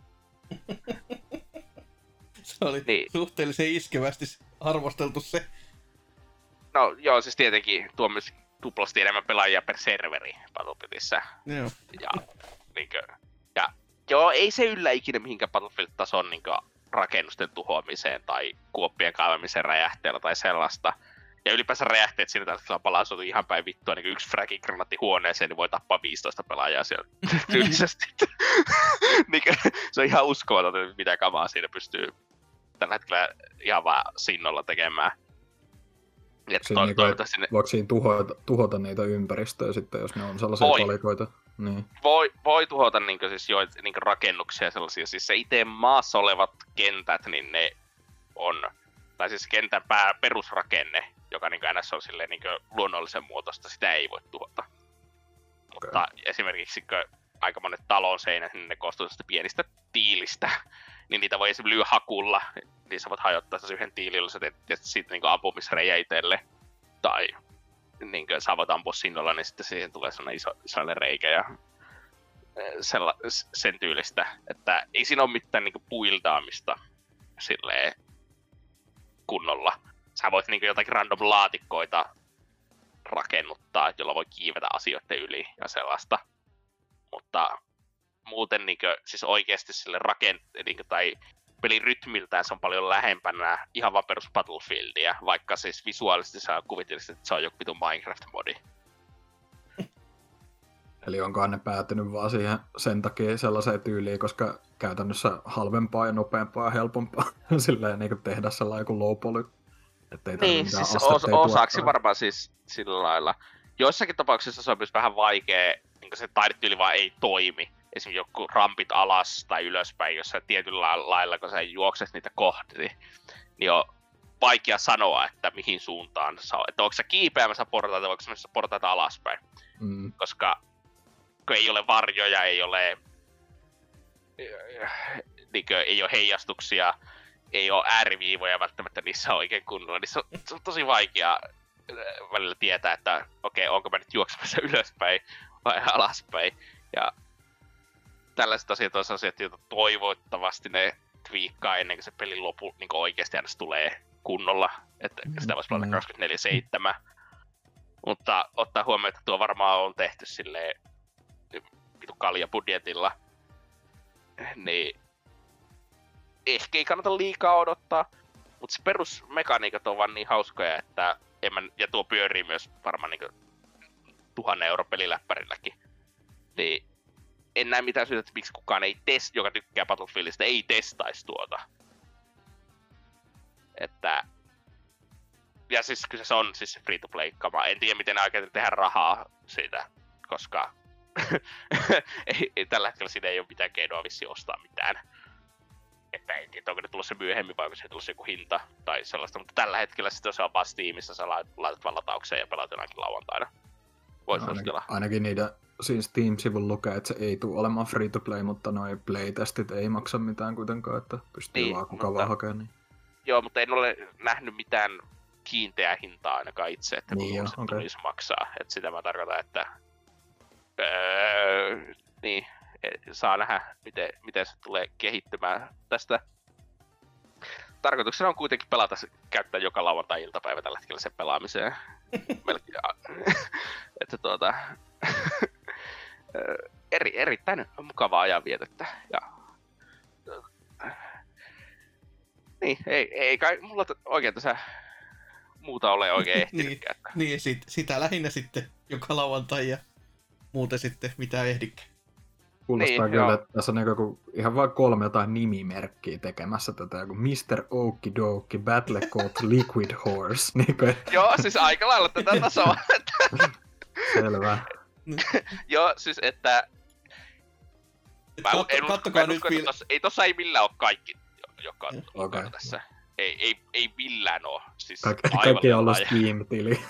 Speaker 2: Se oli niin suhteellisen iskevästi arvosteltu se.
Speaker 3: No joo, siis tietenkin tuo myös tuplasti enemmän pelaajia per serveri Battlefieldissa.
Speaker 2: Joo.
Speaker 3: Ja, niinkö, ja joo, ei se yllä ikinä mihinkään Battlefield-tason niinkö rakennusten tuhoamiseen tai kuoppien kaivamiseen räjähteellä tai sellaista. Ja ylipäänsä räjähteet siinä tällä hetkellä palaa sotu ihan päin vittua, niin yksi fragin granatti huoneeseen, niin voi tappaa viisitoista pelaajaa siellä tyylisesti. Niinkö, se on ihan uskomaton, että mitä kamaa siinä pystyy tällä hetkellä ihan vaan sinnolla tekemään.
Speaker 4: Siinä to- niinku, sinne... Voiko siinä tuhota, tuhota niitä ympäristöjä sitten, jos ne on sellaisia voi. palikoita? Niin.
Speaker 3: Voi, voi tuhota niin siis jo, niin rakennuksia sellaisia. Siis se itse maassa olevat kentät, niin ne on, tai siis kentän pää, perusrakenne, joka niin ns on silleen, niin luonnollisen muotoista, sitä ei voi tuhota. Okay. Mutta esimerkiksi aika monet talon seinät, niin ne koostuu tästä pienistä tiilistä. Niin niitä voi esimerkiksi lyö hakulla, niin sä voit hajottaa sen yhden tiilin, jolla sä teet siitä niinku ampumisreijä itselle. Tai niin sä voit ampua sinnolla, niin sitten siihen tulee sellainen iso, sellainen reikä ja sella, sen tyylistä. Että ei siinä ole mitään niinku buildaamista silleen kunnolla. Sä voit niinku jotakin random laatikkoita rakennuttaa, jolla voi kiivetä asioiden yli ja sellaista. Mutta muuten niinku, siis oikeesti sille rakent... Niinku, tai pelin rytmiltään se on paljon lähempänä ihan vaan perus Battlefieldia, vaikka siis visuaalisesti sä kuvittelisit, että se on joku vitun Minecraft-modi.
Speaker 4: Eli onkohan ne päätynyt vaan siihen sen takia sellaiseen tyyliin, koska käytännössä halvempaa ja nopeampaa ja helpompaa silleen niin tehdä sellainen joku low poly. Ettei
Speaker 3: niin, siis os, osaksi varmaan siis sillä lailla. Joissakin tapauksissa se on myös vähän vaikea, niin se taidetyyli vaan ei toimi. Esimerkiksi joku rampit alas tai ylöspäin, jos sä tietyllä lailla, kun sä juokset niitä kohti, niin on vaikea sanoa, että mihin suuntaan sä oot. Että onko sä kiipeämässä portaita vai onko sä portaita alaspäin. Mm. Koska kun ei ole varjoja, ei ole, niin kuin, ei ole heijastuksia, ei ole ääriviivoja välttämättä niissä oikein kunnolla, niin se on, se on tosi vaikea välillä tietää, että okei, okay, onko mä nyt juoksemassa ylöspäin vai alaspäin. Ja tällaiset asiat on sellaisia, joita toivottavasti ne twiikkaa ennen kuin se pelin lopu niin oikeasti aina tulee kunnolla, että sitä voisi pelata kaksikymmentäneljä seitsemän. Mutta ottaa huomioon, että tuo varmaan on tehty silleen vitu kaljabudjetilla, niin ehkä ei kannata liikaa odottaa, mutta se perusmekaniikat on vaan niin hauskoja, että en mä, ja tuo pyörii myös varmaan niin tuhannen euro peliläppärilläkin, niin en näe mitään syytä, että miksi kukaan ei test, joka tykkää Battlefieldista, ei testaisi tuota. Että ja siis kyllä se on siis free to play -kama. En tiedä miten ne aikoo tehdä rahaa siitä, koska ei, ei, tällä hetkellä siinä ei ole mitään keinoa vissi ostaa mitään. Että en tiedä, onko ne tulossa myöhemmin vai onko se tulossa joku hinta tai sellaista, mutta tällä hetkellä sitten se on vaan Steamissa, sä laitat vaan lataukseen ja pelaat jonakin lauantaina. Voisi no,
Speaker 4: ainakin, ainakin niitä siinä Steam-sivun lukee, että se ei tule olemaan free to play, mutta noi playtestit ei maksa mitään kuitenkaan, että pystyy niin, vaan kuka vaan hakemaan. Niin.
Speaker 3: Joo, mutta en ole nähnyt mitään kiinteää hintaa ainakaan itse, että kun niin se okay. tulisi maksaa. Että sitä mä tarkoitan, että öö, niin, saa nähdä, miten, miten se tulee kehittymään tästä. Tarkoituksena on kuitenkin pelata, käyttää joka lauantai-iltapäivä tällä hetkellä sen pelaamiseen. Melkein, että tuota, eri, erittäin mukavaa ajanvietettä. Ja, niin, ei, ei kai mulla oikein tässä muuta ole oikein ehtinytkään.
Speaker 2: niin, niin sit, sitä lähinnä sitten joka lauantai ja muuten sitten mitä ehdikään.
Speaker 4: Kuulostaa niin, kyllä, joo. Että tässä on niinku ihan vain kolme jotain nimimerkkiä tekemässä tätä, joku mister Okidoki, Battlecoat, Liquid Horse. Niinku, et...
Speaker 3: Joo, siis aika lailla tätä tasoa.
Speaker 4: Selvä.
Speaker 3: Joo, siis että... Mä
Speaker 2: Katso,
Speaker 3: en,
Speaker 2: kattokaa
Speaker 3: en
Speaker 2: nyt
Speaker 3: usko,
Speaker 2: vil...
Speaker 3: tossa, ei tossa ei millään ole kaikki, joka on
Speaker 4: okay.
Speaker 3: tässä. Ei, ei, ei millään oo. Siis
Speaker 4: Kaik- kaikki on ollut Steam-tili.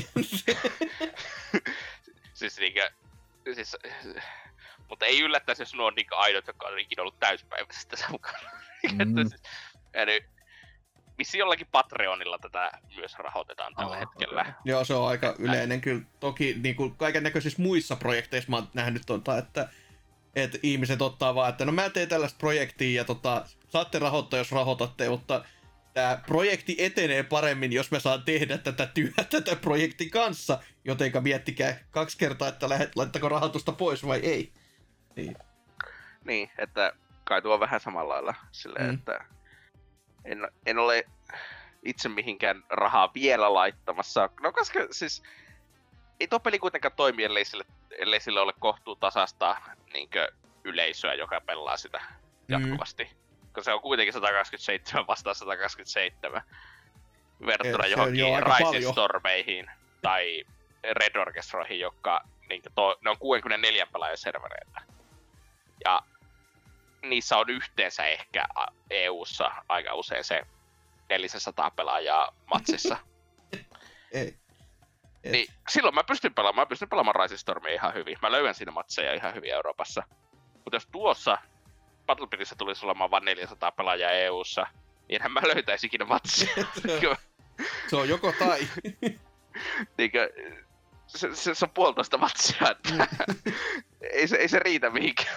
Speaker 3: siis niinkö... Siis, mutta ei yllättäisi, jos nuo on niinkö aidot, jotka on ikinä ollut täyspäiväisesti tässä mukana. Mm. Ja nyt, missä jollakin Patreonilla tätä myös rahoitetaan tällä oh, hetkellä.
Speaker 2: Okay. Joo, se on aika yleinen kyllä. Toki niin kuin kaiken näköisissä muissa projekteissa mä oon nähnyt tuota, että, että ihmiset ottaa vaan, että no mä teen tällaista projektia ja tota, saatte rahoittaa, jos rahoitatte, mutta tämä projekti etenee paremmin, jos mä saan tehdä tätä työtä tämän projektin kanssa, jotenka miettikää kaksi kertaa, että lähet, laittako rahoitusta pois vai ei. Niin,
Speaker 3: niin että kai tuo on vähän samalla lailla silleen, mm. että en, en ole itse mihinkään rahaa vielä laittamassa. No koska siis ei tuo peli kuitenkaan toimi, ellei sille, ellei sille ole kohtuu tasasta niinkö yleisöä, joka pelaa sitä jatkuvasti. Mm. Koska se on kuitenkin sata kaksikymmentäseitsemän vastaan sata kaksikymmentäseitsemän verrattuna johonkin Rising Stormeihin tai Red Orchestroihin, jotka niin to, ne on kuusikymmentäneljä pelaajan servereitä. Ja niissä on yhteensä ehkä E U:ssa aika usein se neljäsataa pelaajaa matsissa.
Speaker 2: Ei. Et...
Speaker 3: Niin, silloin mä pystyn pelaamaan, mä pystyn pelaamaan Rising Stormia ihan hyvin. Mä löydän siinä matseja ihan hyvin Euroopassa. Mutta jos tuossa Battlepitissä tulisi olemaan vain neljäsataa pelaajaa E U:ssa, niin enhän mä löytäisi ikinä matsia.
Speaker 2: Se on joko tai.
Speaker 3: Niinkö, se, se, se on puolitoista matsia, että ei, se, ei se riitä mihinkään.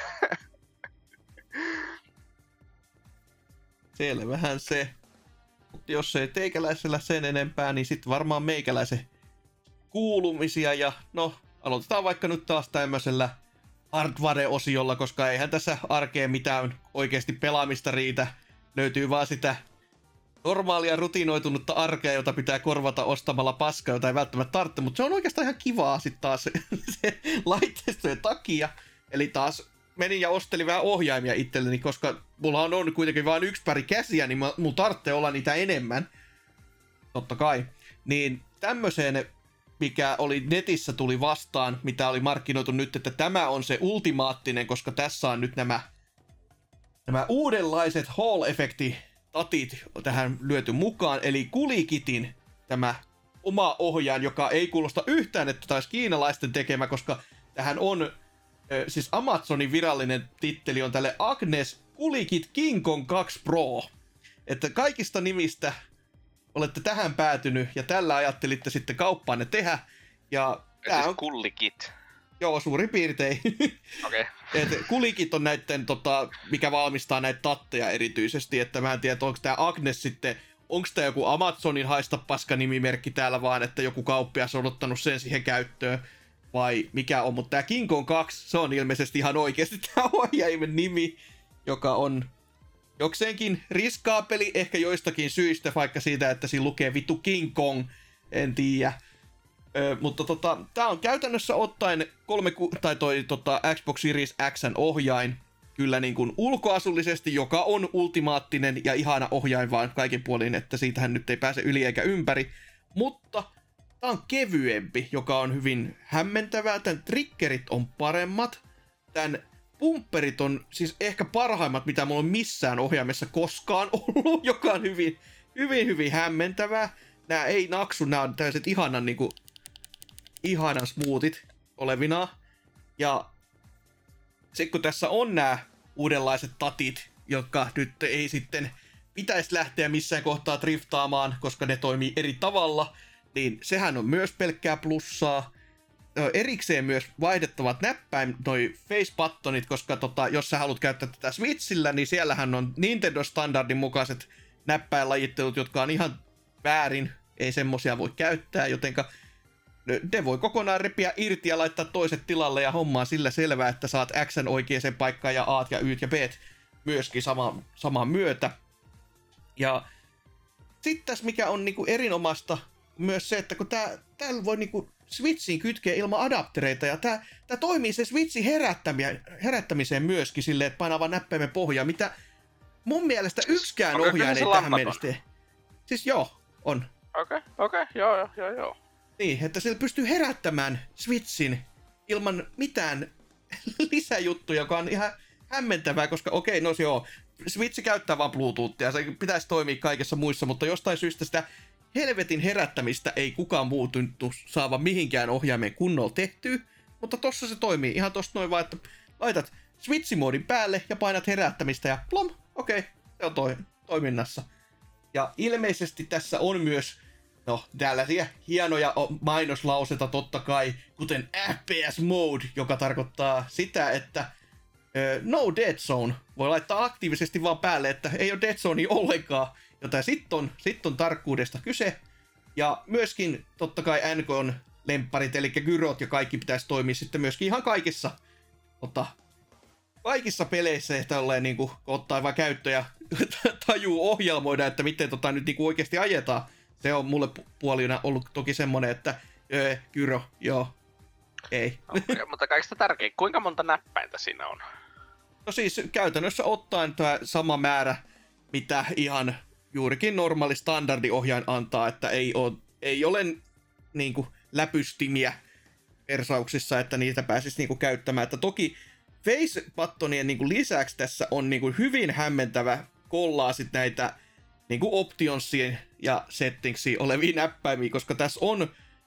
Speaker 2: Selvähän se. Mutta jos ei teikäläisellä sen enempää, niin sitten varmaan meikäläisen kuulumisia. Ja no, aloitetaan vaikka nyt taas tämmöisellä hardware-osiolla, koska eihän tässä arkeen mitään oikeasti pelaamista riitä. Löytyy vaan sitä normaalia rutinoitunutta arkea, jota pitää korvata ostamalla paskaa, jota ei välttämättä tarvitse, mutta se on oikeastaan ihan kivaa sitten taas se, se laitteistojen takia. Eli taas menin ja ostelin vähän ohjaimia itselleni, koska mulla on, on kuitenkin vain yksi pari käsiä, niin mulla tarvitsee olla niitä enemmän. Totta kai. Niin tämmöiseen, mikä oli netissä tuli vastaan, mitä oli markkinoitu nyt, että tämä on se ultimaattinen, koska tässä on nyt nämä, nämä uudenlaiset Hall-efekti tatit tähän lyöty mukaan, eli Kulikitin tämä oma ohjaan, joka ei kuulosta yhtään, että taisi kiinalaisten tekemä, koska tähän on, siis Amazonin virallinen titteli on tälle Agnes Kulikit King Kong kaksi Pro. Että kaikista nimistä olette tähän päätynyt, ja tällä ajattelitte sitten kauppaanne tehdä, ja tää
Speaker 3: siis
Speaker 2: on...
Speaker 3: Kulikit.
Speaker 2: Joo, suurin piirtein.
Speaker 3: Okei.
Speaker 2: Okay. Kulikit on näitten, tota, mikä valmistaa näitä tatteja erityisesti, että mä en tiedä, onko tää Agnes sitten, onko tää joku Amazonin haista paska nimimerkki täällä vaan, että joku kauppias on ottanut sen siihen käyttöön, vai mikä on, mutta tää King Kong kaksi, se on ilmeisesti ihan oikeasti tää ohjaimen nimi, joka on jokseenkin riskaapeli, ehkä joistakin syistä, vaikka siitä, että siinä lukee vittu King Kong, en tiedä. Ö, mutta tota, tää on käytännössä ottaen kolme, tai toi tota, Xbox Series X:n ohjain, kyllä niin kuin ulkoasullisesti, joka on ultimaattinen ja ihana ohjain vaan kaikin puolin, että siitähän nyt ei pääse yli eikä ympäri. Mutta tää on kevyempi, joka on hyvin hämmentävää, tän triggerit on paremmat, tän pumpperit on siis ehkä parhaimmat, mitä mulla on missään ohjaimessa koskaan ollut, joka on hyvin, hyvin, hyvin hämmentävää. Nää ei naksu, nää on tällaiset ihanan niinku ihanan smoothit olevina. Ja sitten kun tässä on nämä uudenlaiset tatit, jotka nyt ei sitten pitäisi lähteä missään kohtaa driftaamaan, koska ne toimii eri tavalla, niin sehän on myös pelkkää plussaa. Erikseen myös vaihdettavat näppäin noi face buttonit, koska tota, jos sä haluat käyttää tätä Switchillä, niin siellähän on Nintendo-standardin mukaiset näppäinlajittelut, jotka on ihan väärin. Ei semmosia voi käyttää, jotenka ne voi kokonaan repiä irti ja laittaa toiset tilalle ja hommaa sillä selvää, että saat X:n oikeaan paikkaan ja A:t ja Y:t ja B:t myöskin sama, saman myötä. Ja sitten tässä mikä on niinku erinomaista myös se, että kun tää, täällä voi niinku Switchiin kytkeä ilman adaptereita ja tää, tää toimii se Switchin herättämiseen myöskin silleen, että painaa vaan näppäimen pohjaa, mitä mun mielestä yksikään
Speaker 3: okay,
Speaker 2: ohjaaja ei tähän mennessä tee. Siis joo, on.
Speaker 3: Okei, okay, okei, okay, joo, joo, joo, joo.
Speaker 2: Niin, että sillä pystyy herättämään Switchin ilman mitään lisäjuttuja, joka on ihan hämmentävää, koska okei, okay, no joo, Switch käyttää vaan Bluetoothia, se pitäisi toimia kaikessa muissa, mutta jostain syystä sitä helvetin herättämistä ei kukaan muu tuntu saavan mihinkään ohjaimeen kunnolla tehtyä, mutta tossa se toimii ihan tosta noin vaan, että laitat Switch-moodin päälle ja painat herättämistä ja plom, okei, okay, se on toi, toiminnassa. Ja ilmeisesti tässä on myös no, tällaisia hienoja mainoslauseta totta kai, kuten F P S Mode, joka tarkoittaa sitä, että uh, no dead zone voi laittaa aktiivisesti vaan päälle, että ei ole dead zonea ollenkaan, joten sitten on, sit on tarkkuudesta kyse. Ja myöskin totta kai N K:n lempparit, eli gyrot ja kaikki pitäisi toimia sitten myöskin ihan kaikissa, mutta kaikissa peleissä, että olleen niin kuin, ottaa vaan käyttö ja tajuu ohjelmoida, että miten tota nyt niin kuin oikeasti ajetaan. Se on mulle puolina ollut toki semmonen, että öö, gyro, joo, ei.
Speaker 3: Okay, mutta kaikista tärkein, kuinka monta näppäintä siinä on?
Speaker 2: No siis käytännössä ottaen tämä sama määrä, mitä ihan juurikin normaali standardiohjain antaa, että ei ole, ei ole niinku läpystimiä persauksissa, että niitä pääsisi niinku käyttämään. Että toki face buttonien niinku lisäksi tässä on niinku hyvin hämmentävä kollaa sit näitä niinku optionsien ja settingsia olevia näppäimiä, koska tässä on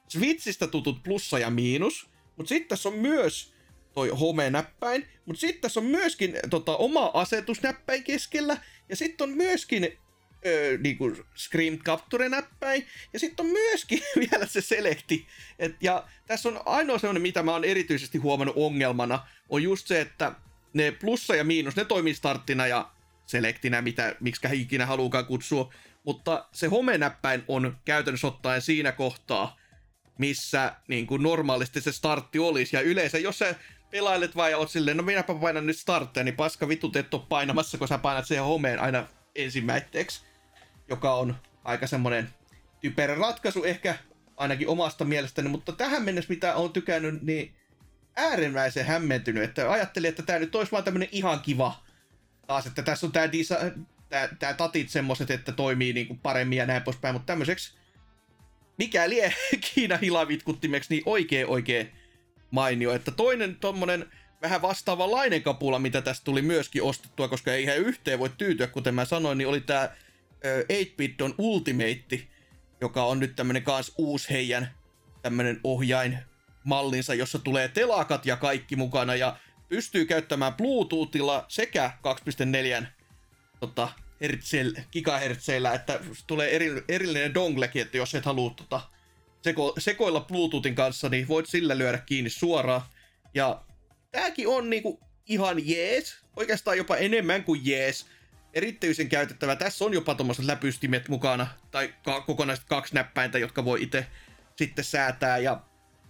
Speaker 2: Switchistä tutut plussa ja miinus, mutta sitten tässä on myös toi home-näppäin, mutta sitten tässä on myöskin tota, oma asetusnäppäin keskellä, ja sitten on myöskin öö, niinku Screen Capture-näppäin, ja sitten on myöskin vielä se selekti. Et, ja tässä on ainoa sellainen, mitä mä oon erityisesti huomannut ongelmana, on just se, että ne plussa ja miinus, ne toimii starttina ja selektinä, mitä, miksikä ikinä haluukaan kutsua, mutta se home-näppäin on käytännössä ottaen siinä kohtaa, missä niin kuin normaalisti se startti olisi, ja yleensä jos sä pelailet vai oot silleen, no minäpä painan nyt startteja, niin paska vitut et oo painamassa, kun sä painat siihen homeen aina ensimmäitteeksi, joka on aika semmonen typerä ratkaisu ehkä ainakin omasta mielestäni, mutta tähän mennessä mitä on tykännyt, niin äärimmäisen hämmentynyt, että ajattelin, että tää nyt olisi vaan tämmönen ihan kiva taas, että tässä on tää, disa- tää, tää tatit semmoset, että toimii niinku paremmin ja näin poispäin, mutta tämmöiseksi mikä lie Kiina hilavitkuttimeksi, niin oikein oikein mainio. Että toinen tommonen vähän vastaavanlainen kapula, mitä tästä tuli myöskin ostettua, koska ei ihan yhteen voi tyytyä, kuten mä sanoin, niin oli tää eight bit on Ultimate, joka on nyt tämmönen kans uusi heidän tämmönen ohjainmallinsa, jossa tulee telakat ja kaikki mukana, ja pystyy käyttämään Bluetoothilla sekä kaksi pilkku neljä tota, gigahertseillä, että tulee eri, erillinen donglekin, että jos et halua tota, seko, sekoilla Bluetoothin kanssa, niin voit sillä lyödä kiinni suoraan. Ja tääkin on niinku ihan jees, oikeastaan jopa enemmän kuin jees. Erityisen käytettävä. Tässä on jopa tommoset läpystimet mukana, tai ka- kokonaiset kaksi näppäintä, jotka voi itse sitten säätää. Ja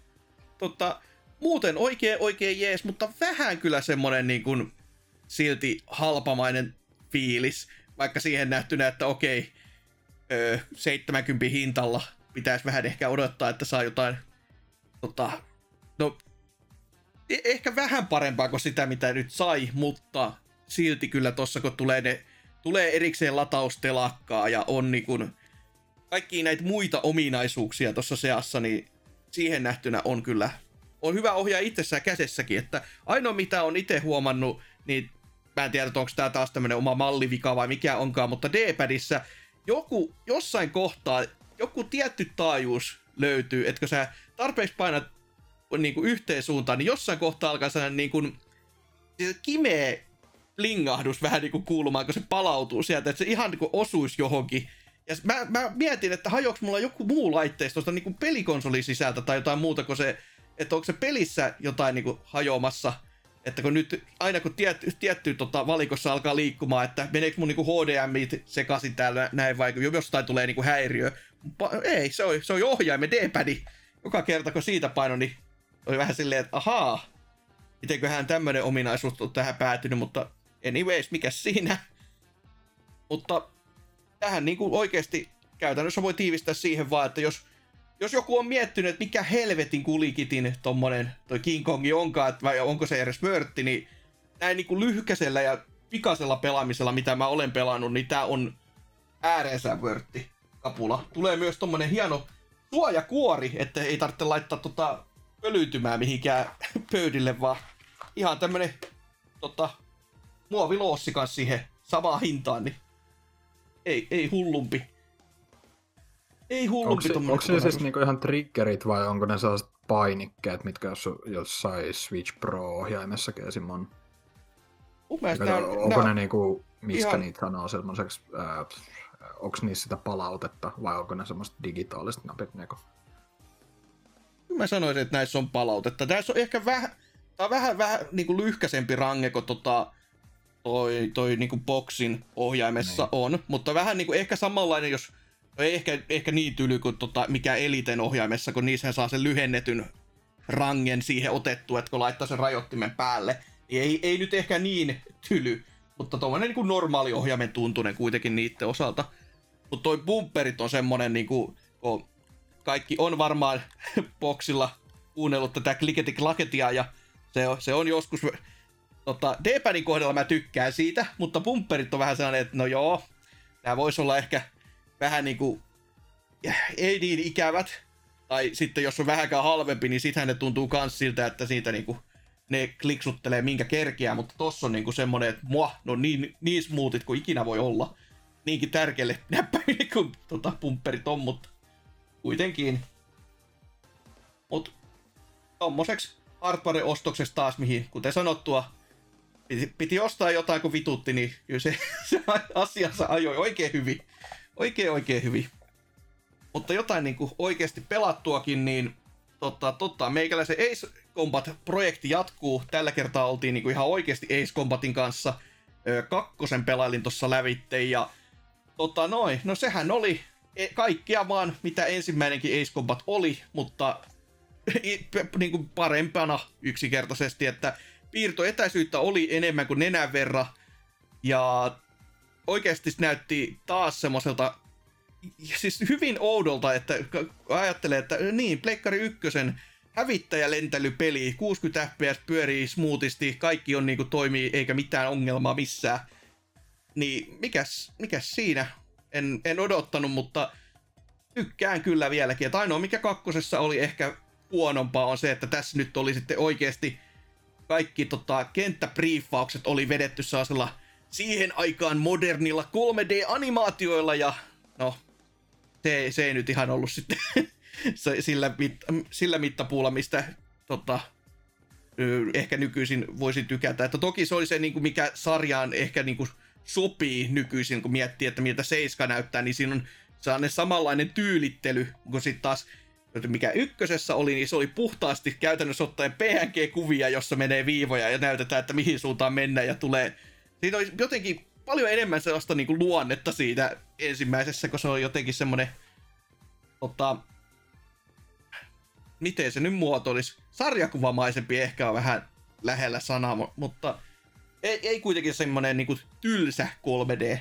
Speaker 2: tota, muuten oikein oikein jees, mutta vähän kyllä semmonen niin kuin silti halpamainen fiilis. Vaikka siihen nähtynä, että okei, öö, seitsemänkymmentä hintalla pitäisi vähän ehkä odottaa, että saa jotain, tota, no, e- ehkä vähän parempaa kuin sitä, mitä nyt sai, mutta silti kyllä tossa, kun tulee, ne, tulee erikseen lataustelakkaa ja on niin kuin kaikkia näitä muita ominaisuuksia tuossa seassa, niin siihen nähtynä on kyllä, on hyvä ohjaa itsessään käsessäkin, että ainoa mitä on itse huomannut, niin mä en tiedä, onko tää taas tämmönen oma mallivika vai mikä onkaan, mutta D-padissa joku jossain kohtaa, joku tietty taajuus löytyy, että kun sä tarpeeksi painat niin kuin yhteen suuntaan, niin jossain kohtaa alkaa sellainen niin kuin, siis kimeä lingahdus vähän niin kuin kuulumaan, kun se palautuu sieltä, että se ihan niin kuin osuisi johonkin. Ja mä, mä mietin, että hajoaks mulla joku muu laitteisto tuosta niin kuin pelikonsolin sisältä tai jotain muuta kuin se, että onko se pelissä jotain niin kuin hajoamassa. Että kun nyt aina kun tietty, tietty tota, valikossa alkaa liikkumaan, että meneekö mun niinku H D M I sekaisin täällä näin vai jostain tulee niinku häiriö. Pa- ei, se on, se on ohjaimen D-padi. Joka kerta kun siitä paino, niin oli vähän silleen, että ahaa, mitenköhän tämmönen ominaisuus on tähän päätynyt, mutta anyways, mikä siinä. Mutta tähän niinku oikeesti käytännössä voi tiivistää siihen vaan, että jos Jos joku on miettinyt, että mikä helvetin kulikitin tommonen toi King Kongi onkaan, että vai onko se edes vörtti, niin näin niinku lyhkäisellä ja pikaisella pelaamisella, mitä mä olen pelannut, niin tää on ääreensä vörtti kapula. Tulee myös tommonen hieno suojakuori, että ei tarvitse laittaa tota pölytymään mihinkään pöydille, vaan ihan tämmönen tota, muoviloossi kanssa siihen samaan hintaan, niin ei, ei hullumpi. Ei hullumpi tommonen.
Speaker 4: Onko se siis niinku ihan triggerit vai onko ne sellaiset painikkeet, mitkä jos jossain Switch Pro-ohjaimessakin esim. On?
Speaker 2: Nää,
Speaker 4: onko
Speaker 2: nää,
Speaker 4: ne niinku, mistä
Speaker 2: ihan...
Speaker 4: niitä sanoo semmoiseksi, äh, onko niissä sitä palautetta vai onko ne semmoiset digitaaliset napit? Niinku?
Speaker 2: Mä sanoisin, että näissä on palautetta. Tässä on ehkä vähän, tää on vähän, vähän niinku lyhkäisempi range kuin tota, toi, toi niinku boxin ohjaimessa niin on, mutta vähän niinku ehkä samanlainen, jos ei ehkä, ehkä niin tyly kuin tota, mikä Eliten ohjaimessa, kun niissä saa sen lyhennetyn rangen siihen otettua, että kun laittaa sen rajoittimen päälle, niin ei, ei nyt ehkä niin tyly, mutta tommonen niin kuin normaali ohjaimen tuntunen kuitenkin niiden osalta. Mutta toi bumperit on semmonen, niin kuin, kun kaikki on varmaan boxilla kuunnellut tätä kliketi-klaketia, ja se on, se on joskus, tota, D-padin kohdalla mä tykkään siitä, mutta bumperit on vähän sellainen, että no joo, tää voisi olla ehkä vähän niinku, ei niin ikävät, tai sitten jos on vähänkään halvempi, niin sittenhän ne tuntuu kans siltä, että siitä niinku ne kliksuttelee minkä kerkiää, mutta tossa on niinku semmonen, että muah, no niin, niin smoothit kuin ikinä voi olla. Niinkin tärkeälle näppäimille kuin tota, pumperit on, mutta kuitenkin. Mut tommoseksi hardware-ostoksessa taas, mihin, kuten sanottua, piti, piti ostaa jotain, kun vitutti, niin kyllä se, se asiansa ajoi oikein hyvin. Oikein, oikein hyvin. Mutta jotain niinku oikeasti pelattuakin, niin totta, totta, meikäläisen Ace Combat-projekti jatkuu. Tällä kertaa oltiin niinku ihan oikeasti Ace Combatin kanssa. Öö, kakkosen pelailin tossa lävitte, ja tota noin, no sehän oli kaikkia vaan, mitä ensimmäinenkin Ace Combat oli, mutta niin kuin parempana yksinkertaisesti, että piirtoetäisyyttä oli enemmän kuin nenän verran, ja oikeasti näytti taas semmoiselta, siis hyvin oudolta, että ajattelee, että niin, Pleikkari ykkösen hävittäjälentelypeli, kuusikymmentä F P S pyörii smoothisti, kaikki on niinku toimii, eikä mitään ongelmaa missään. Niin mikäs, mikäs siinä? En, en odottanut, mutta tykkään kyllä vieläkin. Että ainoa mikä kakkosessa oli ehkä huonompaa on se, että tässä nyt oli sitten oikeasti kaikki tota, kenttäbriefaukset oli vedetty sellaisella siihen aikaan modernilla kolme D-animaatioilla, ja no, se, se ei nyt ihan ollut sitten sillä, mit, sillä mittapuulla, mistä tota, ehkä nykyisin voisi tykätä. Että toki se oli se, niin kuin mikä sarjaan ehkä niin kuin sopii nykyisin, kun miettii, että miltä Seiska näyttää, niin siinä on sellainen samanlainen tyylittely, kun sitten taas mikä ykkösessä oli, niin se oli puhtaasti käytännössä ottaen P N G-kuvia, jossa menee viivoja ja näytetään, että mihin suuntaan mennään ja tulee. Siinä oli jotenkin paljon enemmän sellaista niin kuin luonnetta siitä ensimmäisessä, kun se oli jotenkin semmoinen, tota, miten se nyt muotoilisi, sarjakuvamaisempi ehkä on vähän lähellä sanaa, mutta ei, ei kuitenkin semmoinen niin kuin tylsä kolme D.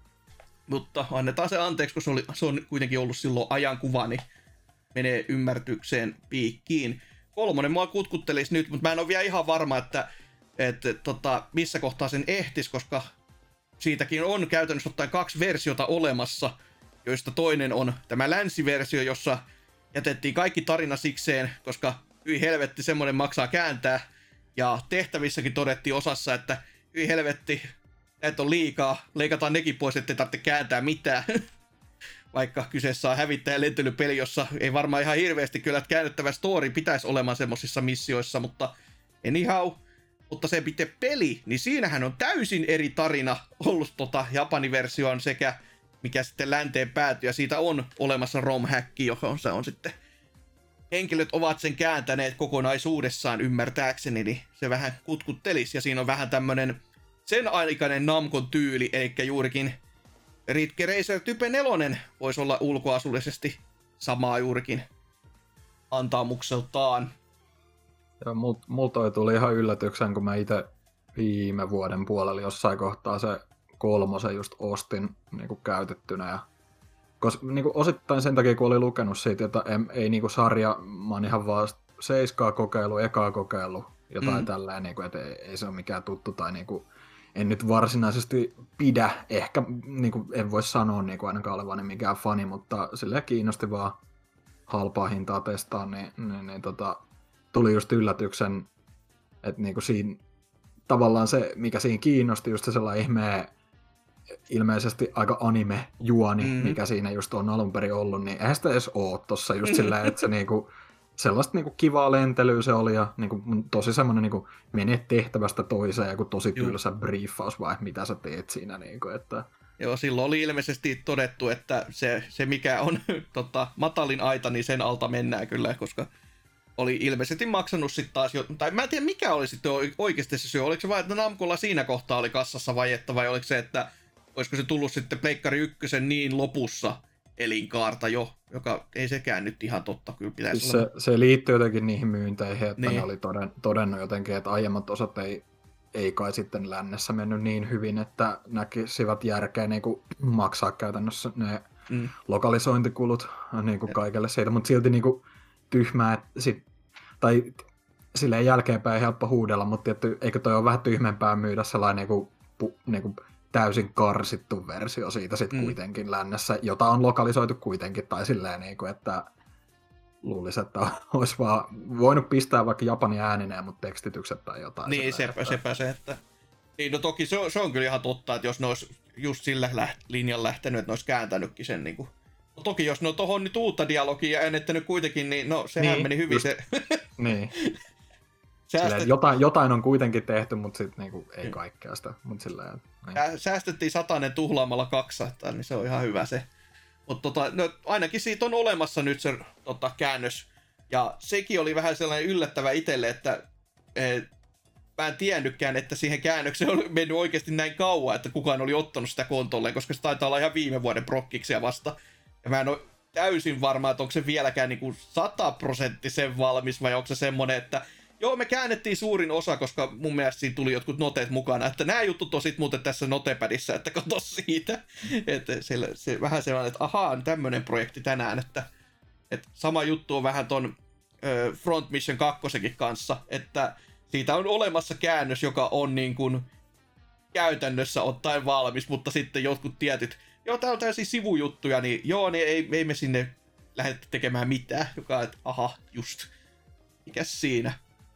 Speaker 2: Mutta annetaan se anteeksi, kun se, oli, se on kuitenkin ollut silloin ajankuva, niin menee ymmärtykseen piikkiin. Kolmonen mua kutkuttelisi nyt, mutta mä en ole vielä ihan varma, että, että tota, missä kohtaa sen ehtis, koska siitäkin on käytännössä ottaen kaksi versiota olemassa, joista toinen on tämä länsiversio, jossa jätettiin kaikki tarina sikseen, koska hyi helvetti, semmonen maksaa kääntää. Ja tehtävissäkin todettiin osassa, että hyi helvetti, näitä on liikaa, leikataan nekin pois, ettei tarvitse kääntää mitään. Vaikka kyseessä on hävittäjä lentelypeli, jossa ei varmaan ihan hirveästi kyllä käännettävä story pitäisi olemaan semmosissa missioissa, mutta anyhow. Mutta se pitää peli, niin siinähän on täysin eri tarina ollut tota Japanin versioon sekä mikä sitten länteen päätyi, ja siitä on olemassa ROM-häkki, johon se on sitten henkilöt ovat sen kääntäneet kokonaisuudessaan ymmärtääkseni, niin se vähän kutkuttelisi, ja siinä on vähän tämmönen sen aikainen Namcon tyyli, eli juurikin Ridge Racer Type neljä voisi olla ulkoasullisesti samaa juurikin antaamukseltaan.
Speaker 4: Ja mul, mul toi tuli ihan yllätyksen, kun mä itse viime vuoden puolella jossain kohtaa se kolmosen just ostin niin kuin käytettynä. Ja, koska, niin kuin osittain sen takia, kun oli lukenut siitä, että ei, ei niin kuin sarja, mä oon ihan vaan seiskaa kokeillut, ekaa kokeillut, jotain mm. tällä, niin kuin, että ei, ei se ole mikään tuttu tai niin kuin, en nyt varsinaisesti pidä, ehkä niin kuin, en voi sanoa niin kuin ainakaan olevani mikään fani, mutta silleen kiinnosti vaan halpaa hintaa testaa, niin, niin, niin tota, tuli just yllätyksen, että niin kuin siinä tavallaan se, mikä siinä kiinnosti, just se sellainen ihme, ilmeisesti aika anime-juoni, mm-hmm. mikä siinä just on alun perin ollut, niin eihän sitä edes oo tossa just silleen, että se niinku, sellaista niinku kivaa lentelyä se oli, ja niinku, tosi semmoinen niinku, mene tehtävästä toiseen, joku tosi tylsä briefaus, vai mitä sä teet siinä, niinku, että...
Speaker 2: Joo, silloin oli ilmeisesti todettu, että se, se mikä on tota, matalin aita, niin sen alta mennään kyllä, koska oli ilmeisesti maksanut sitten taas, jo, tai mä en tiedä mikä oli sitten oikeasti se syy, oliko se vain, että Namcolla siinä kohtaa oli kassassa vajetta, vai oliko se, että olisiko se tullut sitten Pleikkari ykkösen niin lopussa elinkaarta jo, joka ei sekään nyt ihan totta kyllä pitäisi
Speaker 4: siis olla. Se, se liittyy jotenkin niihin myynteihin, että
Speaker 2: niin.
Speaker 4: Ne oli toden, todennut jotenkin, että aiemmat osat ei, ei kai sitten lännessä mennyt niin hyvin, että näkisivät järkeä niin kuin maksaa käytännössä ne mm. lokalisointikulut niin kuin kaikelle siitä, mutta silti niin kuin tyhmää, sit, tai silleen jälkeenpäin helppo huudella, mutta tietty, eikö toi ole vähän tyhmempää myydä sellainen niin kuin, pu, niin kuin täysin karsittu versio siitä sitten mm. kuitenkin lännessä, jota on lokalisoitu kuitenkin, tai silleen, niin kuin, että luulisi, että olisi vaan voinut pistää vaikka Japanin äänineen, mutta tekstitykset tai jotain.
Speaker 2: Niin, sepä, että... sepä se, että... Niin, no toki se on, se on kyllä ihan totta, että jos ne olisi just sillä läht, linjan lähtenyt, että ne olisi kääntänytkin sen niin kuin No toki jos ne on tohon nyt uutta dialogia äänettänyt kuitenkin, niin no sehän
Speaker 4: Niin,
Speaker 2: meni hyvin
Speaker 4: just-
Speaker 2: se.
Speaker 4: Niin.
Speaker 2: Säästet...
Speaker 4: Silleen, jotain, jotain on kuitenkin tehty, mutta sitten niinku, ei kaikkea sitä. Mut silleen, niin.
Speaker 2: Sää- Säästettiin satanen tuhlaamalla kaksisataa, niin se on ihan hyvä se. Mutta tota, no, ainakin siitä on olemassa nyt se tota, käännös. Ja sekin oli vähän sellainen yllättävä itselle, että eh, mä en tiennytkään, että siihen käännökseen on mennyt oikeasti näin kauan, että kukaan oli ottanut sitä kontolleen, koska se taitaa olla ihan viime vuoden prokkiksia vasta. Ja mä en ole täysin varma, että onko se vieläkään niinku sataprosenttisen valmis vai onko se semmonen, että joo, me käännettiin suurin osa, koska mun mielestä siinä tuli jotkut noteet mukana, että nämä jutut on sit muuten tässä notepadissa, että kato siitä. Että se, se vähän sellainen, että ahaa, tämmönen projekti tänään, että, että sama juttu on vähän ton ö, Front Mission kakkosenkin kanssa, että siitä on olemassa käännös, joka on niin kuin käytännössä ottaen valmis, mutta sitten jotkut tietyt, joo, tää on täysin sivujuttuja, niin joo, niin ei, ei me sinne lähdetä tekemään mitään, joka että aha, just, mikäs siinä.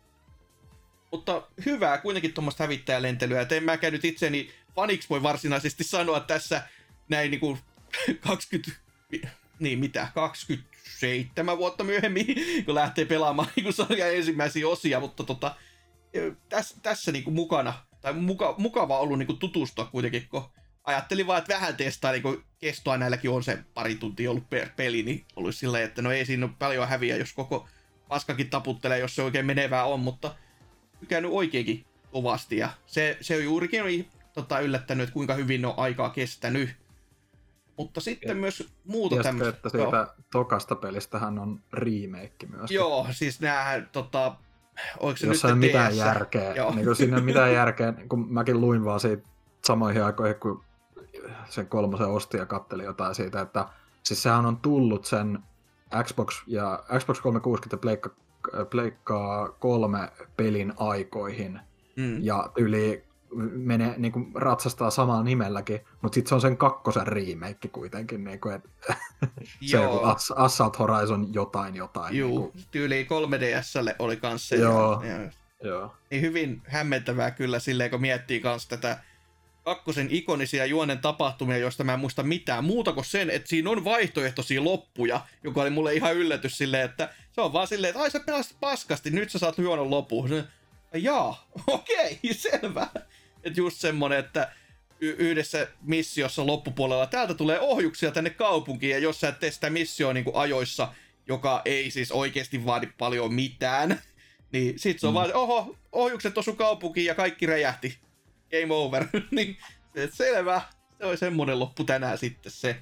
Speaker 2: Mutta hyvää kuitenkin tuommoista hävittäjälentelyä, että en mäkään nyt itseni faniksi voi varsinaisesti sanoa tässä näin niinku kaksikymmentä, niin mitä, kaksikymmentäseitsemän vuotta myöhemmin, kun lähtee pelaamaan niinku sarjan ensimmäisiä osia, mutta tota, tässä, tässä niinku mukana, tai muka, mukava ollut niinku tutustua kuitenkin, kun ajattelin vaan, että vähän testaa, niin kestoa näilläkin on se pari tuntia ollut per peli, niin olisi silleen, että no ei siinä ole paljon häviä, jos koko paskakin taputtelee, jos se oikein menevää on, mutta tykännyt oikeinkin kovasti, ja se, se on juurikin oli, tota, yllättänyt, että kuinka hyvin on aikaa kestänyt. Mutta sitten ja, myös muuta tämmöistä.
Speaker 4: että siitä joo. Tokasta pelistähän on remake myös.
Speaker 2: Joo, siis näähän, tota, oliko se
Speaker 4: jos
Speaker 2: nyt
Speaker 4: ei mitään järkeä, niin kun siinä ei ole mitään järkeä, kun mäkin luin vaan siitä samoihin aikoihin, kun sen kolmosen osti ja katteli jotain siitä, että siis sehän on tullut sen Xbox ja Xbox kolmesataakuusikymmentä ja Pleikka, Pleikka kolme pelin aikoihin, mm. ja yli menee, niin kuin ratsastaa samalla nimelläkin, mutta sitten se on sen kakkosen remake kuitenkin, niin kuin, että se on Assault Horizon jotain jotain.
Speaker 2: Juu, niin kuin tyyliin kolme D S:lle oli kans se.
Speaker 4: Joo,
Speaker 2: ja,
Speaker 4: joo.
Speaker 2: Niin hyvin hämmentävää kyllä silleen, kun miettii kans tätä kakkosen ikonisia juonen tapahtumia, joista mä en muista mitään muuta kuin sen, että siinä on vaihtoehtoisia loppuja, joka oli mulle ihan yllätys silleen, että se on vaan silleen, että ai sä pelasit paskasti, nyt sä saat juonon lopun. Jaa, okei, selvä. Että just semmonen, että y- yhdessä missiossa loppupuolella täältä tulee ohjuksia tänne kaupunkiin, ja jos sä et tee sitä missioa niin kuin ajoissa, joka ei siis oikeasti vaadi paljon mitään, niin sit se on mm. vaan, oho, ohjukset osu kaupunkiin ja kaikki räjähti. Game over. Niin selvä. Se oli semmonen loppu tänään sitten se.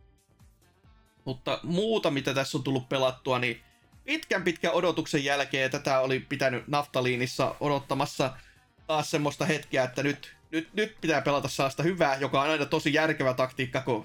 Speaker 2: Mutta muuta, mitä tässä on tullut pelattua, niin pitkän pitkän odotuksen jälkeen tätä oli pitänyt naftaliinissa odottamassa taas semmoista hetkeä, että nyt, nyt, nyt pitää pelata sellaista hyvää, joka on aina tosi järkevä taktiikka, kun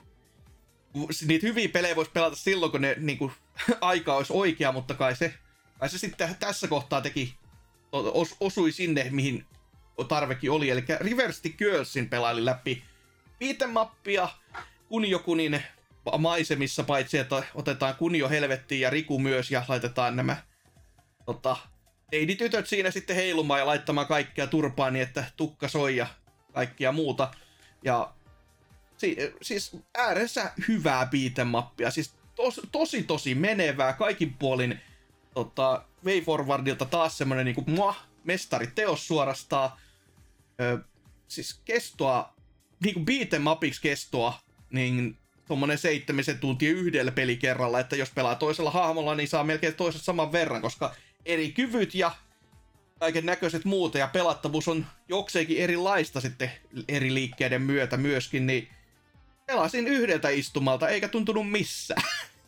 Speaker 2: niitä hyviä pelejä voisi pelata silloin, kun ne niin kuin, aika olisi oikea, mutta kai se, kai se sitten tässä kohtaa teki, os, osui sinne, mihin tarvekin oli, eli Reverse the Girlsin pelaili läpi beat'em-mappia Kunio-kunin maisemissa, paitsi että otetaan Kunio helvettiin ja Riku myös, ja laitetaan nämä tota, teinitytöt siinä sitten heilumaan ja laittamaan kaikkea turpaan niin, että tukka soi ja kaikkia muuta. Ja si- siis äärensä hyvää beat'em-mappia, siis tos, tosi tosi menevää, kaikin puolin tota, Way Forwardilta taas semmonen niinku muah, mestariteos suorastaan. Ö, siis kestoa, niinku beat'em-mapiksi kestoa, niin tommonen seitsemisen tuntia yhdellä pelikerralla, että jos pelaa toisella hahmolla, niin saa melkein toisesta saman verran, koska eri kyvyt ja kaiken näköiset muuta, ja pelattavuus on jokseenkin erilaista sitten eri liikkeiden myötä myöskin, niin pelasin yhdeltä istumalta, eikä tuntunut missään.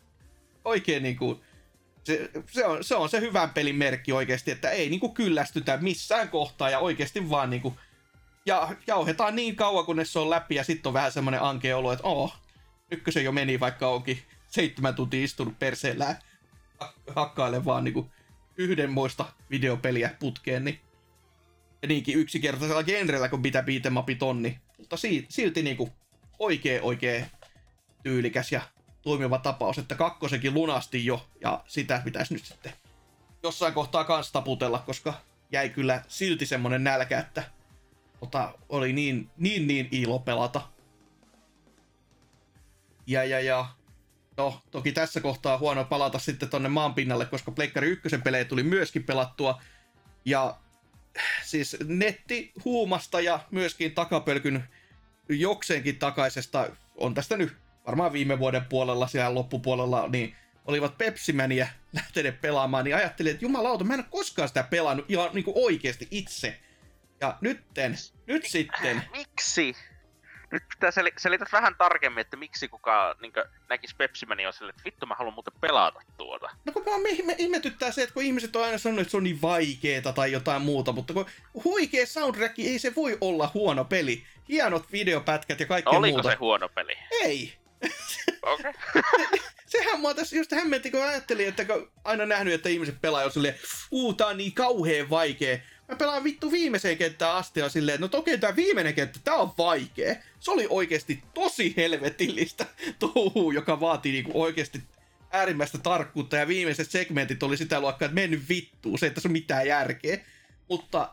Speaker 2: Oikein niinku, se, se, on, se on se hyvän pelin merkki oikeesti, että ei niinku kyllästytä missään kohtaa, ja oikeesti vaan niinku ja jauhetaan niin kauan, kunnes se on läpi, ja sitten on vähän semmonen ankea olo, että oh, ykkösen jo meni, vaikka onkin seitsemän tuntia istunut perseellään hakkaille vaan niinku yhdenmoista videopeliä putkeen, niin ja niinkin yksinkertaisella genrellä, kun mitä beat'em-mapit on, niin, mutta silti niinku oikee oikee tyylikäs ja toimiva tapaus, että kakkosenkin lunasti jo, ja sitä pitäisi nyt sitten jossain kohtaa kans taputella, koska jäi kyllä silti semmonen nälkä, että ota, oli niin, niin, niin ilo pelata. Ja, ja, ja. no, toki tässä kohtaa on huono palata sitten tonne maan pinnalle, koska Pleikkari ykkösen pelejä tuli myöskin pelattua. Ja siis netti huumasta ja myöskin takapölkyn jokseenkin takaisesta on tästä nyt varmaan viime vuoden puolella siellä loppupuolella, niin olivat Pepsi-mäniä lähteneet pelaamaan, niin ajattelin, että jumalauta, mä en ole koskaan sitä pelannut ihan niin kuin oikeasti itse. Ja nytten, nyt sitten...
Speaker 3: Miksi? Nyt pitää sel- selitä vähän tarkemmin, että miksi kukaan niin näkisi Pepsi-mäniä silleen, että vittu mä haluan muuten pelata tuota.
Speaker 2: No kun vaan me, me ihmetyttää se, että kun ihmiset on aina sanonut, että se on niin vaikeeta tai jotain muuta, mutta kun huikea soundtrack, ei se voi olla huono peli. Hienot videopätkät ja kaikkea
Speaker 3: Oliko
Speaker 2: muuta.
Speaker 3: se huono peli?
Speaker 2: Ei.
Speaker 3: Okei. Okay.
Speaker 2: Sehän mua tässä just hämmentti, kun ajattelin, että kun aina nähnyt, että ihmiset pelaa jo silleen, uu, tää on niin kauheen vaikea. Mä pelaan vittu viimeiseen kenttään asti ja silleen, että no okei, tää viimeinen kenttä, tää on vaikea. Se oli oikeesti tosi helvetillistä touhua, joka vaatii niinku oikeesti äärimmäistä tarkkuutta, ja viimeiset segmentit oli sitä luokkaa, että mennyt vittuun, se ei tässä ole mitään järkeä. Mutta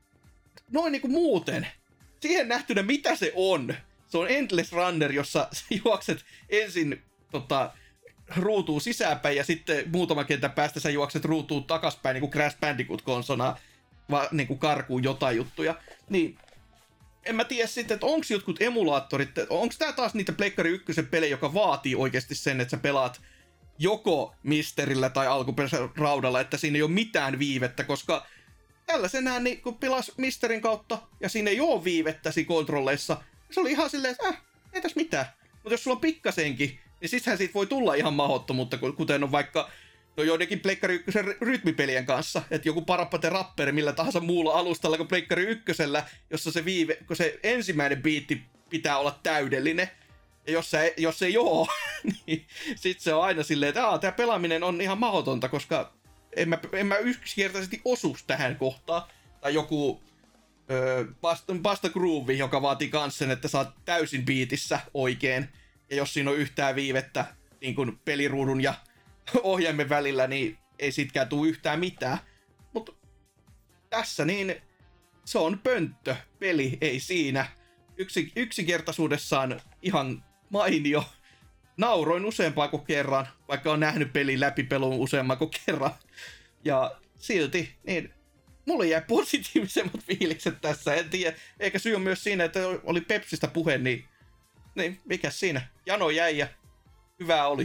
Speaker 2: noin niinku muuten, siihen nähtynä mitä se on. Se on Endless Runner, jossa juokset ensin tota, ruutuun sisäänpäin ja sitten muutaman kentän päästä sä juokset ruutuun takaspäin, niin kuin Crash Bandicoot-konsona, vaan niin kuin karkuun jotain juttuja. Niin, en mä tiedä sitten, että onko jotkut emulaattorit, onko tää taas niitä Pleikkari ykkösen pelejä, joka vaatii oikeasti sen, että sä pelaat joko Misterillä tai alkuperäisellä raudalla, että siinä ei ole mitään viivettä, koska tällaisenään niin kun pelas Misterin kautta ja siinä ei ole viivettä siinä kontrolleissa, se oli ihan silleen, että äh, ei tässä mitään. Mutta jos sulla on pikkasenkin, niin sittenhän siitä voi tulla ihan mahdottomuutta, kuten on vaikka no joidenkin Pleikkari ykkösen rytmipelien kanssa, että joku Parapate Rapperi millä tahansa muulla alustalla kuin Pleikkari ykkösellä, jossa se viive, kun se ensimmäinen biitti pitää olla täydellinen, ja jos se, jos se ei oo, niin sit se on aina silleen, että tää pelaaminen on ihan mahdotonta, koska en mä, en mä yksinkertaisesti osuus tähän kohtaan. Tai joku öö, Basta, Basta Groove, joka vaatii kans sen, että saat täysin biitissä oikein. Ja jos siinä on yhtään viivettä niin kun peliruudun ja ohjaimen välillä, niin ei sitkään tule yhtään mitään. Mutta tässä niin se on pönttö peli, ei siinä. Yksi, yksinkertaisuudessaan ihan mainio. Nauroin useampaa kuin kerran, vaikka on nähnyt pelin läpipelun useamman kuin kerran. Ja silti, niin mulle jäi positiivisemmat fiilikset tässä. En tiedä, eikä syy on myös siinä, että oli Pepsistä puhe, niin, niin mikä siinä? Jano jäi ja hyvää oli.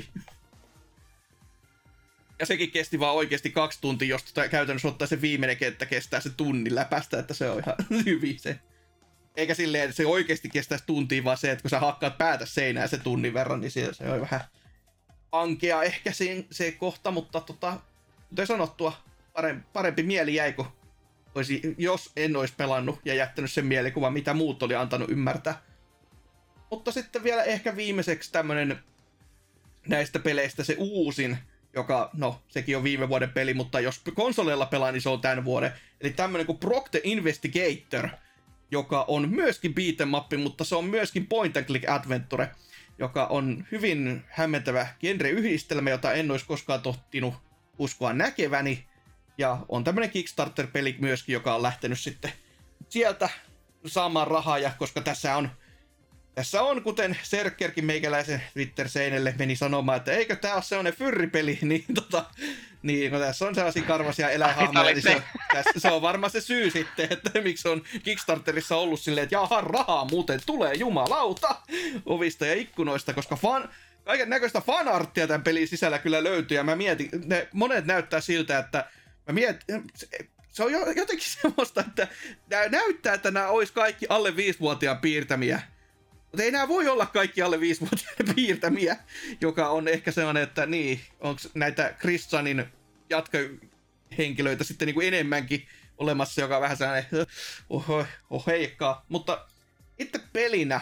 Speaker 2: Ja sekin kesti vaan oikeasti kaksi tuntia, jos tota käytännössä ottaa se viimeinen kenttä kestää se tunnin läpästä, että se on ihan hyvin se. Eikä silleen, että se oikeasti kestäisi tuntia, vaan se, että kun sä hakkaat päätä seinään se tunnin verran, niin se, se on vähän ankea ehkä se, se kohta, mutta tota, kuten sanottua, parempi, parempi mieli jäi, kun olisi, jos en olisi pelannut ja jättänyt sen mielikuvan, mitä muut oli antanut ymmärtää. Mutta sitten vielä ehkä viimeiseksi tämmönen näistä peleistä se uusin, joka, no, sekin on viime vuoden peli, mutta jos konsoleilla pelaa, niin se on tämän vuoden. Eli tämmönen kuin Proc the Investigator, joka on myöskin beat'em up, mutta se on myöskin point and click adventure, joka on hyvin hämmentävä genre-yhdistelmä, jota en olisi koskaan tohtinut uskoa näkeväni. Ja on tämmönen Kickstarter-peli myöskin, joka on lähtenyt sitten sieltä saamaan rahaa, ja koska tässä on, tässä on kuten Serkkerkin meikäläisen Twitter-seinelle meni sanomaan, että eikö tää ole sellainen fyrripeli, niin tota, niin no tässä on sellaisia karvasia eläinhahmoja, niin se, tässä, se on varmaan se syy sitten, että miksi on Kickstarterissa ollut silleen, että jaha, rahaa muuten tulee jumalauta ovista ja ikkunoista, koska fan, kaiken näköistä fanarttia tämän pelin sisällä kyllä löytyy, ja mä mietin, ne monet näyttää siltä, että mä mietin, se, se on jotenkin semmoista, että näyttää, että nämä olisi kaikki alle viisivuotiaan piirtämiä. Mutta ei nämä voi olla kaikki alle viisivuotiaiden piirtämiä, joka on ehkä sellainen, että niin, onko näitä Chris Sunin jatkohenkilöitä sitten niin kuin enemmänkin olemassa, joka on vähän sellainen, oho, oheikkaa. Mutta itse pelinä,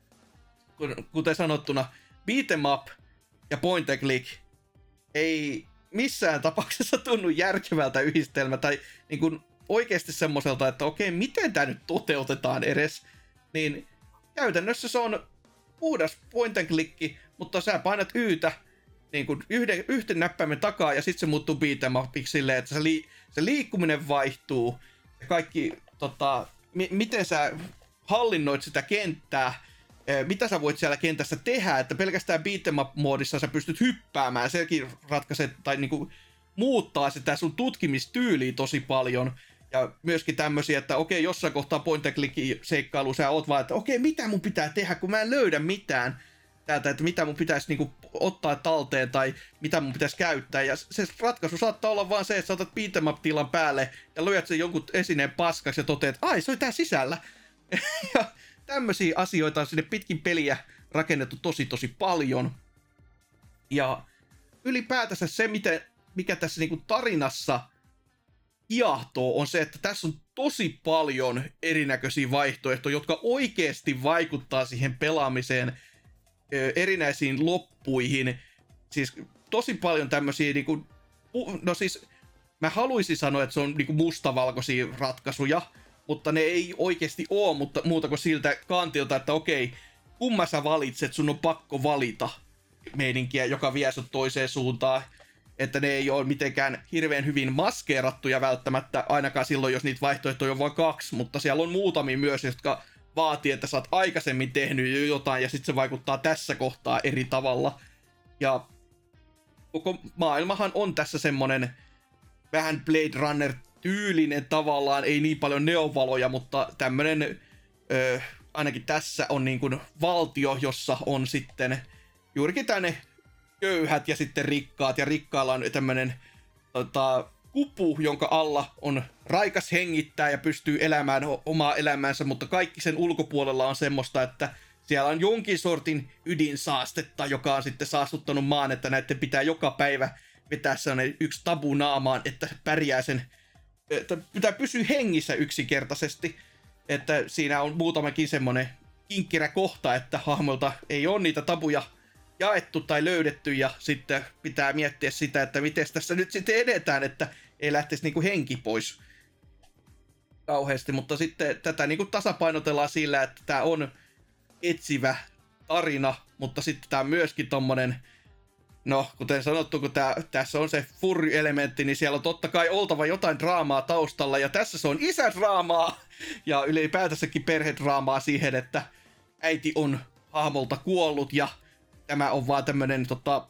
Speaker 2: kuten sanottuna, beat'em up ja point and click ei missään tapauksessa tunnu järkevältä yhdistelmä tai niin kuin oikeasti semmoiselta, että okei, miten tämä nyt toteutetaan edes, niin käytännössä se on puhdas point and clicki, mutta sä painat Ytä niin kuin yhden, yhten näppäimen takaa ja sitten se muuttuu beat'em upiksi silleen, että se, li, se liikkuminen vaihtuu ja kaikki, tota, mi, miten sä hallinnoit sitä kenttää mitä sä voit siellä kentässä tehdä, että pelkästään beat'em up-moodissa sä pystyt hyppäämään, sekin ratkaisee tai niinku muuttaa sitä sun tutkimistyyliä tosi paljon. Ja myöskin tämmöisiä, että okei, jossain kohtaa point and click seikkailu sä oot vaan, että okei, mitä mun pitää tehdä, kun mä en löydä mitään täältä, että mitä mun pitäisi niinku ottaa talteen tai mitä mun pitäisi käyttää. Ja se ratkaisu saattaa olla vaan se, että sä otat beat'em up-tilan päälle ja löydät sen jonkun esineen paskaksi ja toteat, ai se on tää sisällä. Ja tämmöisiä asioita on sinne pitkin peliä rakennettu tosi tosi paljon. Ja ylipäätänsä se, miten, mikä tässä niinku tarinassa hiahtoo, on se, että tässä on tosi paljon erinäköisiä vaihtoehtoja, jotka oikeasti vaikuttaa siihen pelaamiseen, erinäisiin loppuihin. Siis tosi paljon tämmöisiä, niinku, no siis mä haluaisin sanoa, että se on niinku mustavalkoisia ratkaisuja, mutta ne ei oikeasti ole mutta, muuta kuin siltä kantilta, että okei, kumma sä valitset, sun on pakko valita meininkiä, joka vie sut toiseen suuntaan. Että ne ei ole mitenkään hirveän hyvin maskeerattuja välttämättä, ainakaan silloin, jos niitä vaihtoehtoja on vain kaksi, mutta siellä on muutamia myös, jotka vaatii, että sä oot aikaisemmin tehnyt jo jotain, ja sitten se vaikuttaa tässä kohtaa eri tavalla. Ja koko maailmahan on tässä semmonen vähän Blade Runner-tyylinen tavallaan, ei niin paljon neonvaloja, mutta tämmönen, ö, ainakin tässä on niin kuin valtio, jossa on sitten juurikin tänne köyhät ja sitten rikkaat, ja rikkailla on tämmönen tota, kupu, jonka alla on raikas hengittää ja pystyy elämään omaa elämäänsä, mutta kaikki sen ulkopuolella on semmoista, että siellä on jonkin sortin ydinsaastetta, joka on sitten saastuttanut maan, että näiden pitää joka päivä vetää sellainen yksi tabu naamaan, että pärjää sen, että pitää pysyä hengissä yksinkertaisesti, että siinä on muutamakin semmonen kinkkirä kohta, että hahmolta ei ole niitä tabuja jaettu tai löydetty, ja sitten pitää miettiä sitä, että miten tässä nyt sitten edetään, että ei lähtisi niinku henki pois kauheasti, mutta sitten tätä niinku tasapainotellaan sillä, että tämä on etsivä tarina, mutta sitten tämä on myöskin tommonen, no kuten sanottu, kun tää, tässä on se furry-elementti, niin siellä on totta kai oltava jotain draamaa taustalla, ja tässä se on isädraamaa, ja ylipäätänsäkin perhedraamaa siihen, että äiti on hahmolta kuollut, ja tämä on vaan tämmönen tota,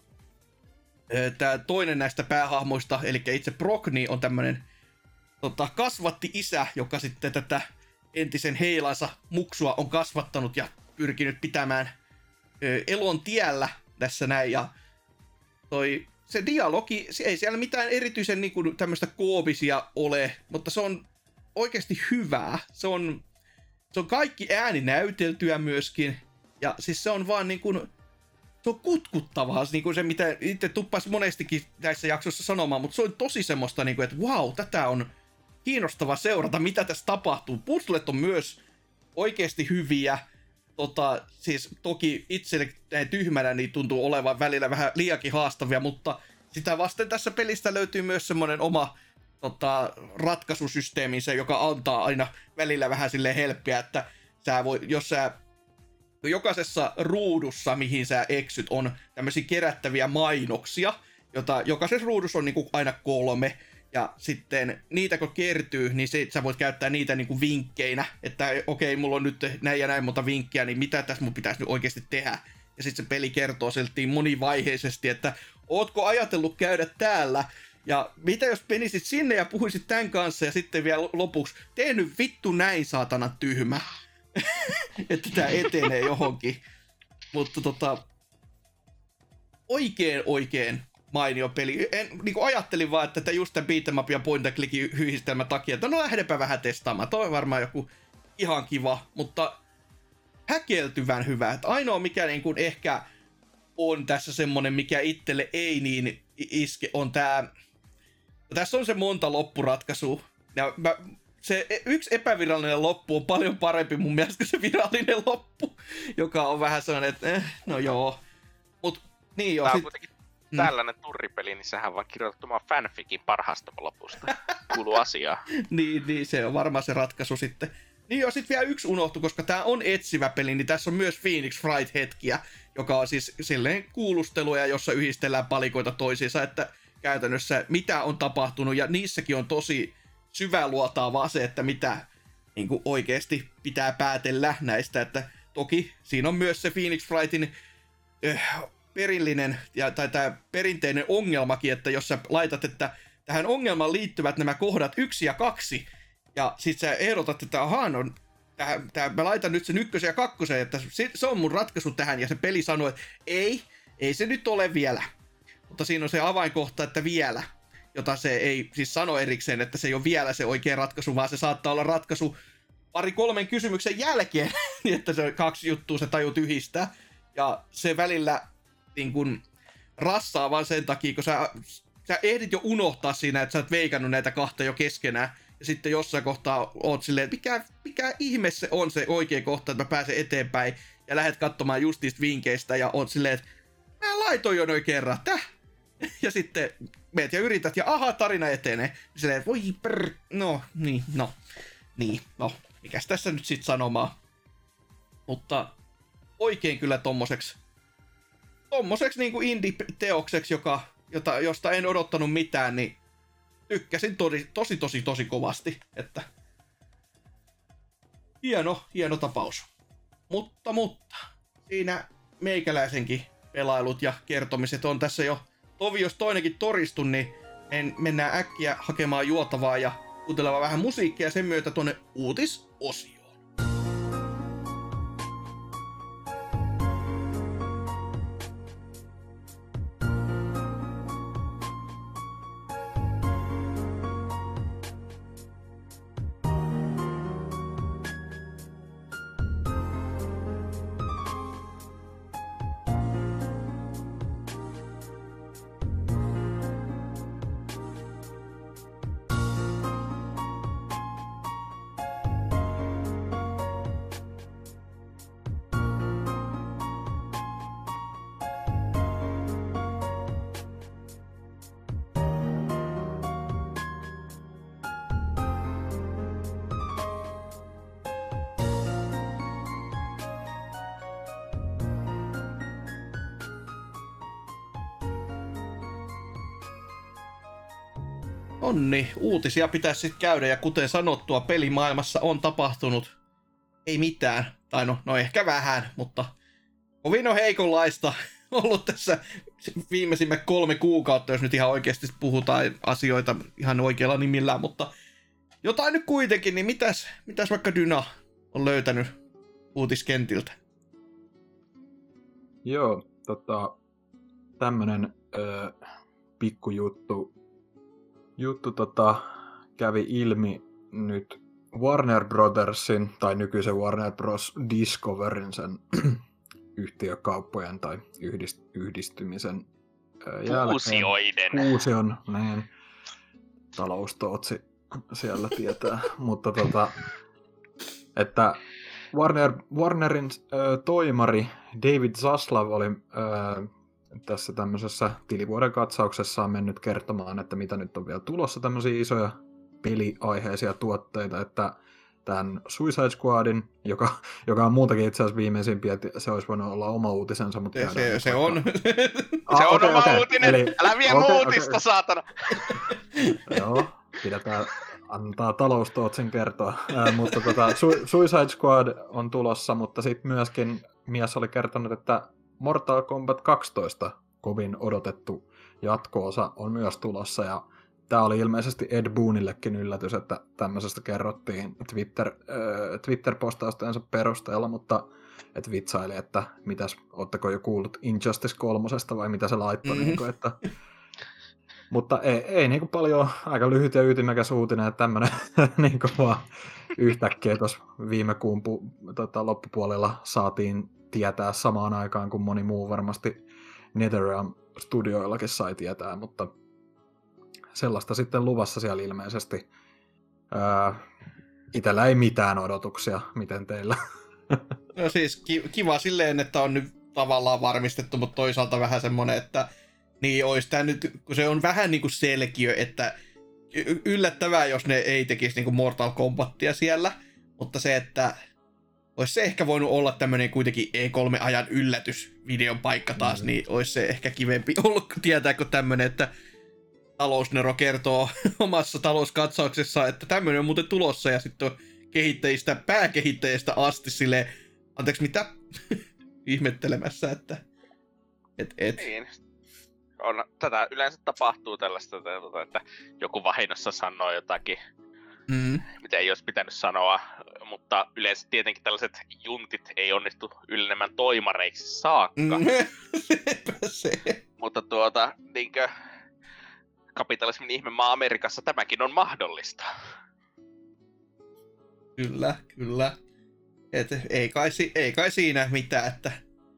Speaker 2: tää toinen näistä päähahmoista, eli itse Brock, niin on tämmönen tota, kasvatti-isä, joka sitten tätä entisen heilansa muksua on kasvattanut ja pyrkinyt pitämään ö, elon tiellä tässä näin, ja toi, se dialogi, ei siellä mitään erityisen niin kuin, tämmöistä koomisia ole, mutta se on oikeasti hyvää. Se on, se on kaikki ääni näyteltyä myöskin, ja siis se on vaan niin kuin, se on kutkuttavaa, niin kuin se mitä itse tuppas monestikin näissä jaksoissa sanomaan, mutta se on tosi semmoista, niin kuin, että wow, tätä on kiinnostava seurata, mitä tässä tapahtuu. Puzzlet on myös oikeasti hyviä. Tota, siis toki itselle näin tyhmänä niin tuntuu olevan välillä vähän liiakin haastavia, mutta sitä vasten tässä pelistä löytyy myös semmoinen oma tota, ratkaisusysteeminsä, joka antaa aina välillä vähän silleen helppiä, että sä voi, jos sä jokaisessa ruudussa, mihin sä eksyt, on tämmöisiä kerättäviä mainoksia, jota jokaisessa ruudussa on niinku aina kolme, ja sitten niitä kun kertyy, niin sit sä voit käyttää niitä niinku vinkkeinä, että okei, okay, mulla on nyt näin ja näin monta vinkkiä, niin mitä tässä mun pitäisi nyt oikeasti tehdä. Ja sitten se peli kertoo siltiin monivaiheisesti, että ootko ajatellut käydä täällä, ja mitä jos menisit sinne ja puhuisit tämän kanssa, ja sitten vielä lopuksi, tee nyt vittu näin, saatana tyhmä. Että tää etenee johonkin. Mutta tota, oikein oikein mainio peli. En, niin kuin ajattelin vaan, että just tämän beat'em up ja point and clickin yhdistelmän takia, että no lähdepä vähän testaamaan. Toi on varmaan joku ihan kiva, mutta häkeltyvän hyvä. Että ainoa mikä niin kuin ehkä on tässä semmonen, mikä itselle ei niin iske, on tää. Tässä on se monta loppuratkaisua. Ja mä, se yksi epävirallinen loppu on paljon parempi mun mielestä kuin se virallinen loppu, joka on vähän sellainen, että eh, no joo. Mut niin joo.
Speaker 3: Tää on
Speaker 2: sit,
Speaker 3: kuitenkin mm. tällainen turripeli, niin sehän on vaan kirjoitettu oman fanficin parhaasta lopusta. Kuuluu asiaa.
Speaker 2: niin, niin, se on varmaan se ratkaisu sitten. Niin joo, sit vielä yksi unohtu, koska tää on etsivä peli, niin tässä on myös Phoenix Wright-hetkiä, joka on siis silleen kuulusteluja, jossa yhdistellään palikoita toisiinsa, että käytännössä mitä on tapahtunut, ja niissäkin on tosi syväluotaavaa se, että mitä niin kuin oikeasti pitää päätellä näistä, että toki siinä on myös se Phoenix Wrightin äh, perillinen, ja, tai tämä perinteinen ongelmakin, että jos sä laitat, että tähän ongelmaan liittyvät nämä kohdat yksi ja kaksi, ja sit sä ehdotat, että ahaa, no, tähän, tähän, mä laitan nyt sen ykkösen ja kakkosen, että se, se on mun ratkaisu tähän, ja se peli sanoo, että ei, ei se nyt ole vielä. Mutta siinä on se avainkohta, että vielä, jota se ei siis sano erikseen, että se ei ole vielä se oikea ratkaisu, vaan se saattaa olla ratkaisu pari kolmen kysymyksen jälkeen, niin että se kaksi juttua se tajut yhdistää. Ja se välillä niin kun rassaa vaan sen takia, kun sä, sä ehdit jo unohtaa siinä, että sä oot veikannut näitä kahta jo keskenään. Ja sitten jossain kohtaa oot silleen, että mikä, mikä ihme se on se oikea kohta, että mä pääsen eteenpäin. Ja lähdet katsomaan just niistä vinkkeistä ja oot silleen, että mä laitoin jo noin kerran, täh. Ja sitten meet ja yrität ja aha, tarina etenee. Ja silleen, että voi prr, no, niin, no, niin, no, mikäs tässä nyt sit sanomaan. Mutta oikein kyllä tommoseksi, tommoseksi niinku indie-teokseksi, joka, jota, josta en odottanut mitään, niin tykkäsin tosi, tosi, tosi, tosi kovasti, että hieno, hieno tapaus. Mutta, mutta, siinä meikäläisenkin pelailut ja kertomiset on tässä jo tovi, jos toinenkin toristu, niin en, mennään äkkiä hakemaan juotavaa ja kuuntelemaan vähän musiikkia sen myötä tuonne uutisosioon. Onni, uutisia pitäisi sitten käydä, ja kuten sanottua, pelimaailmassa on tapahtunut ei mitään, tai no, no ehkä vähän, mutta kovin on heikonlaista ollut tässä viimeisimmät kolme kuukautta, jos nyt ihan oikeasti puhutaan asioita ihan oikealla nimillään, mutta jotain nyt kuitenkin, niin mitäs, mitäs vaikka Dyna on löytänyt uutiskentiltä?
Speaker 4: Joo, tota, tämmönen ö, pikkujuttu juttu tota, kävi ilmi nyt Warner Brothersin, tai nykyisen Warner Bros. Discoverin, sen yhtiökauppojen tai yhdist, yhdistymisen jälkeen.
Speaker 3: Fuusioiden.
Speaker 4: Fuusion, niin. Taloustootsi siellä tietää. Mutta tota, että Warner, Warnerin ö, toimari David Zaslav oli ö, tässä tämmöisessä tilivuoden katsauksessa on mennyt kertomaan, että mitä nyt on vielä tulossa tämmöisiä isoja peliaiheisia tuotteita, että tämän Suicide Squadin, joka, joka on muutakin itse asiassa viimeisimpiä, että se olisi voinut olla oma uutisensa, mutta
Speaker 2: se, se, se on.
Speaker 4: Ah,
Speaker 3: se on
Speaker 4: okay,
Speaker 3: oma
Speaker 4: okay.
Speaker 3: uutinen, Eli, älä vie
Speaker 4: okay,
Speaker 3: uutista, okay. Saatana.
Speaker 4: Joo, pidetään, antaa taloustootsin kertoa, äh, mutta tota, Su- Suicide Squad on tulossa, mutta sitten myöskin mies oli kertonut, että Mortal Kombat kaksitoista, kovin odotettu jatko-osa, on myös tulossa, ja tämä oli ilmeisesti Ed Boonillekin yllätys, että tämmöisestä kerrottiin Twitter, äh, Twitter-postaustensa perusteella, mutta et vitsaili, että mitäs, ootteko jo kuullut Injustice kolmosesta vai mitä se laittoi, mm-hmm. niin kuin, että mutta ei, ei niin kuin paljon, aika lyhyt ja ytimekäs uutinen, että tämmöinen niin kuin vaan yhtäkkiä tuossa viime kuun pu, tota, loppupuolella saatiin tietää samaan aikaan, kun moni muu varmasti NetherRealm-studioillakin sai tietää, mutta sellaista sitten luvassa siellä ilmeisesti. Ää, itellä ei mitään odotuksia, miten teillä?
Speaker 2: No siis kiva silleen, että on nyt tavallaan varmistettu, mutta toisaalta vähän semmoinen, että niin olisi tämä nyt, kun se on vähän niin kuin selkiö, että yllättävää, jos ne ei tekisi niin kuin Mortal Kombatia siellä, mutta se, että olisi se ehkä voinut olla tämmöinen kuitenkin E kolme-ajan yllätysvideon paikka taas, mm. niin olisi se ehkä kivempi ollut, tietääkö tämmöinen, että Talousnero kertoo omassa talouskatsauksessaan, että tämmöinen on muuten tulossa, ja sitten on kehittäjistä, pääkehittäjistä asti silleen, Anteeksi, mitä? Ihmettelemässä, että... Et, et.
Speaker 3: Niin. On, tätä yleensä tapahtuu tällaista, että joku vahingossa sanoo jotakin,
Speaker 2: Mm.
Speaker 3: mitä ei olisi pitänyt sanoa, mutta yleensä tietenkin tällaiset juntit ei onnistu ylenemään toimareiksi saakka.
Speaker 2: Mm. Sepä se.
Speaker 3: Mutta tuota, niinkö kapitalismin ihmemaa Amerikassa tämäkin on mahdollista.
Speaker 2: Kyllä, kyllä. Et ei, kai, ei kai siinä mitään, että...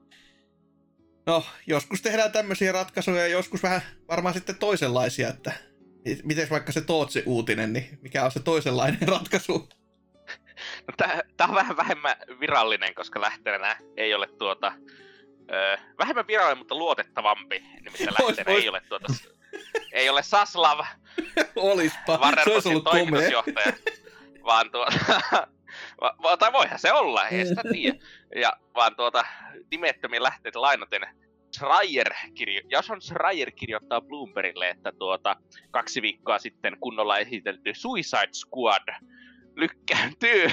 Speaker 2: No, joskus tehdään tämmöisiä ratkaisuja ja joskus vähän varmaan sitten toisenlaisia, että... Miten vaikka se Tootsi-uutinen, niin mikä on se toisenlainen ratkaisu?
Speaker 3: No, tää, tää on vähän vähemmän virallinen, koska lähteenä ei ole tuota... Öö, vähemmän virallinen, mutta luotettavampi. Nimittäin lähteenä ei ole tuota... ei ole Saslav,
Speaker 2: Olispa,
Speaker 3: Warner
Speaker 2: se olisi ollut komea.
Speaker 3: toimitusjohtaja, vaan tuota... va, va, tai voihan se olla, ei sitä tiedä. Ja, vaan tuota nimettömiä lähteitä lainaten Schreier kirjo- Jason Schreier kirjoittaa Bloombergille, että tuota, kaksi viikkoa sitten kunnolla esitelty Suicide Squad lykkääntyy.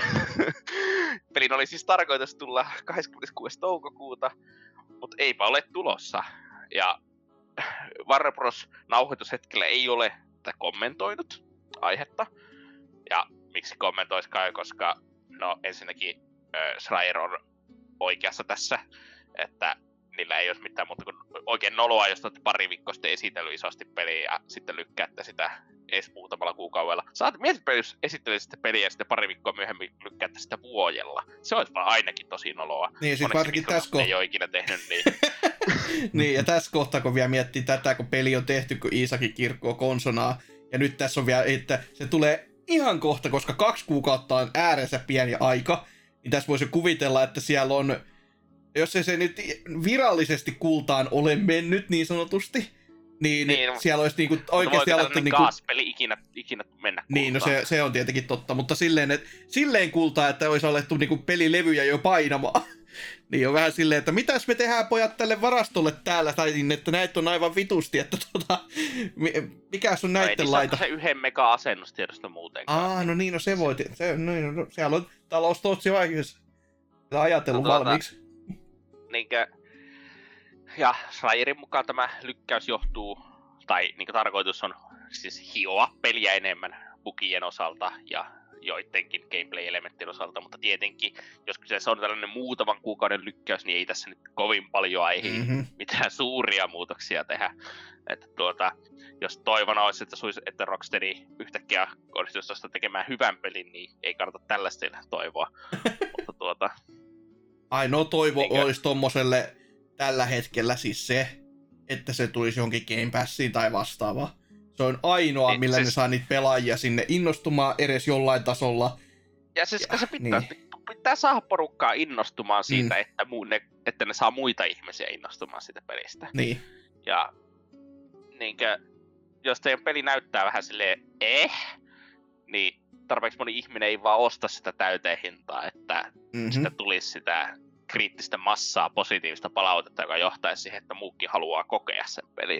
Speaker 3: Pelin oli siis tarkoitus tulla kahdeskymmeneskuudes toukokuuta, mutta eipä ole tulossa. Ja Warner Bros. Nauhoitushetkellä ei ole tätä kommentoinut aihetta. Ja miksi kommentoiskaan, koska no ensinnäkin äh, Schreier on oikeassa tässä, että niillä ei olisi mitään muuta kuin oikein noloa, jos olette pari viikkoa sitten esitellyt isosti peliä ja sitten lykkäätte sitä edes muutamalla kuukaudella. Saat mietipä, jos esittelisit peliä ja sitten pari viikkoa myöhemmin lykkäätte sitä vuojella. Se olisi vaan ainakin tosi noloa.
Speaker 2: Niin, siis varsinkin tässä kohtaa.
Speaker 3: Ei ole ikinä tehnyt niin.
Speaker 2: Niin, ja tässä kohtaa, kun vielä miettii tätä, kun peli on tehty, kun Iisakin kirkkoa konsonaa, ja nyt tässä on vielä, että se tulee ihan kohta, koska kaksi kuukautta on äärensä pieni aika, niin tässä voisi kuvitella, että siellä on, jos ei se nyt virallisesti kultaan ole mennyt niin sanotusti, niin, niin siellä olisi niinku oikeasti aloittu niinku...
Speaker 3: kaaspeli ikinä, ikinä mennä kultaan?
Speaker 2: Niin, no se, se on tietenkin totta, mutta silleen, että, silleen kultaa, että olisi alettu niinku pelilevyjä jo painamaan. Niin on vähän silleen, että mitäs me tehdään pojat tälle varastolle täällä, tai että näitä on aivan vitusti, että tota, mikäs on näitten
Speaker 3: no,
Speaker 2: laita?
Speaker 3: Se yhden mega-asennustiedosta muutenkaan.
Speaker 2: Aa, no niin, no se voi, se, no, no, siellä on taloustotsi vaiheessa ajatellut no, tuota, valmiiksi.
Speaker 3: Niinkö, ja Schreierin mukaan tämä lykkäys johtuu, tai niinkö tarkoitus on siis hioa peliä enemmän bugien osalta ja joidenkin gameplay-elementtien osalta, mutta tietenkin, jos kyseessä on tällainen muutaman kuukauden lykkäys, niin ei tässä nyt kovin paljon ei mm-hmm. mitään suuria muutoksia tehdä. Että tuota, jos toivona olisi, että, suisi, että Rocksteady yhtäkkiä onnistuisi tuosta tekemään hyvän pelin, niin ei kannata tällaista toivoa. mutta tuota,
Speaker 2: ainoa toivo
Speaker 3: niinkö...
Speaker 2: olisi tommoselle tällä hetkellä siis se, että se tulisi jonkin Game Passiin tai vastaavaa. Se on ainoa, niin, millä siis... ne saa niitä pelaajia sinne innostumaan edes jollain tasolla.
Speaker 3: Ja siis ja, se pitää, niin. pitää saada porukkaa innostumaan siitä, mm. että, muu, ne, että ne saa muita ihmisiä innostumaan siitä pelistä.
Speaker 2: Niin.
Speaker 3: Ja niinkö, jos teidän peli näyttää vähän silleen eh, niin tarpeeksi moni ihminen ei vaan osta sitä täyteen hintaa, että mm-hmm. sitä tulisi sitä kriittistä massaa, positiivista palautetta, joka johtaisi siihen, että muukin haluaa kokea sen pelin.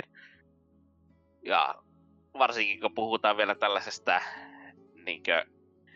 Speaker 3: Ja varsinkin kun puhutaan vielä tällaisesta niinkö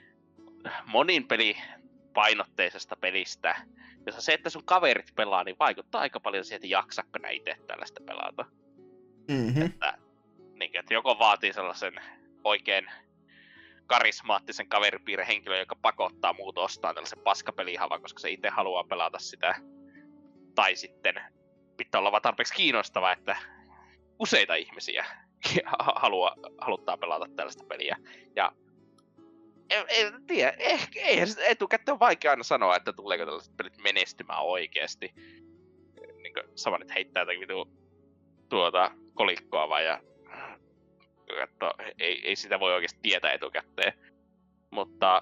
Speaker 3: monin pelipainotteisesta pelistä, jossa se, että sun kaverit pelaa, niin vaikuttaa aika paljon siihen, että jaksakko nää itse tällaista pelata.
Speaker 2: Mm-hmm.
Speaker 3: Että, niinkö, että joko vaatii sellaisen oikein karismaattisen kaveripiirren henkilön, joka pakottaa muut ostaa tällaisen paskapelihavan, koska se itse haluaa pelata sitä. Tai sitten pitää olla vaan tarpeeksi kiinnostava, että useita ihmisiä halua, haluttaa pelata tällaista peliä. Ja en, en tiedä, ehkä ei etukäteen on vaikea aina sanoa, että tuleeko tällaiset pelit menestymään oikeasti. Niin kuin sama nyt heittää jotakin vitu tuota kolikkoa vaan ja katso, ei, ei sitä voi oikeasti tietää etukäteen. Mutta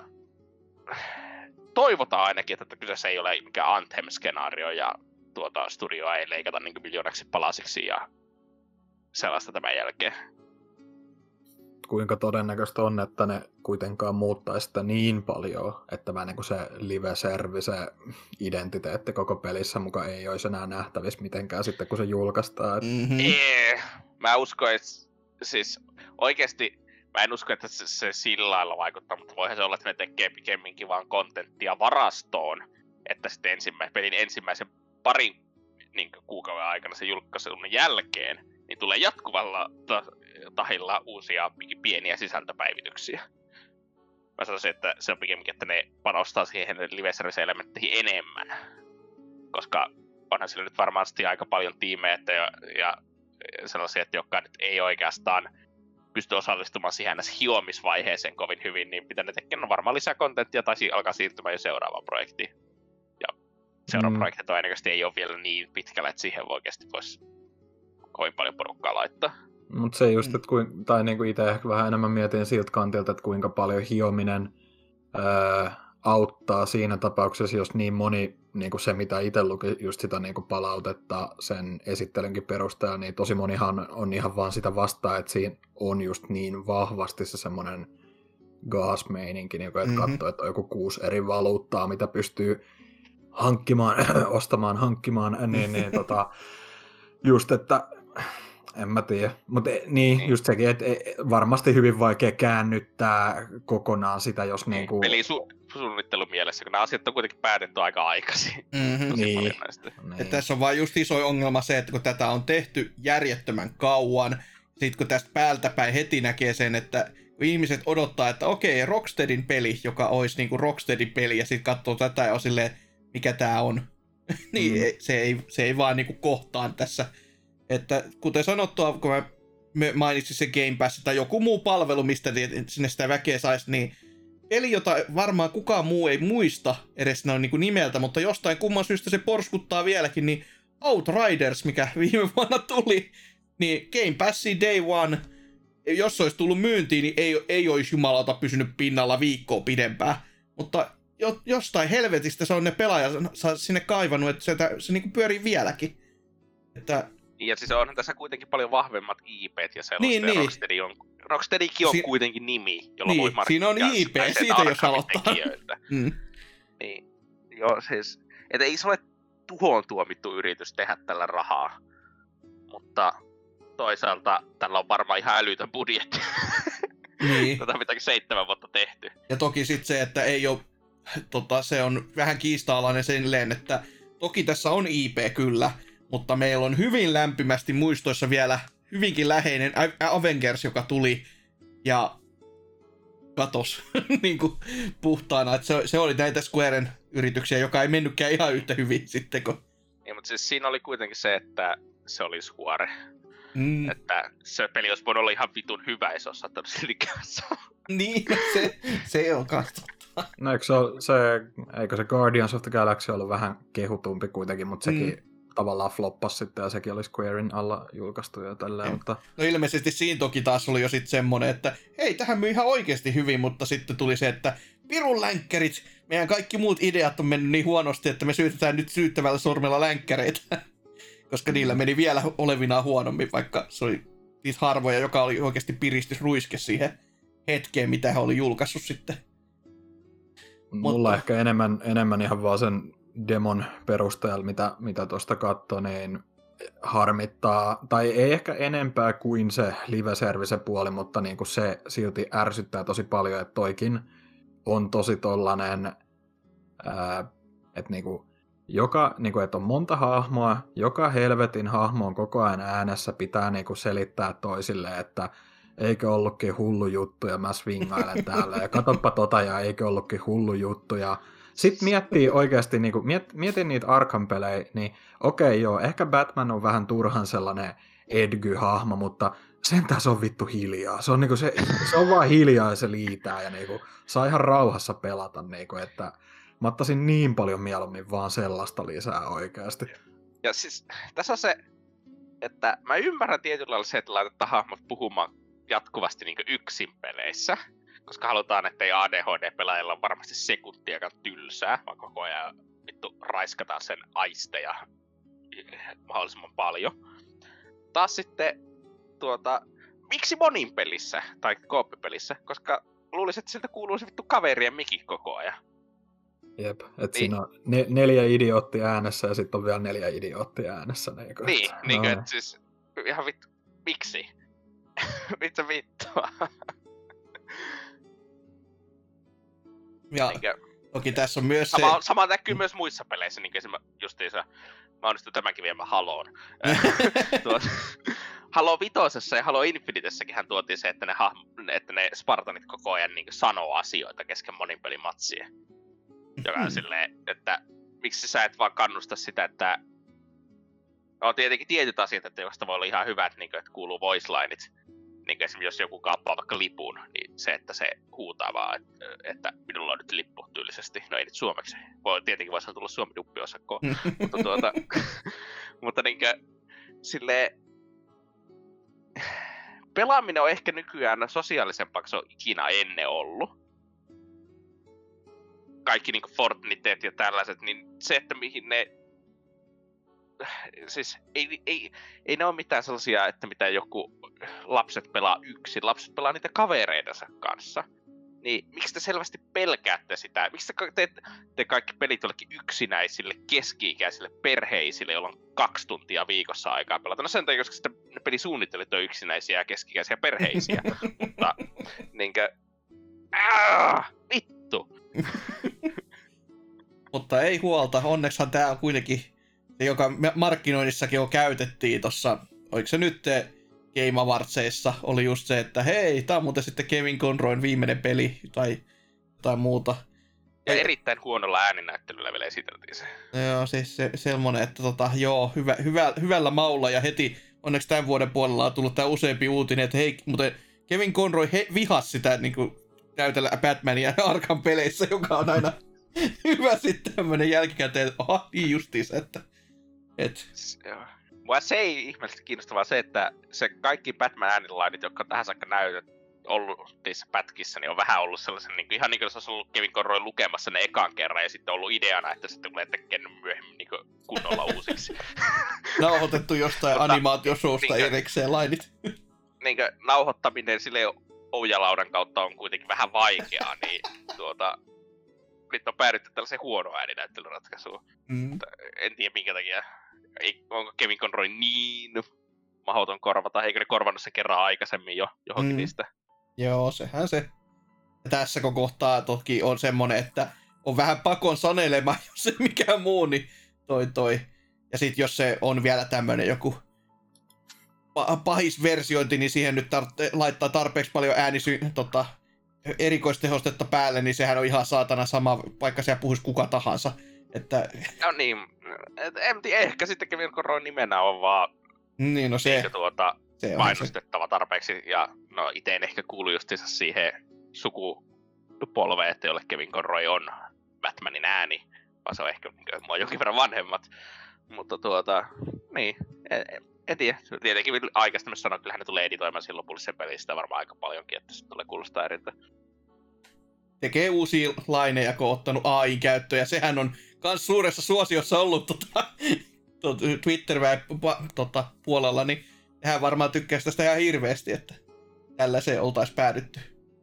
Speaker 3: toivotaan ainakin, että kyseessä ei ole mikään Anthem-skenaario ja tuota studioa ei leikata niin miljoonaksi palasiksi ja sellaista tämän jälkeen.
Speaker 4: Kuinka todennäköistä on, että ne kuitenkaan muuttaisi sitä niin paljon, että mä niin kuin se live-servi, se identiteetti koko pelissä mukaan ei olisi enää nähtävissä mitenkään sitten, kun se julkaistaan.
Speaker 2: Mm-hmm.
Speaker 3: Ee, mä uskon, että siis oikeasti mä en usko, että se, se sillä lailla vaikuttaa, mutta voihan se olla, että ne tekee pikemminkin vaan kontenttia varastoon, että sitten ensimmä, pelin ensimmäisen parin niin kuukauden aikana sen julkaisun jälkeen, niin tulee jatkuvalla tahilla uusia pieniä sisältöpäivityksiä. Mä sanoisin, että se on pikemminkin, että ne panostaa siihen live-service-elementteihin enemmän. Koska onhan sillä nyt varmasti aika paljon tiimejä ja, ja sellaisia, että jotka nyt ei oikeastaan pysty osallistumaan siihen hiomisvaiheeseen kovin hyvin, niin pitää ne tekemään no varmaan lisää kontenttia tai alkaa siirtymään jo seuraavaan projektiin. Ja seuraava mm. projekti todennäköisesti ei ole vielä niin pitkällä, että siihen oikeasti voisi kovin paljon porukkaa laittaa.
Speaker 4: Mutta se just, että kuin, tai niinku itse ehkä vähän enemmän mietin siltä kantilta, että kuinka paljon hiominen öö, auttaa siinä tapauksessa, jos niin moni, niinku se mitä itse luki, just sitä niinku palautetta sen esittelynkin perusteella, niin tosi monihan on ihan vaan sitä vastaan, että siinä on just niin vahvasti se semmoinen gas-meininki, niinku, että mm-hmm. katsoo, että on joku kuusi eri valuuttaa, mitä pystyy hankkimaan, ostamaan, hankkimaan, niin, niin tota, just, että en mä tiedä, mutta niin, just sekin, että varmasti hyvin vaikea käännyttää kokonaan sitä, jos niin, niinku...
Speaker 3: Pelisuunnittelun mielessä, kun nämä asiat on kuitenkin päätetty aika aikaisin.
Speaker 2: Mm-hmm.
Speaker 4: Niin.
Speaker 2: Niin. Että tässä on vaan just iso ongelma se, että kun tätä on tehty järjettömän kauan, sit kun tästä päältä päin heti näkee sen, että ihmiset odottaa, että okei, Rocksteadin peli, joka olisi niinku Rocksteadin peli, ja sitten katsoo tätä ja on silleen, mikä tää on, niin mm. se, ei, se ei vaan niinku kohtaan tässä. Että kuten sanottua, kun mä mainitsin se Game Pass tai joku muu palvelu, mistä sinne sitä väkeä saisi, niin peli, jota varmaan kukaan muu ei muista edes noin niin kuin nimeltä, mutta jostain kumman syystä se porskuttaa vieläkin, niin Outriders, mikä viime vuonna tuli, niin Game Passi Day One, jos se olisi tullut myyntiin, niin ei, ei olisi jumalauta pysynyt pinnalla viikkoa pidempään. Mutta jo, jostain helvetistä se on ne pelaajat sinne kaivannut, että se, se niin kuin pyörii vieläkin. Että
Speaker 3: ja siis onhan tässä kuitenkin paljon vahvemmat I P:t ja sellaista,
Speaker 2: niin,
Speaker 3: ja
Speaker 2: niin.
Speaker 3: Rocksteady on, Rocksteadykin on si- kuitenkin nimi, jolla
Speaker 2: niin,
Speaker 3: voi markkinoida.
Speaker 2: Siinä on I P, siitä jos aloittaa.
Speaker 3: mm. Niin, joo siis, että ei se ole tuhoon tuomittu yritys tehdä tällä rahaa, mutta toisaalta tällä on varmaan ihan älytön budjetti.
Speaker 2: Niin.
Speaker 3: Tätä on mitäkin seitsemän vuotta tehty.
Speaker 2: Ja toki sitten se, että ei ole, tota, se on vähän kiista-alainen silleen, että toki tässä on I P kyllä, mutta meillä on hyvin lämpimästi muistoissa vielä hyvinkin läheinen Avengers, joka tuli ja katos niin kuin puhtaana. Että se, se oli näitä Squaren yrityksiä, joka ei mennytkään ihan yhtä hyvin sitten. Kun...
Speaker 3: Niin, mutta siis siinä oli kuitenkin se, että se oli Square.
Speaker 2: Mm.
Speaker 3: Että se peli olisi voinut olla ihan vitun hyvä, jos olisi saattanut siltikään saa.
Speaker 2: Niin, se, se on katsottava.
Speaker 4: No eikö se, ole, se, eikö se Guardians of the Galaxy ollut vähän kehutumpi kuitenkin, mutta sekin mm. tavallaan floppasi sitten, ja sekin oli Squaren alla julkaistu ja tälleen, mutta...
Speaker 2: No ilmeisesti siinä toki taas oli jo sitten semmonen, että hei, tähän myi ihan oikeasti hyvin, mutta sitten tuli se, että pirun länkkärit, meidän kaikki muut ideat on mennyt niin huonosti, että me syytetään nyt syyttävällä sormella länkkäreitä. Koska niillä meni vielä olevinaan huonommin, vaikka se oli niitä harvoja, joka oli oikeasti piristysruiske siihen hetkeen, mitä he oli julkaissut sitten.
Speaker 4: Mulla
Speaker 2: Mutta...
Speaker 4: ehkä enemmän, enemmän ihan vaan sen demon perusteella, mitä, mitä tuosta katsoi, niin harmittaa, tai ei ehkä enempää kuin se live-service-puoli, mutta niin kuin se silti ärsyttää tosi paljon, että toikin on tosi tollanen, ää, että niinku Joka, niin kuin, että on monta hahmoa, joka helvetin hahmo on koko ajan äänessä, pitää niin kuin selittää toisille, että eikö ollutkin hullu juttu ja mä swingailen täällä ja katsoppa tota ja eikö ollutkin hullu juttu. Ja sitten miettii oikeasti, niin kuin, miet, mietin niitä Arkham-pelejä, niin okei okay, joo, ehkä Batman on vähän turhan sellainen Edgy-hahmo, mutta sentään se on vittu hiljaa. Se on, niin kuin se, se on vaan hiljaa ja se liitää ja niin kuin, saa ihan rauhassa pelata, niin kuin, että mä ottaisin niin paljon mieluummin vaan sellaista lisää oikeasti.
Speaker 3: Ja siis tässä on se, että mä ymmärrän tietyllä lailla se, että laitetaan hahmot puhumaan jatkuvasti niin yksin peleissä, koska halutaan, että ei A D H D-pelaajilla ole varmasti sekuntiakaan tylsää, vaan koko ajan vittu raiskataan sen aisteja mahdollisimman paljon. Taas sitten tuota, miksi monin pelissä tai kooppipelissä, koska luulisin, että siltä kuuluu se vittu kaverien mikki koko ajan.
Speaker 4: Jep, että niin. Siinä on ne, neljä idioottia äänessä ja sitten on vielä neljä idioottia äänessä. Niin,
Speaker 3: niin, niin no. Että siis ihan vittu, miksi? Mitä vittua?
Speaker 2: Ja
Speaker 3: Niinkö?
Speaker 2: Toki tässä on myös
Speaker 3: sama,
Speaker 2: se...
Speaker 3: sama näkyy myös muissa peleissä, niin kuin justiinsa, mä onnistun tämänkin viemään Haloon. Halo Vitosessa ja Halo Infinitessäkin tuotiin se, että ne, hahmo- että ne Spartanit koko ajan niin sanoo asioita kesken monin pelimatsia. Joka on silleen, että miksi sä et vaan kannusta sitä, että on tietenkin tietyt asiat, että josta voi olla ihan hyvät, niin kuin, että kuuluu voice lineit. Niin esimerkiksi jos joku kaappaa vaikka lipun, niin se, että se huutaa vaan, että, että minulla on nyt lippu tyylisesti. No ei nyt suomeksi. Voi, tietenkin voisi tulla suomi-duppiosakkoon. mutta tuota, mutta niinkö silleen, pelaaminen on ehkä nykyään sosiaalisempaa, kuin se on ikinä ennen ollut. Kaikki niinku Fortniteet ja tällaiset, niin se, että mihin ne... Siis ei, ei, ei ne ole mitään sellaisia, että mitä joku lapset pelaa yksin. Lapset pelaa niitä kavereidensa kanssa. Niin miksi te selvästi pelkäätte sitä? Miksi te teette te kaikki pelit jollekin yksinäisille, keski-ikäisille perheisille, joilla on kaksi tuntia viikossa aikaa pelata? No sen takia, koska sitten ne pelisuunnittelijat on yksinäisiä ja keski-ikäisiä perheisiä. Mutta niinkö... Ääh, vittu!
Speaker 2: Mutta ei huolta, onneksihan tää on kuitenkin se, joka markkinoinnissakin jo käytettiin tossa, oliko se nyt Game Awardsissa, oli just se, että hei, tää on muuten sitten Kevin Conroyn viimeinen peli tai jotain muuta.
Speaker 3: Ja erittäin huonolla ääninäyttelyllä vielä esiteltiin se.
Speaker 2: Joo, siis se, semmonen, että tota, joo, hyvä, hyvä, hyvällä maulla ja heti onneksi tämän vuoden puolella on tullut tää useampi uutinen, että hei, muuten Kevin Conroy he, vihasi sitä niinku täytellä Batmania Arkham peleissä, joka on aina hyvä sitten tämmönen jälkikäteen, aha, niin justiinsa, että et.
Speaker 3: Joo. Mua se ei ihmeellisesti kiinnostavaa se, että se kaikki Batman äänilainit, jotka on tähän saakka näytöt ollut niissä pätkissä, niin on vähän ollut sellaisen, niin kuin, ihan niin kuin se olisi ollut Kevin Conroy lukemassa ne ekan kerran, ja sitten on ollut ideana, että sitten tulee tekemään myöhemmin niin kuin kunnolla uusiksi.
Speaker 2: Nauhoitettu jostain animaatioshowsta
Speaker 3: niin,
Speaker 2: erikseen lainit.
Speaker 3: Niin kuin nauhoittaminen silleen ohjalaudan kautta on kuitenkin vähän vaikeaa, niin tuota... Nyt on päädytty tällaiseen huonoon ääninäyttelyratkaisuun. Mm. En tiedä minkä takia. Ei, onko Kevin Conroy niin mahdoton korvata, eikö ne korvannut se kerran aikaisemmin jo johonkin mm. niistä?
Speaker 2: Joo, sehän se. Ja tässä kun kohtaa toki on semmonen, että on vähän pakon sanelema, jos se mikään muu, niin toi toi. Ja sit jos se on vielä tämmönen joku pahis versiointi, niin siihen nyt tar- laittaa tarpeeksi paljon äänisy... Tota, erikoistehostetta päälle, niin sehän on ihan saatana sama, vaikka siellä puhuisi kuka tahansa. Että...
Speaker 3: No niin, en tiedä, ehkä sitten Kevin Conroyn nimenä on vaan
Speaker 2: niin, no se,
Speaker 3: tuota,
Speaker 2: se
Speaker 3: mainostettava se. Tarpeeksi, ja no ite en ehkä kuulu justiinsa siihen sukupolveen, että jolle Kevin Conroy on Batmanin ääni, vaan se on ehkä niin mua jonkin verran vanhemmat. Mutta tuota, niin, en, en tiedä. Tietenkin aikaista myös sanoa, kyllähän ne tulee editoimaan siinä lopullisen pelistä varmaan aika paljonkin, että se tulee kuulostaa eriltä.
Speaker 2: Tekee uusia laineja, kun on ottanut A I-käyttöön, ja sehän on kans suuressa suosiossa ollut tota, tota, Twitter-puolella, tota, niin hän varmaan tykkäisi tästä ihan hirveästi, että tällä se oltais päädytty.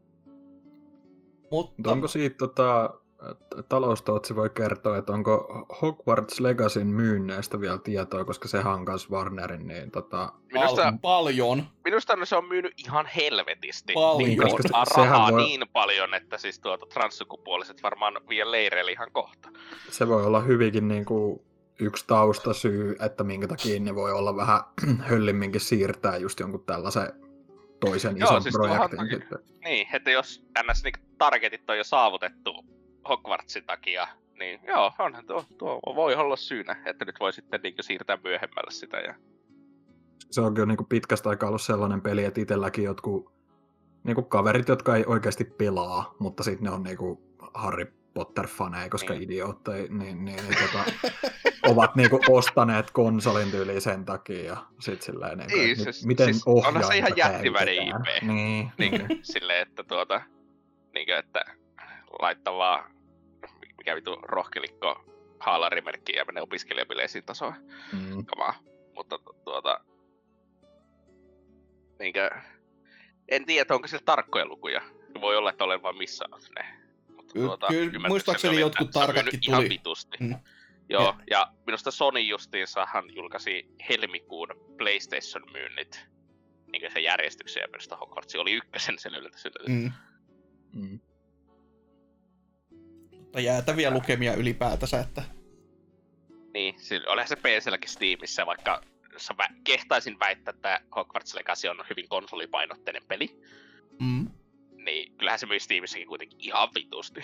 Speaker 4: Mutta onko siitä tota, taloustootsi voi kertoa, että onko Hogwarts Legacyn myynneistä vielä tietoa, koska sehän on kans Warnerin, niin tota...
Speaker 3: Minusta,
Speaker 2: Pal- paljon.
Speaker 3: Minusta se on myynyt ihan helvetisti.
Speaker 2: Paljon.
Speaker 3: Niin, koska se, rahaa voi... niin paljon, että siis tuota transsukupuoliset varmaan vie leireille ihan kohta.
Speaker 4: Se voi olla hyvinkin niinku yksi taustasyy, että minkä takia ne voi olla vähän höllimminkin siirtää just jonkun tällaisen toisen
Speaker 3: Joo,
Speaker 4: ison
Speaker 3: siis
Speaker 4: projektin.
Speaker 3: Niin, että jos ns. Niin targetit on jo saavutettu Hogwartsin takia, niin joo, onhan tuo, tuo voi olla syynä, että nyt voi sitten niin siirtää myöhemmälle sitä. Ja...
Speaker 4: Se onkin jo niin pitkästä aikaa ollut sellainen peli, että itselläkin jotkut niin kaverit, jotka ei oikeasti pelaa, mutta sitten ne on niin Harry Potter-faneja, koska niin. idiootteja, niin, niin, niin tota, ovat niin ostaneet konsolin tyyliin sen takia. Ja sit silleen, niin,
Speaker 3: niin,
Speaker 4: että
Speaker 3: siis,
Speaker 4: miten
Speaker 3: siis onhan se ihan jättimäinen I P.
Speaker 4: Niin.
Speaker 3: niin silleen, että tuota, niin kuin, että laittaa vaan mikä vitu rohkelikko haalarimerkkiä ja menee opiskelijabileisiin tasoa. Mm. Kamaa. Mutta tuota... Niinkö... En tiedä, onko siellä tarkkoja lukuja. Voi olla, että olen vaan missannut ne. Mutta tuota...
Speaker 2: Kyllä, muistaakseni jotkut tarkatkin tuli.
Speaker 3: Ihan vitusti. Mm. Joo, ja. ja minusta Sony justiinsahan julkaisi helmikuun PlayStation-myynnit. Niinkö se järjestyksen ja minusta Hogwarts oli ykkösen sen yllätys yllätys. Mm. Mm.
Speaker 2: tai jäätäviä lukemia ylipäätänsä, että...
Speaker 3: Niin, olihan se P C:lläkin Steamissa, vaikka vä- kehtaisin väittää, että Hogwarts Legacy on hyvin konsolipainotteinen peli.
Speaker 2: Mm.
Speaker 3: Niin kyllähän se myös Steamissäkin kuitenkin ihan vitusti.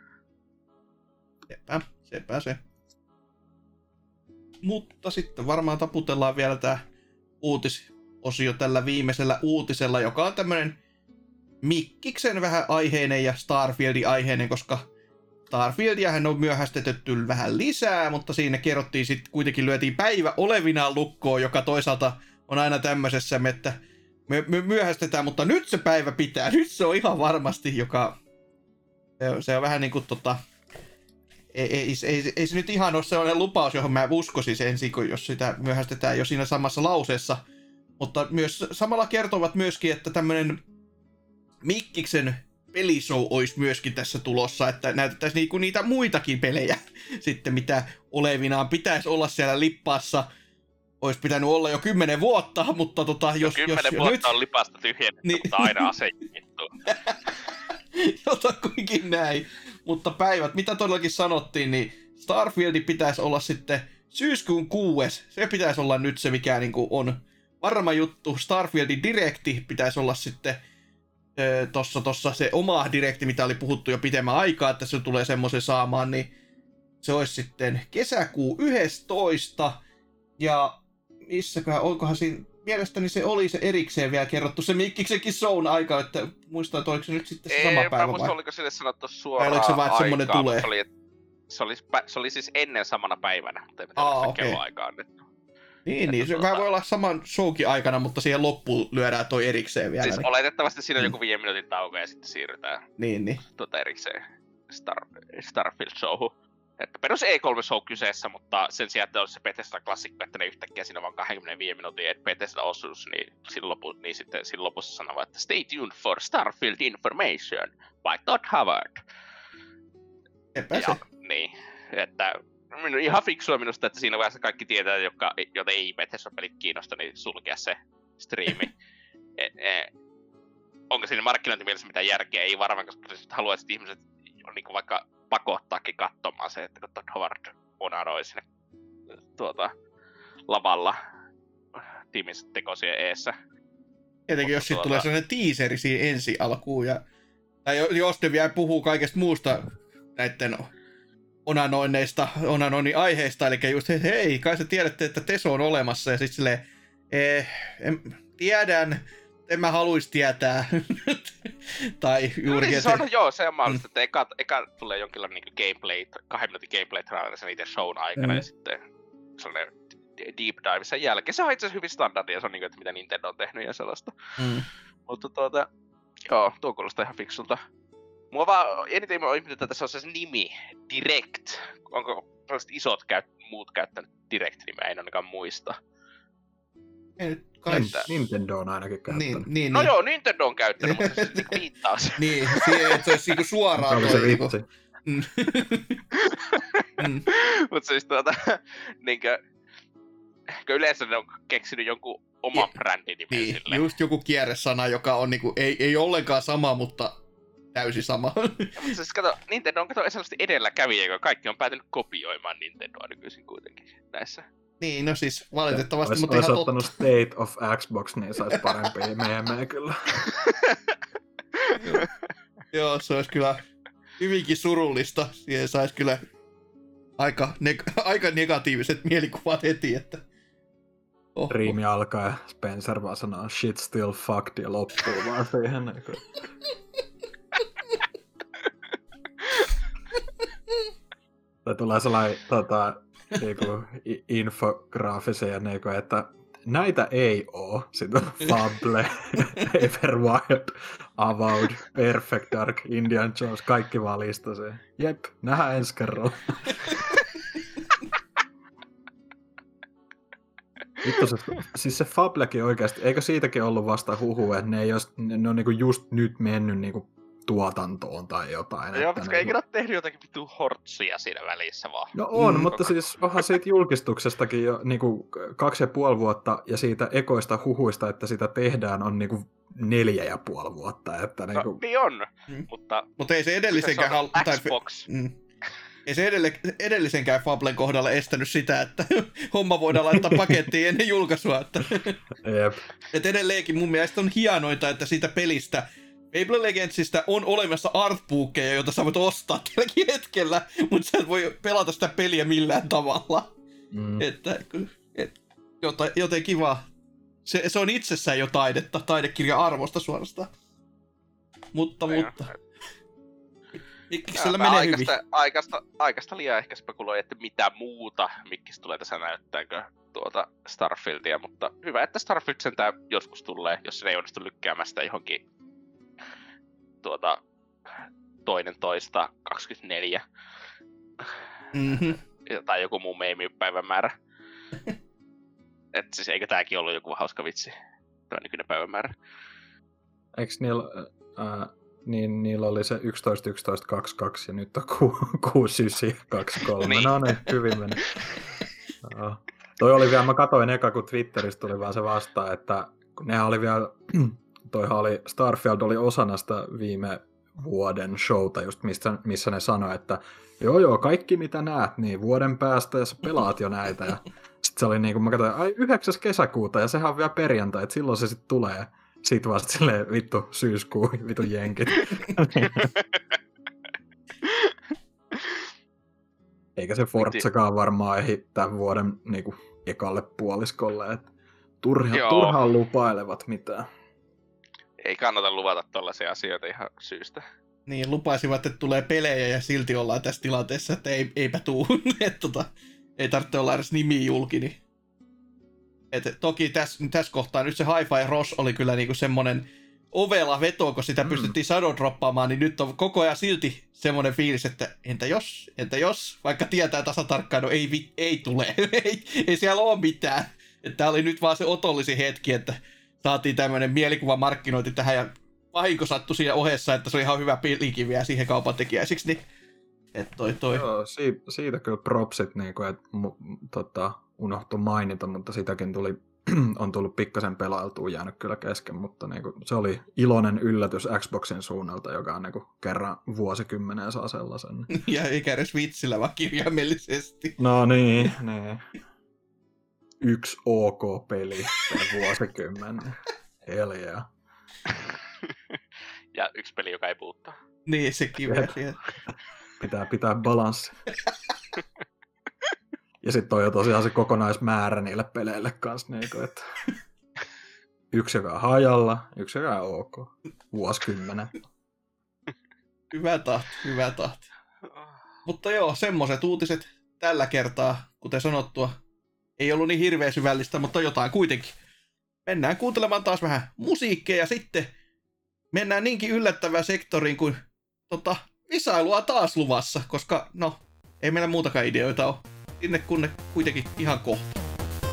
Speaker 2: Sepä, sepä se. Mutta sitten varmaan taputellaan vielä tää uutisosio tällä viimeisellä uutisella, joka on tämmönen Mikkiksen vähän aiheinen ja Starfieldin aiheinen, koska Starfieldiahan on myöhästetetty vähän lisää, mutta siinä kerrottiin sitten kuitenkin lyötiin päivä olevinaan lukkoon, joka toisaalta on aina tämmöisessä, että me, me myöhästetään, mutta nyt se päivä pitää, nyt se on ihan varmasti, joka se, se on vähän niin kuin tota, ei, ei, ei, ei se nyt ihan ole sellainen lupaus, johon mä uskoisin ensin, jos sitä myöhästetään jo siinä samassa lauseessa, mutta myös samalla kertovat myöskin, että tämmöinen Mikkiksen pelishow olisi myöskin tässä tulossa, että näytettäisiin niinku niitä muitakin pelejä sitten, mitä olevinaan pitäisi olla siellä lippaassa. Olisi pitänyt olla jo kymmenen vuotta, mutta tota, jos...
Speaker 3: Kymmenen
Speaker 2: jos,
Speaker 3: vuotta
Speaker 2: nyt...
Speaker 3: on lipasta tyhjennettä,
Speaker 2: niin...
Speaker 3: mutta aina asejittu.
Speaker 2: Jotakuinkin näin. Mutta päivät, mitä todellakin sanottiin, niin Starfieldi pitäisi olla sitten syyskuun kuudes. Se pitäisi olla nyt se, mikä niinku on varma juttu. Starfieldin direkti pitäisi olla sitten Tossa, tossa se oma direkti, mitä oli puhuttu jo pitemmän aikaa, että se tulee semmoisen saamaan, niin se olisi sitten kesäkuu yhdestoista. Ja missäköhän, onkohan siinä, mielestäni se oli se erikseen vielä kerrottu, se Mikkiksenkin shown aika, että muistaa, että oliko se nyt sitten se
Speaker 3: Ei,
Speaker 2: sama päivä
Speaker 3: mä muista,
Speaker 2: vai?
Speaker 3: oliko sille sanottu suoraan
Speaker 2: oliko se vaan, että semmonen
Speaker 3: aikaa,
Speaker 2: tulee?
Speaker 3: Se oli, se, oli, se oli siis ennen samana päivänä, mutta ei mitään
Speaker 2: Aa,
Speaker 3: sitä
Speaker 2: okei.
Speaker 3: kelloaikaa annettu.
Speaker 2: Niin, niin, se
Speaker 3: tuota...
Speaker 2: vähän voi olla saman showkin aikana, mutta siihen loppuun lyödään toi erikseen vielä.
Speaker 3: Siis
Speaker 2: niin.
Speaker 3: oletettavasti siinä on joku viiden minuutin tauko ja sitten siirrytään
Speaker 2: Niin, niin.
Speaker 3: tuota erikseen Star, Starfield showhun. Että perus E kolme show kyseessä, mutta sen sijaan, että olisi se Bethesda klassikko, että ne yhtäkkiä siinä on vaan kaksikymmentäviisi minuutin Bethesda-osuus, niin, lopu, niin sitten siinä lopussa sanovat, että stay tuned for Starfield information by Todd Howard.
Speaker 2: Epä
Speaker 3: ja,
Speaker 2: se.
Speaker 3: Niin, että ihan fiksua minusta, että siinä vaiheessa kaikki tietää, jotka, joita ei Bethesda-pelit kiinnosta, niin sulkea se striimi. e, e, onko siinä markkinointimielessä mitään järkeä? Ei varmaan, koska haluaisit, että ihmiset on niin vaikka pakottaakin katsomaan se, että kun Todd Howard onaroi sinne tuota, lavalla tiimin tekosien eessä.
Speaker 2: Tietenkin, jos sitten
Speaker 3: tuota...
Speaker 2: tulee sellainen teaseri siihen ensi alkuun, ja... tai jos ne vielä puhuu kaikesta muusta näiden onanoinneista, onanoinnin aiheista, eli just, että hei, kai sä tiedätte, että Teso on olemassa, ja sitten silleen, eh, en, tiedän, en mä haluis tietää. Tai juuri,
Speaker 3: niin,
Speaker 2: että...
Speaker 3: se on, joo, se on mahdollista, että eka, eka tulee jonkinlainen niin gameplay, kahden minuutin gameplay trailer sen itse shown aikana, mm. ja sitten sellainen deep dive sen jälkeen. Se on itse asiassa hyvin standardia, se on niin kuin, että mitä Nintendo on tehnyt ja sellaista. Mm. Mutta tuota, joo, tuo kuulostaa ihan fiksulta. Mua vaan eniten mä ihmetyttää, että tässä on se nimi, Direct. Onko sellaiset isot käyt, muut käyttänyt Direct-nimeä, en ainakaan muista.
Speaker 2: Kai...
Speaker 4: Nintendo on ainakin käyttänyt.
Speaker 2: Niin, niin,
Speaker 3: no
Speaker 2: niin.
Speaker 3: joo, Nintendo on käyttänyt, mutta se sitten viittaa se.
Speaker 2: Niin, siihen, että se olisi niinku suoraan.
Speaker 4: Se oli se vitsi.
Speaker 2: Mm. mm.
Speaker 3: Mutta siis tuota, niinkö, yleensä ne on keksinyt jonkun oman
Speaker 2: ja,
Speaker 3: brändinimen
Speaker 2: niin,
Speaker 3: sille.
Speaker 2: Just joku kierresana, joka on niinku, ei, ei ollenkaan sama, mutta täysin sama.
Speaker 3: Ja, mutta siis kato, Nintendo on kato selvästi edelläkävijä, kun kaikki on päätynyt kopioimaan Nintendoa nykyisin kuitenkin näissä.
Speaker 2: Niin, no siis valitettavasti,
Speaker 4: olis,
Speaker 2: mutta
Speaker 4: olis
Speaker 2: ihan
Speaker 4: ottanut
Speaker 2: totta.
Speaker 4: State of Xbox, niin sais parempia meemejä kyllä.
Speaker 2: Joo. Joo, se olisi kyllä hyvinkin surullista. Siihen saisi kyllä aika, neg- aika negatiiviset mielikuvat heti, että... Oho.
Speaker 4: Riimi alkaa ja Spencer vaan sanoo shit still fucked ja loppuu vaan siihen. Niin tai tulee sellainen tota, niinku, infograafisia, niinku, että näitä ei oo. Sitten on Fable, Everwild, Avowed, Perfect Dark, Indiana Jones, kaikki vaan listasee. Jep, nähdään ensi kerralla. Vittu se, siis se Fablekin oikeasti, eikö siitäkin ollut vasta huhu, että ne, ei jos, ne, ne on niinku just nyt mennyt niinku tuotantoon tai jotain.
Speaker 3: Joo, koska eikä
Speaker 4: ne
Speaker 3: ole tehnyt jotakin vittu hortsia siinä välissä vaan.
Speaker 4: No on, mm,
Speaker 3: koko...
Speaker 4: mutta siis onhan siitä julkistuksestakin jo niinku kaksi ja puoli vuotta ja siitä ekoista huhuista, että sitä tehdään, on niinku neljä ja puoli vuotta. Että
Speaker 3: no,
Speaker 4: niinku...
Speaker 3: niin on,
Speaker 2: mm.
Speaker 3: mutta...
Speaker 2: Mutta ei se edellisenkään...
Speaker 3: Se on
Speaker 2: hal-
Speaker 3: Xbox.
Speaker 2: Tai... Mm. Ei se edelle, edellisenkään Fablen kohdalla estänyt sitä, että homma voidaan laittaa pakettiin ennen julkaisua. Että,
Speaker 4: Jep.
Speaker 2: että edelleenkin mun mielestä on hienointa, että siitä pelistä Fable Legendsista on olemassa artbookkeja, joita sä voit ostaa tälläkin hetkellä, mutta sä et voi pelata sitä peliä millään tavalla. Mm. Että, et, joten, joten kiva. Se, se on itsessään jo taidetta, taidekirja-arvosta suorastaan. Mutta, no mutta... Mikkiksellä menee
Speaker 3: aikaista,
Speaker 2: hyvin.
Speaker 3: Aikaista, aikaista liian ehkä spekuloi, että mitä muuta Mikkis tulee tässä näyttääkö tuota Starfieldia, mutta hyvä, että Starfield sentään joskus tulee, jos se ei onnistu lykkäämään sitä johonkin tuota toinen toista kaksikymmentäneljä.
Speaker 2: Mm-hmm.
Speaker 3: Tai joku muu meemipäivämäärä. Että siis eikö tääkin ollut joku hauska vitsi, tämä nykyinen päivämäärä.
Speaker 4: Eiks niillä, äh, niin, niillä oli se yksitoista yksitoista kaksikymmentäkaksi ja nyt on kuusi yhdeksän kaksikymmentäkolme.
Speaker 3: Niin.
Speaker 4: No niin, hyvin meni. No. Toi oli vielä, mä katsoin eka, kun Twitteristä tuli vaan se vastaan, että nehän oli vielä, toihan oli, Starfield oli osana sitä viime vuoden showta, just missä, missä ne sanoi, että joo joo, kaikki mitä näet, niin vuoden päästä ja sä pelaat jo näitä. Ja sitten se oli niin kuin mä katsoin, ai yhdeksäs kesäkuuta ja sehän on vielä perjantai, että silloin se sitten tulee. Sitten vasta silleen vittu syyskuu, vittu jenkit. Eikä se Forzakaan varmaan ehdi tämän vuoden niin kuin, ekalle puoliskolle, että turha, turhaan lupailevat mitään.
Speaker 3: Ei kannata luvata tollaisia asioita ihan syystä.
Speaker 2: Niin, lupaisivat, että tulee pelejä ja silti ollaan tässä tilanteessa, että ei, eipä tuu. Et, tota, ei tarvitse olla edes nimi julki. Niin. Et, toki tässä täs kohtaa nyt se Hi-Fi Rush oli kyllä niinku semmonen ovela veto, kun sitä mm. pystyttiin shadow droppaamaan, niin nyt on koko ajan silti semmonen fiilis, että entä jos, entä jos, vaikka tietää tasatarkkaan, no ei, vi, ei tule, ei, ei siellä ole mitään. Tämä oli nyt vaan se otollisin hetki, että saatiin tämmönen mielikuvamarkkinointi tähän ja vahinko sattui siinä ohessa, että se on ihan hyvä pelikin vielä siihen kaupantekijäisiksi, niin että toi toi.
Speaker 4: Joo, siitä, siitä kyllä propsit, niin kuin, että tota, unohtui mainita, mutta sitäkin tuli, on tullut pikkasen pelailtua, jäänyt kyllä kesken, mutta niin kuin, se oli iloinen yllätys Xboxin suunnalta, joka on niin kuin, kerran vuosikymmeneen saa sellaisen.
Speaker 2: Ja eikä edes vitsillä, vaan kirjaimellisesti.
Speaker 4: No niin, niin. Yksi OK-peli per vuosikymmen. Hell yeah.
Speaker 3: Ja yksi peli, joka ei puuttaa.
Speaker 2: Niin, sekin vielä siihen.
Speaker 4: Pitää pitää balanssi. Ja sitten on jo tosiaan se kokonaismäärä niille peleille kanssa. Niin kuin, että yksi, joka on hajalla, yksi, joka on ok. Vuosikymmenen.
Speaker 2: Hyvä tahti, hyvä tahti. Mutta joo, semmoiset uutiset tällä kertaa, kuten sanottua, ei ollut niin hirveän syvällistä, mutta jotain kuitenkin. Mennään kuuntelemaan taas vähän musiikkia ja sitten mennään niinkin yllättävään sektoriin kuin tota, visailua taas luvassa, koska no, ei meillä muutakaan ideoita ole. Sinne kunne kuitenkin ihan kohta.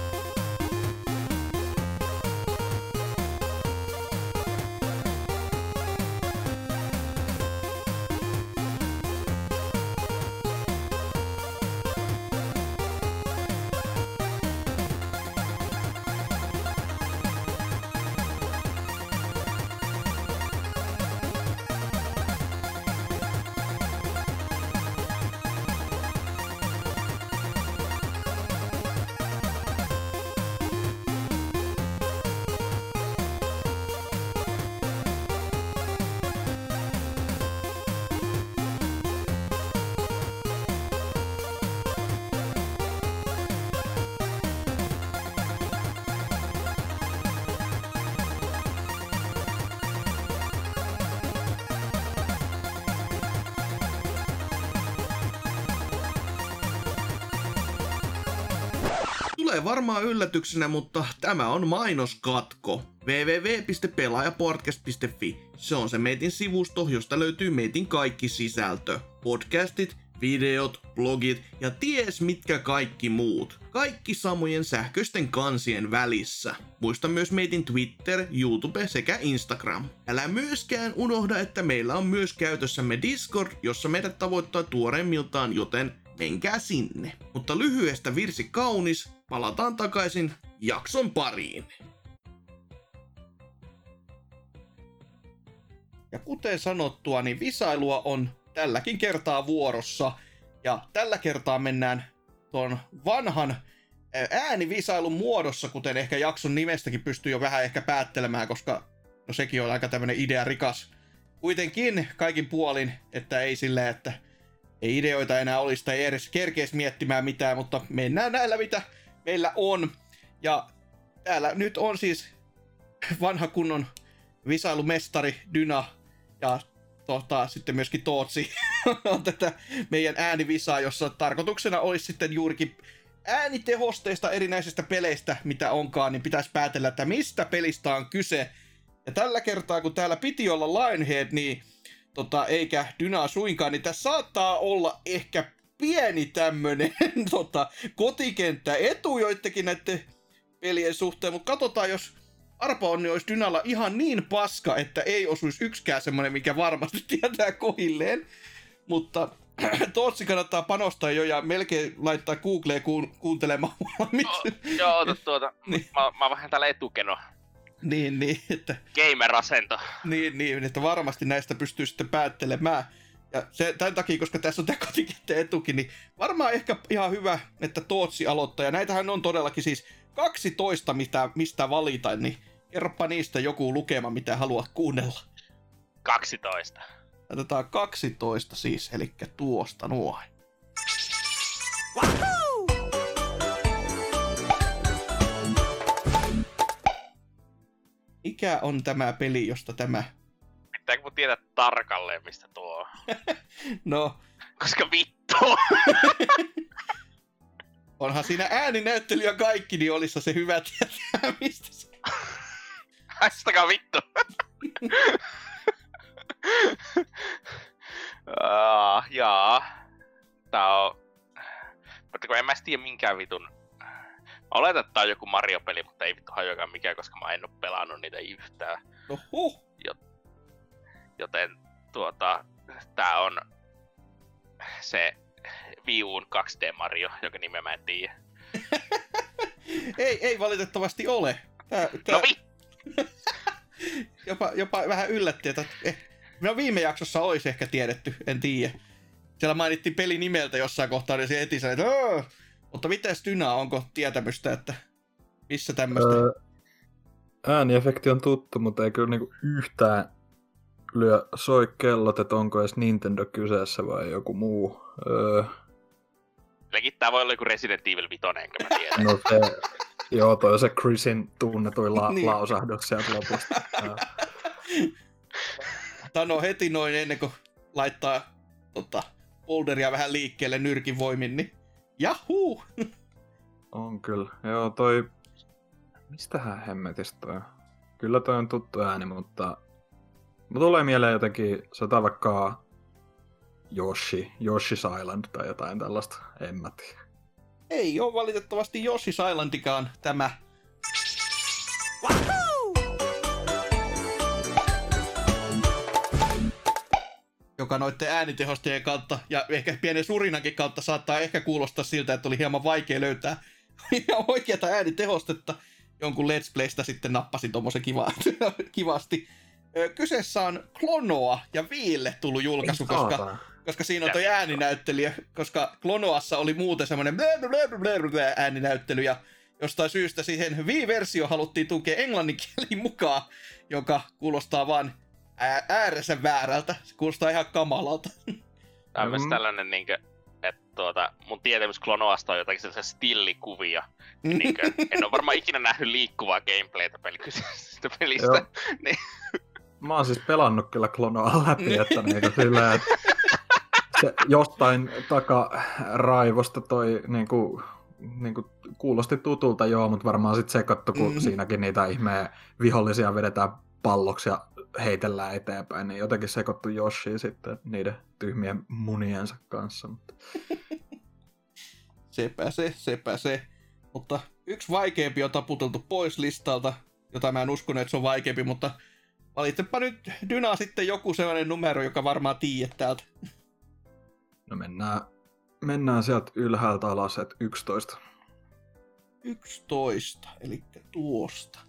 Speaker 2: Tulee varmaan yllätyksenä, mutta tämä on mainoskatko. double-u double-u double-u piste pelaajapodcast piste fi. Se on se meitin sivusto, josta löytyy meitin kaikki sisältö. Podcastit, videot, blogit ja ties mitkä kaikki muut. Kaikki samojen sähköisten kansien välissä. Muista myös meitin Twitter, YouTube sekä Instagram. Älä myöskään unohda, että meillä on myös käytössämme Discord, jossa meidät tavoittaa tuoreimmiltaan, joten menkää sinne. Mutta lyhyestä virsi kaunis, palataan takaisin jakson pariin. Ja kuten sanottua, niin visailua on tälläkin kertaa vuorossa. Ja tällä kertaa mennään tuon vanhan äänivisailun muodossa, kuten ehkä jakson nimestäkin pystyy jo vähän ehkä päättelemään, koska no sekin on aika tämmönen idearikas. Kuitenkin kaikin puolin, että ei silleen, että ei ideoita enää olisi tai ei edes kerkeisi miettimään mitään, mutta mennään näillä mitä meillä on. Ja täällä nyt on siis vanha kunnon visailumestari Dyna ja tota, sitten myöskin Tootsi on tätä meidän äänivisaa, jossa tarkoituksena olisi sitten juurikin äänitehosteista erinäisistä peleistä, mitä onkaan, niin pitäisi päätellä, että mistä pelistä on kyse. Ja tällä kertaa, kun täällä piti olla Lionhead, niin tota, eikä Dynaa suinkaan, niin tässä saattaa olla ehkä pieni tämmönen tota, kotikenttä etu joittekin näiden pelien suhteen, mutta katsotaan, jos arpa onni olisi Dynalla ihan niin paska, että ei osuisi yksikään semmonen, mikä varmasti tietää kohilleen. Mutta Tootsi kannattaa panostaa jo ja melkein laittaa Googleen kuun, kuuntelemaan.
Speaker 3: No, joo, ota tuota. niin. Mä, mä oon vähän täällä etukeno.
Speaker 2: Niin, niin, että...
Speaker 3: Gamer-asento.
Speaker 2: Niin, niin, että varmasti näistä pystyy sitten päättelemään. Ja se, tämän takia, koska tässä on tämä kotikenttä etukin, niin varmaan ehkä ihan hyvä, että Tootsi aloittaa. Ja näitähän on todellakin siis kaksitoista, mistä, mistä valita, niin kerropa niistä joku lukema, mitä haluat kuunnella.
Speaker 3: kaksitoista.
Speaker 2: Otetaan kaksitoista siis, eli tuosta noin. Mikä on tämä peli, josta tämä...
Speaker 3: Pitääkö mun tietää tarkalleen, mistä tuo on?
Speaker 2: No...
Speaker 3: Koska vittu!
Speaker 2: Onhan siinä ääninäyttely ja kaikki, niin olisi se hyvä tietää, mistä se...
Speaker 3: Haistakaa vittu! uh, jaa. Tää on... Mutta kun en mä tiedä minkään vitun... Mä oletan, että tää on joku Mario-peli, mutta ei vittu hajoakaan mikään, koska mä en oo pelannut niitä yhtään.
Speaker 2: No huh!
Speaker 3: Joten tuota... Tää on... Se... Wii U:n kaksi D Mario, jonka nimeä mä en tiedä.
Speaker 2: ei, ei valitettavasti ole. Tää, tää...
Speaker 3: No vi...
Speaker 2: jopa, jopa vähän yllätti, että eh, no viime jaksossa olisi ehkä tiedetty, en tiedä. Siellä mainittiin pelin nimeltä jossain kohtaa, niin se heti sanoi, että Åh! Mutta mitäs Dyna, onko tietämystä, että missä tämmöistä?
Speaker 4: Öö, ääniefekti on tuttu, mutta ei kyllä niinku yhtään lyö soi kellot, että onko edes Nintendo kyseessä vai joku muu. Öö...
Speaker 3: Silläkin tää voi olla joku Resident Evil viisi, enkä mä tiedä.
Speaker 4: No se, joo, toi on se Chrisin tunnetuin la-
Speaker 2: niin.
Speaker 4: lausahdus sieltä lopusta.
Speaker 2: Tano heti noin ennen kuin laittaa tota, boulderia vähän liikkeelle nyrkin voimin, niin jahuu!
Speaker 4: On kyllä. Joo, toi... Mistähän hemmetistä toi? Kyllä toi on tuttu ääni, mutta... Mä tulee mieleen jotenkin, sanotaan vaikka Yoshi, Yoshi's Island tai jotain tällaista, en mä tiedä.
Speaker 2: Ei oo valitettavasti Yoshi's Islandikaan tämä. Joka noitten äänitehostejen kautta ja ehkä pienen surinankin kautta saattaa ehkä kuulostaa siltä, että oli hieman vaikea löytää ihan oikeata äänitehostetta. Jonkun Let's Playstä sitten nappasin tommosen kiva, kivasti. Kyseessä on Klonoa ja Viille tullut julkaisu, koska, koska siinä on toi ääninäyttelijä, koska Klonoassa oli muuten semmoinen ääninäyttely ja jostain syystä siihen Wii-versio haluttiin tukea englanninkieliin mukaan, joka kuulostaa vaan äärensä väärältä. Se kuulostaa ihan kamalalta.
Speaker 3: Tämä on myös tällainen, niin kuin, että tuota, mun tietämys Klonoasta on jotakin sellaisia stillikuvia. Niin kuin, en ole varmaan ikinä nähnyt liikkuvaa gameplaytä pelikyseisestä pelistä. Niin.
Speaker 4: Mä oon siis pelannut kyllä Klonoa läpi, että niinku silleen, että se jostain takaraivosta toi niinku, niinku kuulosti tutulta joo, mutta varmaan sit sekoittu, kun mm. siinäkin niitä ihmeen vihollisia vedetään palloksi ja heitellään eteenpäin, niin jotenkin sekoittu Yoshi sitten niiden tyhmien muniensa kanssa. Mutta...
Speaker 2: sepä se, sepä se. Mutta yksi vaikeampi on taputeltu pois listalta, jota mä en uskonut, että se on vaikeampi, mutta valitsepa nyt Dyna sitten joku sellainen numero, joka varmaan tiedät täältä.
Speaker 4: No mennään, mennään sieltä ylhäältä alas, että yksitoista.
Speaker 2: yksitoista, eli tuosta.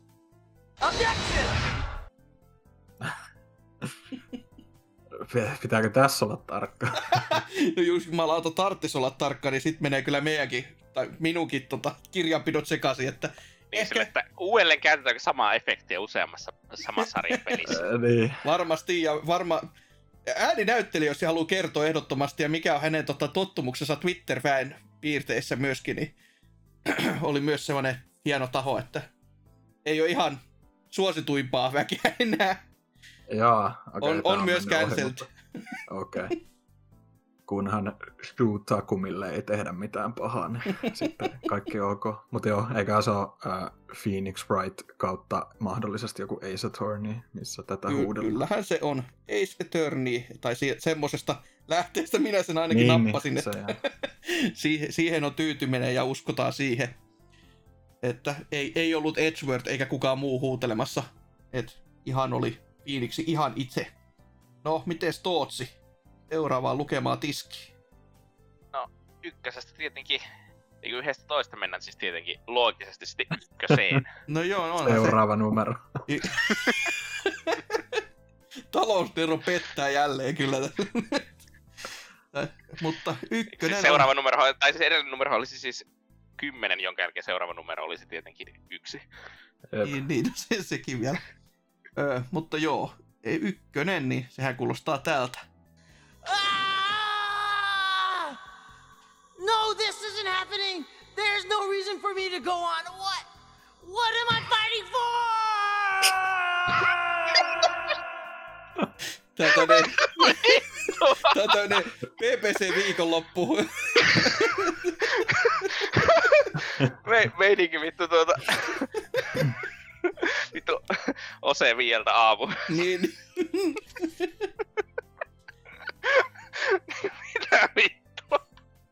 Speaker 4: Pitääkö tässä olla tarkka?
Speaker 2: No just jumalauta tarttis olla tarkka, niin sit menee kyllä meidänkin, tai minunkin tota, kirjanpidot sekaisin, että
Speaker 3: Niin
Speaker 2: ehkä
Speaker 3: sille, että uudelleen käytetäänkö samaa efektiä useammassa samassa sarjan pelissä.
Speaker 4: niin.
Speaker 2: varmasti ja varma... Ääninäyttelijä, jos se haluaa kertoa ehdottomasti, ja mikä on hänen tota, tottumuksensa Twitter-fään piirteissä myöskin, niin oli myös semmoinen hieno taho, että ei ole ihan suosituimpaa väkeä enää.
Speaker 4: Jaa, okay,
Speaker 2: on, on myös cancelled.
Speaker 4: Okei. Okay. Kunhan Shu Takumille ei tehdä mitään pahaa, niin sitten kaikki ok. Mutta joo, eikä se ole äh, Phoenix Wright kautta mahdollisesti joku Ace Attorney, missä tätä
Speaker 2: Ky-
Speaker 4: huudellaan.
Speaker 2: Kyllähän se on Ace Attorney, tai si- semmosesta lähteestä minä sen ainakin
Speaker 4: niin,
Speaker 2: nappasin,
Speaker 4: niin,
Speaker 2: että siihen, siihen on tyytyminen ja uskotaan siihen, että ei, ei ollut Edgeworth eikä kukaan muu huutelemassa, että ihan oli Phoenixi ihan itse. No, mites Tootsi? Seuraavaan lukemaan tiski.
Speaker 3: No, ykkösestä tietenkin, niin yhdestä toista mennään siis tietenkin loogisesti sitten ykköseen.
Speaker 2: No joo, on
Speaker 4: Seuraava se numero.
Speaker 2: Talousnero pettää jälleen kyllä. Mutta ykkönen
Speaker 3: Seuraava
Speaker 2: on...
Speaker 3: numero, tai siis edellinen numero olisi siis kymmenen, jonka jälkeen seuraava numero olisi tietenkin yksi.
Speaker 2: Niin, niin se, sekin vielä. Öö, mutta joo, ykkönen, niin sehän kuulostaa tältä.
Speaker 5: Ah! No, this isn't happening. There's no reason for me to go on. What? What am I fighting for?
Speaker 2: Tätä ne... Tätä ne P P C-viikonloppu.
Speaker 3: Me, meininkin vittu tuota... vittu Ose viieltä aamu.
Speaker 2: Niin.
Speaker 3: Mitä vittua?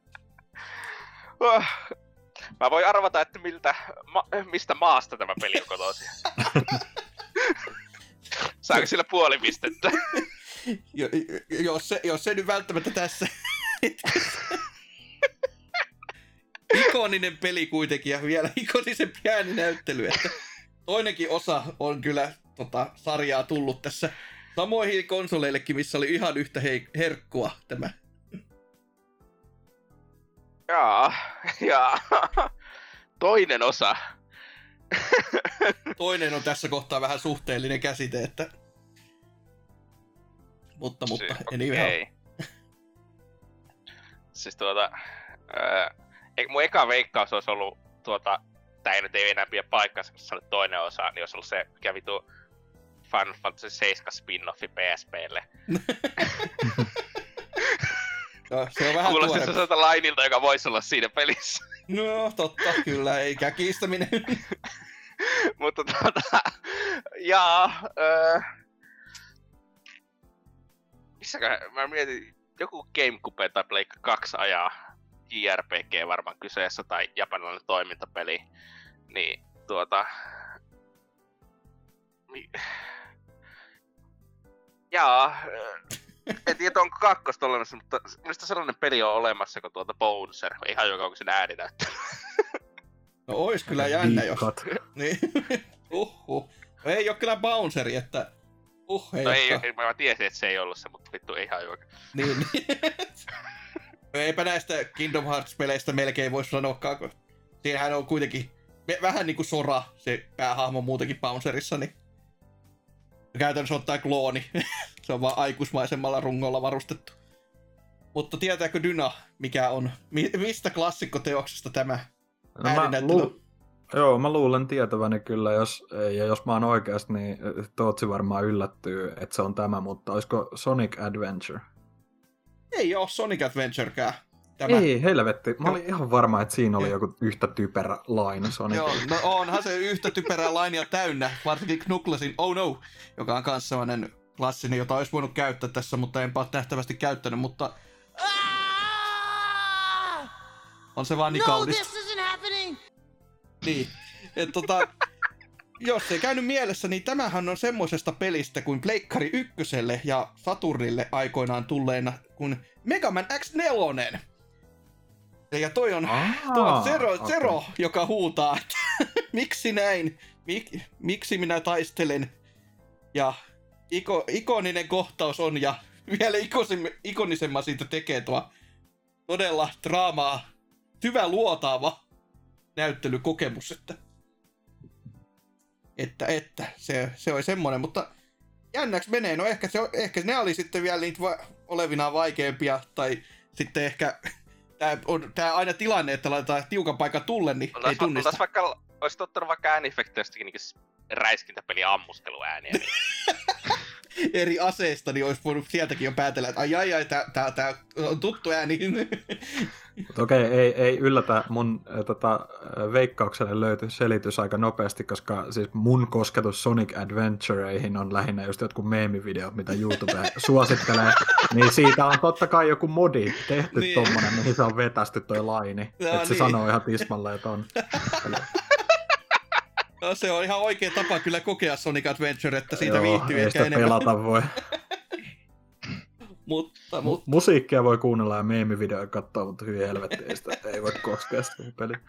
Speaker 3: Oh. Mä voin arvata, että miltä, ma, mistä maasta tämä peli on kotoisin. Saanko sillä puoli pistettä?
Speaker 2: Jo, jos, se, jos se nyt välttämättä tässä... Ikoninen peli kuitenkin ja vielä ikonisempi ääninäyttely, että toinenkin osa on kyllä tota, sarjaa tullut tässä samoihin konsoleillekin, missä oli ihan yhtä hei, herkkua tämä.
Speaker 3: Jaa, jaa. Toinen osa.
Speaker 2: Toinen on tässä kohtaa vähän suhteellinen käsite, että... Mutta, mutta, en
Speaker 3: okay. Siis tuota... Ää, mun eka veikkaus olisi ollut tuota... Tää ei nyt ei enää pidä paikkansa, koska se oli toinen osa, niin olisi ollut se, mikä vitu Final Fantasy seitsemän spin-offi P S P:lle.
Speaker 2: No, se on vähän
Speaker 3: kuulosti
Speaker 2: tuore.
Speaker 3: sellaiselta lainilta, joka voisi olla siinä pelissä.
Speaker 2: No, totta, kyllä, eikä kiistäminen.
Speaker 3: Mutta tuota... Jaa... Öö, missäkö... Mä mietin... Joku GameCube tai Pleikka kaksi ajaa J R P G varmaan kyseessä, tai japanilainen toimintapeli. Niin, tuota... Mi... Jaa... En tiedä, onko kakkosta olemassa, mutta minusta sellainen peli on olemassa kuin tuota Bouncer. Ihan joka onko sen ääni näyttää.
Speaker 2: No ois kyllä jännä, jos... Niin. Uhuh. No, ei oo kyllä Bounceri, että... Uh, ei
Speaker 3: no ei,
Speaker 2: olekaan.
Speaker 3: mä tiesin, että se ei ollut se, mutta vittu ei ihan joka.
Speaker 2: Niin, niin. Eipä näistä Kingdom Hearts-peleistä melkein voisi sanoakaan, kun siinähän on kuitenkin vähän niinku Sora, se päähahmo muutenkin Bouncerissa, niin käytännössä ottaa klooni. Se on vaan aikuismaisemmalla rungolla varustettu. Mutta tietääkö Dyna, mikä on, mi- mistä klassikkoteoksesta tämä
Speaker 4: no
Speaker 2: ääninäyttely?
Speaker 4: Lu- joo, mä luulen tietäväni kyllä, jos, ja jos mä oon oikeasti, niin Tootsi varmaan yllättyy, että se on tämä, mutta olisiko Sonic Adventure?
Speaker 2: Ei oo Sonic Adventurekään. Tämä.
Speaker 4: Ei, helvetti. Mä olin ihan varma, että siinä oli joku yhtä typerä laina Sonic.
Speaker 2: Joo, no onhan se yhtä typerää lainia täynnä, varsinkin Knucklesin Oh No, joka on kans sellainen klassinen, jota olisi voinut käyttää tässä, mutta enpä ole nähtävästi käyttänyt, mutta
Speaker 5: Ah!
Speaker 2: on se vaan niin
Speaker 5: No,
Speaker 2: kaudista.
Speaker 5: this isn't happening.
Speaker 2: Niin, et tota, jos ei käynyt mielessä, niin tämähän on semmoisesta pelistä kuin Pleikkari ykköselle ja Saturnille aikoinaan tulleena kuin Mega Man X neljä. Ja toi on
Speaker 4: Aa,
Speaker 2: tuo Zero,
Speaker 4: okay.
Speaker 2: Zero, joka huutaa, että miksi näin, Mik, miksi minä taistelen. Ja iko, ikoninen kohtaus on, ja vielä ikonisemman siitä tekee tuo todella draamaa, syvä luotaava näyttelykokemus, että, että, että se, se oli semmoinen, mutta jännäksi menee, no ehkä, se, ehkä ne oli sitten vielä niitä va- olevinaan vaikeampia, tai sitten ehkä tää on tää aina tilanne, että laitetaan tiukan paikan tulle, niin oltais, ei tunnista.
Speaker 3: Oltais vaikka, oisit ottanut vaikka ääniefekteistäkin niin räiskintäpeli ammusteluääniä. Niin.
Speaker 2: Eri aseista, niin olisi voinut sieltäkin jo päätellä, että ai ai ai, tää, tää, tää on tuttu ääni.
Speaker 4: Mutta okei, ei, ei yllätä, mun äh, tota, veikkaukselle löytyi selitys aika nopeasti, koska siis mun kosketus Sonic Adventureihin on lähinnä just jotkut meemivideot, mitä YouTube suosittelee, niin siitä on totta kai joku modi tehty niin. Tommonen, mihin se on vetästy toi laini, no, että se niin. Sanoo ihan tismalle, että on.
Speaker 2: No se on ihan oikea tapa kyllä kokea Sonic Adventure, että siitä
Speaker 4: Joo,
Speaker 2: viihtyy ehkä enemmän.
Speaker 4: pelata voi.
Speaker 2: mutta, mutta...
Speaker 4: Musiikkia voi kuunnella ja meemivideoja katsoa, mutta hyvin helvetti, ei, sitä, ei voi koskea sitä peliä.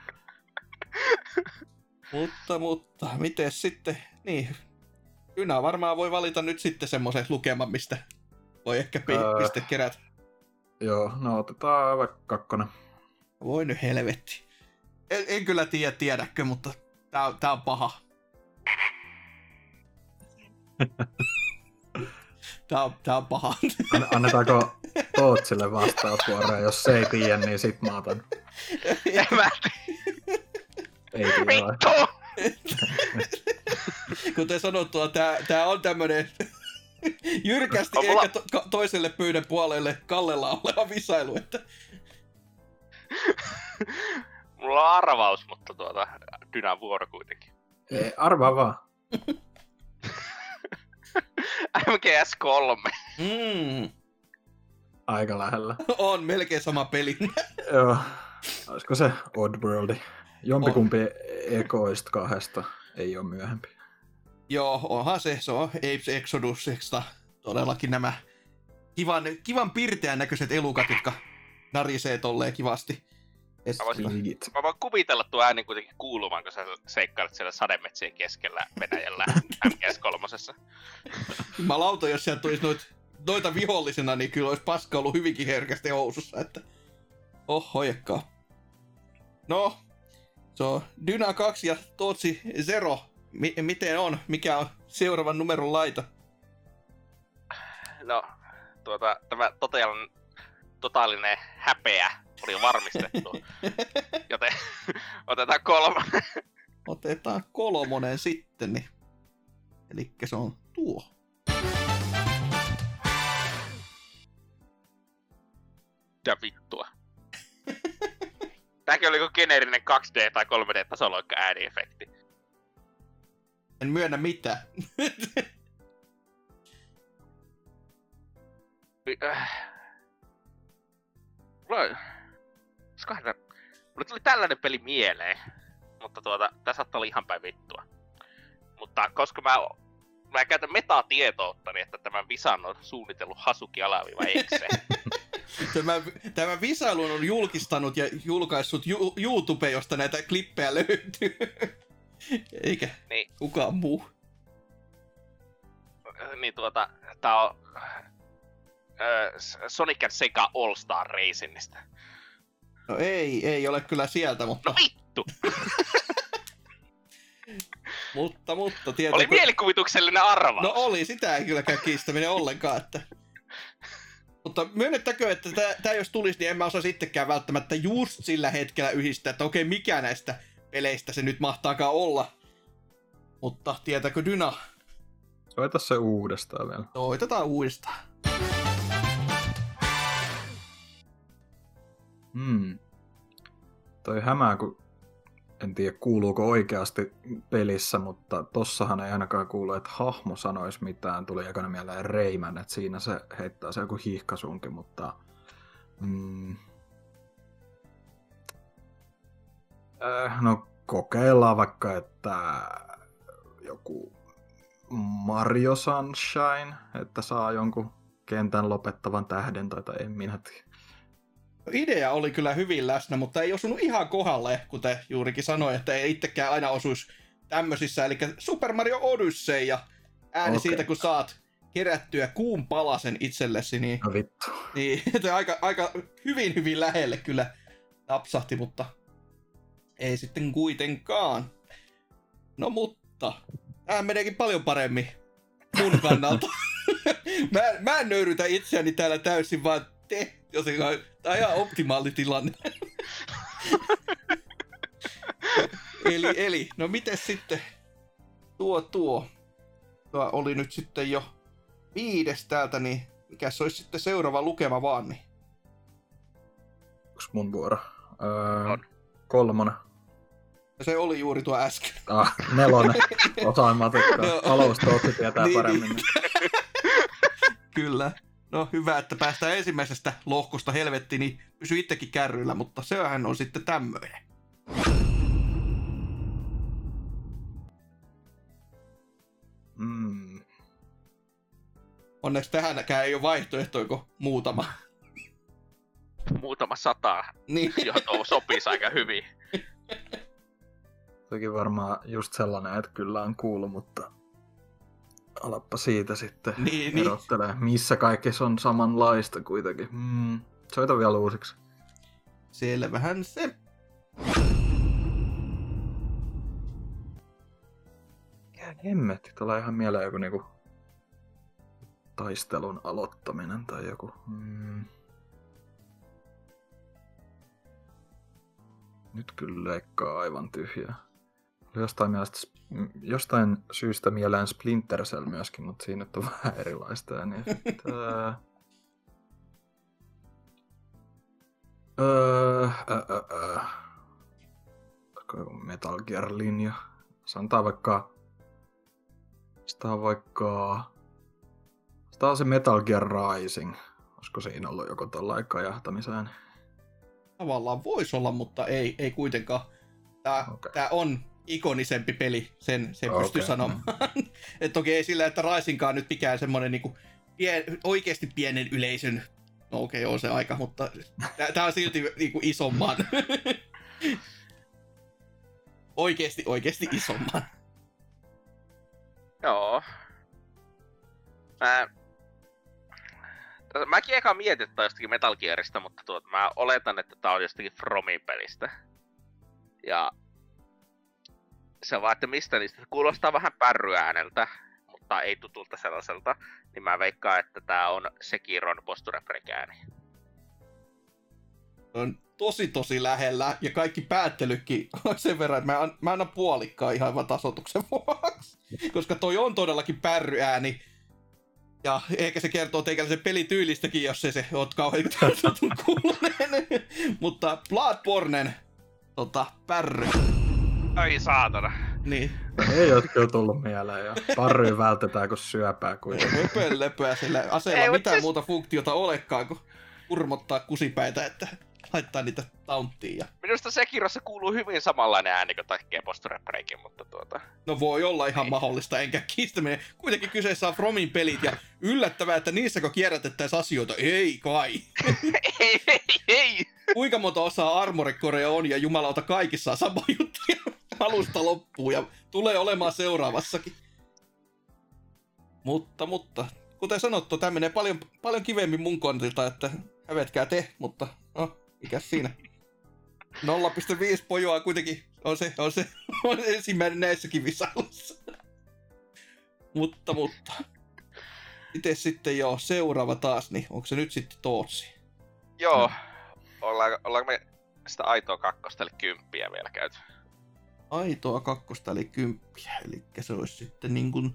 Speaker 2: mutta, mutta, miten sitten, niin, Dyna varmaan voi valita nyt sitten semmoisen lukeman, mistä voi ehkä öö, piste kerätä.
Speaker 4: Joo, no otetaan vaikka kakkonen.
Speaker 2: Voi nyt helvetti. En, en kyllä tiedä, tiedäkö, mutta tää on, tää on paha. Tää on, tää on paha.
Speaker 4: Annetaanko Tootsille vastausvuoroja? Jos se ei tiedä, niin sit mä otan.
Speaker 3: Mä
Speaker 4: ei tiedä.
Speaker 3: Vittu!
Speaker 2: Kuten sanottua, tää, tää on tämmönen jyrkästi
Speaker 3: mulla...
Speaker 2: eikä to, toiselle pöydän puolelle kallella oleva visailu, että...
Speaker 3: Mulla on arvaus, mutta tuota, Dynan vuoro kuitenkin.
Speaker 4: Ei, arvaa vaan.
Speaker 3: M G S kolme.
Speaker 2: Mm.
Speaker 4: Aika lähellä.
Speaker 2: On, melkein sama peli.
Speaker 4: Joo. Olisiko se Oddworldi? Jompikumpi ekoista kahdesta ei ole myöhempi.
Speaker 2: Joo, onhan se. Se on Apes Exoduksesta todellakin nämä kivan, kivan pirteän näköiset elukat, jotka narisee tolleen kivasti.
Speaker 3: Mä voisin, mä voin kuvitella tuon äänen kuitenkin kuulumaan, kun sä seikkailet siellä sademetsien keskellä Venäjällä M G S kolmosessa.
Speaker 2: Mä lauta, jos sieltä tulisi noit, noita vihollisena, niin kyllä olisi paska ollut hyvinkin herkästi housussa, että oho jekkaa. No, se on Dyna kaksi ja Tootsi Zero. M- miten on? Mikä on seuraavan numeron laita?
Speaker 3: No, tuota, tämä totealan totaalinen häpeä oli jo varmistettu. Joten otetaan kolmonen.
Speaker 2: Otetaan kolmonen sitten. Niin. Elikkä se on tuo.
Speaker 3: Mitä vittua? Tääkin oli joku geneerinen kaksi D- tai kolme D-tasoloikka ääniefekti.
Speaker 2: En myönnä mitään.
Speaker 3: Mulla, mulla tuli tällainen peli mieleen, mutta tuota, tää saattaa olla ihan päin vittua. Mutta koska mä, mä käytän metatietoutta, että tämän visan on suunnitellut Hasuki alaviiva Exe.
Speaker 2: Tämä, tämä visailun on julkistanut ja julkaissut ju, YouTube, josta näitä klippejä löytyy. Eikä niin. Kukaan muu.
Speaker 3: Niin tuota, tää on äh, Sonic and Sega All Star Racingista.
Speaker 2: No ei, ei ole kyllä sieltä, mutta...
Speaker 3: No vittu!
Speaker 2: mutta, mutta tietenkin...
Speaker 3: Oli mielikuvituksellinen arvaus.
Speaker 2: No oli, sitä ei kylläkään kiistäminen ollenkaan, että... Mutta myönnettäkö, että tää jos tulisi, niin en mä osaisi itsekään välttämättä just sillä hetkellä yhdistää, että okei, mikä näistä peleistä se nyt mahtaakaan olla. Mutta tietääkö Dyna?
Speaker 4: Soita se uudestaan vielä.
Speaker 2: Soitetaan uudestaan.
Speaker 4: Hmm. Toi hämää, kun en tiedä kuuluuko oikeasti pelissä, mutta tossahan ei ainakaan kuulu, että hahmo sanoisi mitään. Tuli ekana mieleen Rayman, että siinä se heittää se joku hiihkasunki, mutta... Mm, äh, no kokeillaan vaikka, että joku Mario Sunshine, että saa jonkun kentän lopettavan tähden, tai en minä tiedä.
Speaker 2: Idea oli kyllä hyvin läsnä, mutta ei osunut ihan kohdalle, kuten juurikin sanoi, että ei itsekään aina osuisi tämmöisissä. Eli Super Mario Odyssey ja ääni okay. Siitä, kun saat kerättyä kuun palasen itsellesi, niin,
Speaker 4: No vittu.
Speaker 2: niin aika, aika hyvin hyvin lähelle kyllä napsahti, mutta ei sitten kuitenkaan. No mutta, tämä meneekin paljon paremmin mun kannalta. mä, mä en nöyrytä itseäni täällä täysin, vaan te, jotenkaan, tämä on ihan optimaali tilanne. eli, eli, no miten sitten tuo tuo, tuo oli nyt sitten jo viides täältä, niin mikä se olisi sitten seuraava lukema vaan, niin?
Speaker 4: Onks mun vuoro? Öö,
Speaker 3: On.
Speaker 4: kolmonen.
Speaker 2: Se oli juuri tuo äsken.
Speaker 4: Ah, nelonen. Osaan matikkaa.
Speaker 2: Joo.
Speaker 4: Taloustooppi tietää
Speaker 2: Niin,
Speaker 4: paremmin.
Speaker 2: niin. Kyllä. No hyvä, että päästään ensimmäisestä lohkosta helvettiin, niin pysy itsekin kärryillä, mutta sehän on sitten tämmöinen.
Speaker 4: Mm.
Speaker 2: Onneksi tähänkään ei ole vaihtoehtoja kuin muutama.
Speaker 3: Muutama sata,
Speaker 2: Niin.
Speaker 3: johon tuo sopisi aika hyvin.
Speaker 4: Toki varmaan just sellainen, että kyllä on kuullut, mutta alappa siitä sitten
Speaker 2: Niin, niin.
Speaker 4: erottelee. Missä kaikessa on samanlaista kuitenkin. Mm. Soita vielä uusiksi.
Speaker 2: Selvähän se.
Speaker 4: Hemmetti, tulee ihan mieleen joku niinku taistelun aloittaminen tai joku. Mm. Nyt kyllä leikkaa aivan tyhjää. Oli Jostain, mielestä, jostain syystä mieleen Splinter Cell myöskin, mutta siinä nyt on vähän erilaista. Ja niin, tää... öö, ää, ää, ää. Metal Gear-linja. Sanotaan vaikka... Sitä on vaikka... Sitä on se Metal Gear Rising. Olisiko siinä ollut joku tollain kajahtamiseen?
Speaker 2: Tavallaan voisi olla, mutta ei, ei kuitenkaan. Tää,
Speaker 4: Okei.
Speaker 2: tää on ikonisempi peli, sen, sen okay. pystyy
Speaker 4: Okei.
Speaker 2: sanomaan. Et toki ei sillä, että Risingkaan nyt mikään semmonen niinku pien, oikeesti pienen yleisön, no okei, okay, on se aika, mutta tää, tää on silti niinku isomman. oikeesti, oikeesti isomman.
Speaker 3: Joo. Mä... Tätä, mäkin eka mietin, että tää on jostakin Metal Gearista, mutta tuota, mä oletan, että tää on jostakin Fromin pelistä. Ja... Se vaan, että mistä niistä kuulostaa vähän pärryääneltä, mutta ei tutulta sellaiselta. Niin mä veikkaan, että tää on Sekiron posture break ääni.
Speaker 2: On tosi tosi lähellä, ja kaikki päättelykin on sen verran, että mä, an, mä annan puolikkaan ihan vaan tasoituksen vuoksi. Koska toi on todellakin pärryääni. Ja ehkä se kertoo teikäläisen pelityylistäkin, jos ei se oot kauhean tutun kuulonen. Mutta Bloodbornen tota, pärry.
Speaker 3: Ai saatana.
Speaker 2: Niin.
Speaker 4: Ei ole kyllä tullut mieleen. Ja parryy vältetään, kun syöpää kuitenkin.
Speaker 2: Höpönlöpöä sillä aseella
Speaker 3: Ei,
Speaker 2: mitään
Speaker 3: siis...
Speaker 2: muuta funktiota olekaan, kuin kurmottaa kusipäitä, että laittaa niitä taunttiin. Ja...
Speaker 3: Minusta Sekirossa kuuluu hyvin samanlainen ääni kuin tekee posture breakin, mutta tuota...
Speaker 2: No voi olla ihan
Speaker 3: Ei.
Speaker 2: mahdollista, enkä kiistäminen. Kuitenkin kyseessä on Fromin pelit, ja yllättävää, että niissäkö kierrätettäisiin asioita. Ei kai.
Speaker 3: ei, ei, ei!
Speaker 2: Kuinka monta osaa Armored Corea on, ja jumalauta kaikissa on sama juttu alusta loppuun, ja tulee olemaan seuraavassakin. Mutta, mutta, kuten sanottu, tämä menee paljon, paljon kivemmin mun kontilta, että hävetkää te, mutta no, mikäs siinä. nolla pilkku viisi pojoa kuitenkin on se, on se, on se ensimmäinen näissäkin visailuissa. mutta, mutta. Itse sitten joo, seuraava taas, niin onko se nyt sitten Tootsi?
Speaker 3: Joo. Ollaanko, ollaanko me sitä aitoa kakkosta eli kymppiä vielä käyty?
Speaker 2: Aitoa kakkosta eli kymppiä, eli se olisi sitten niin kuin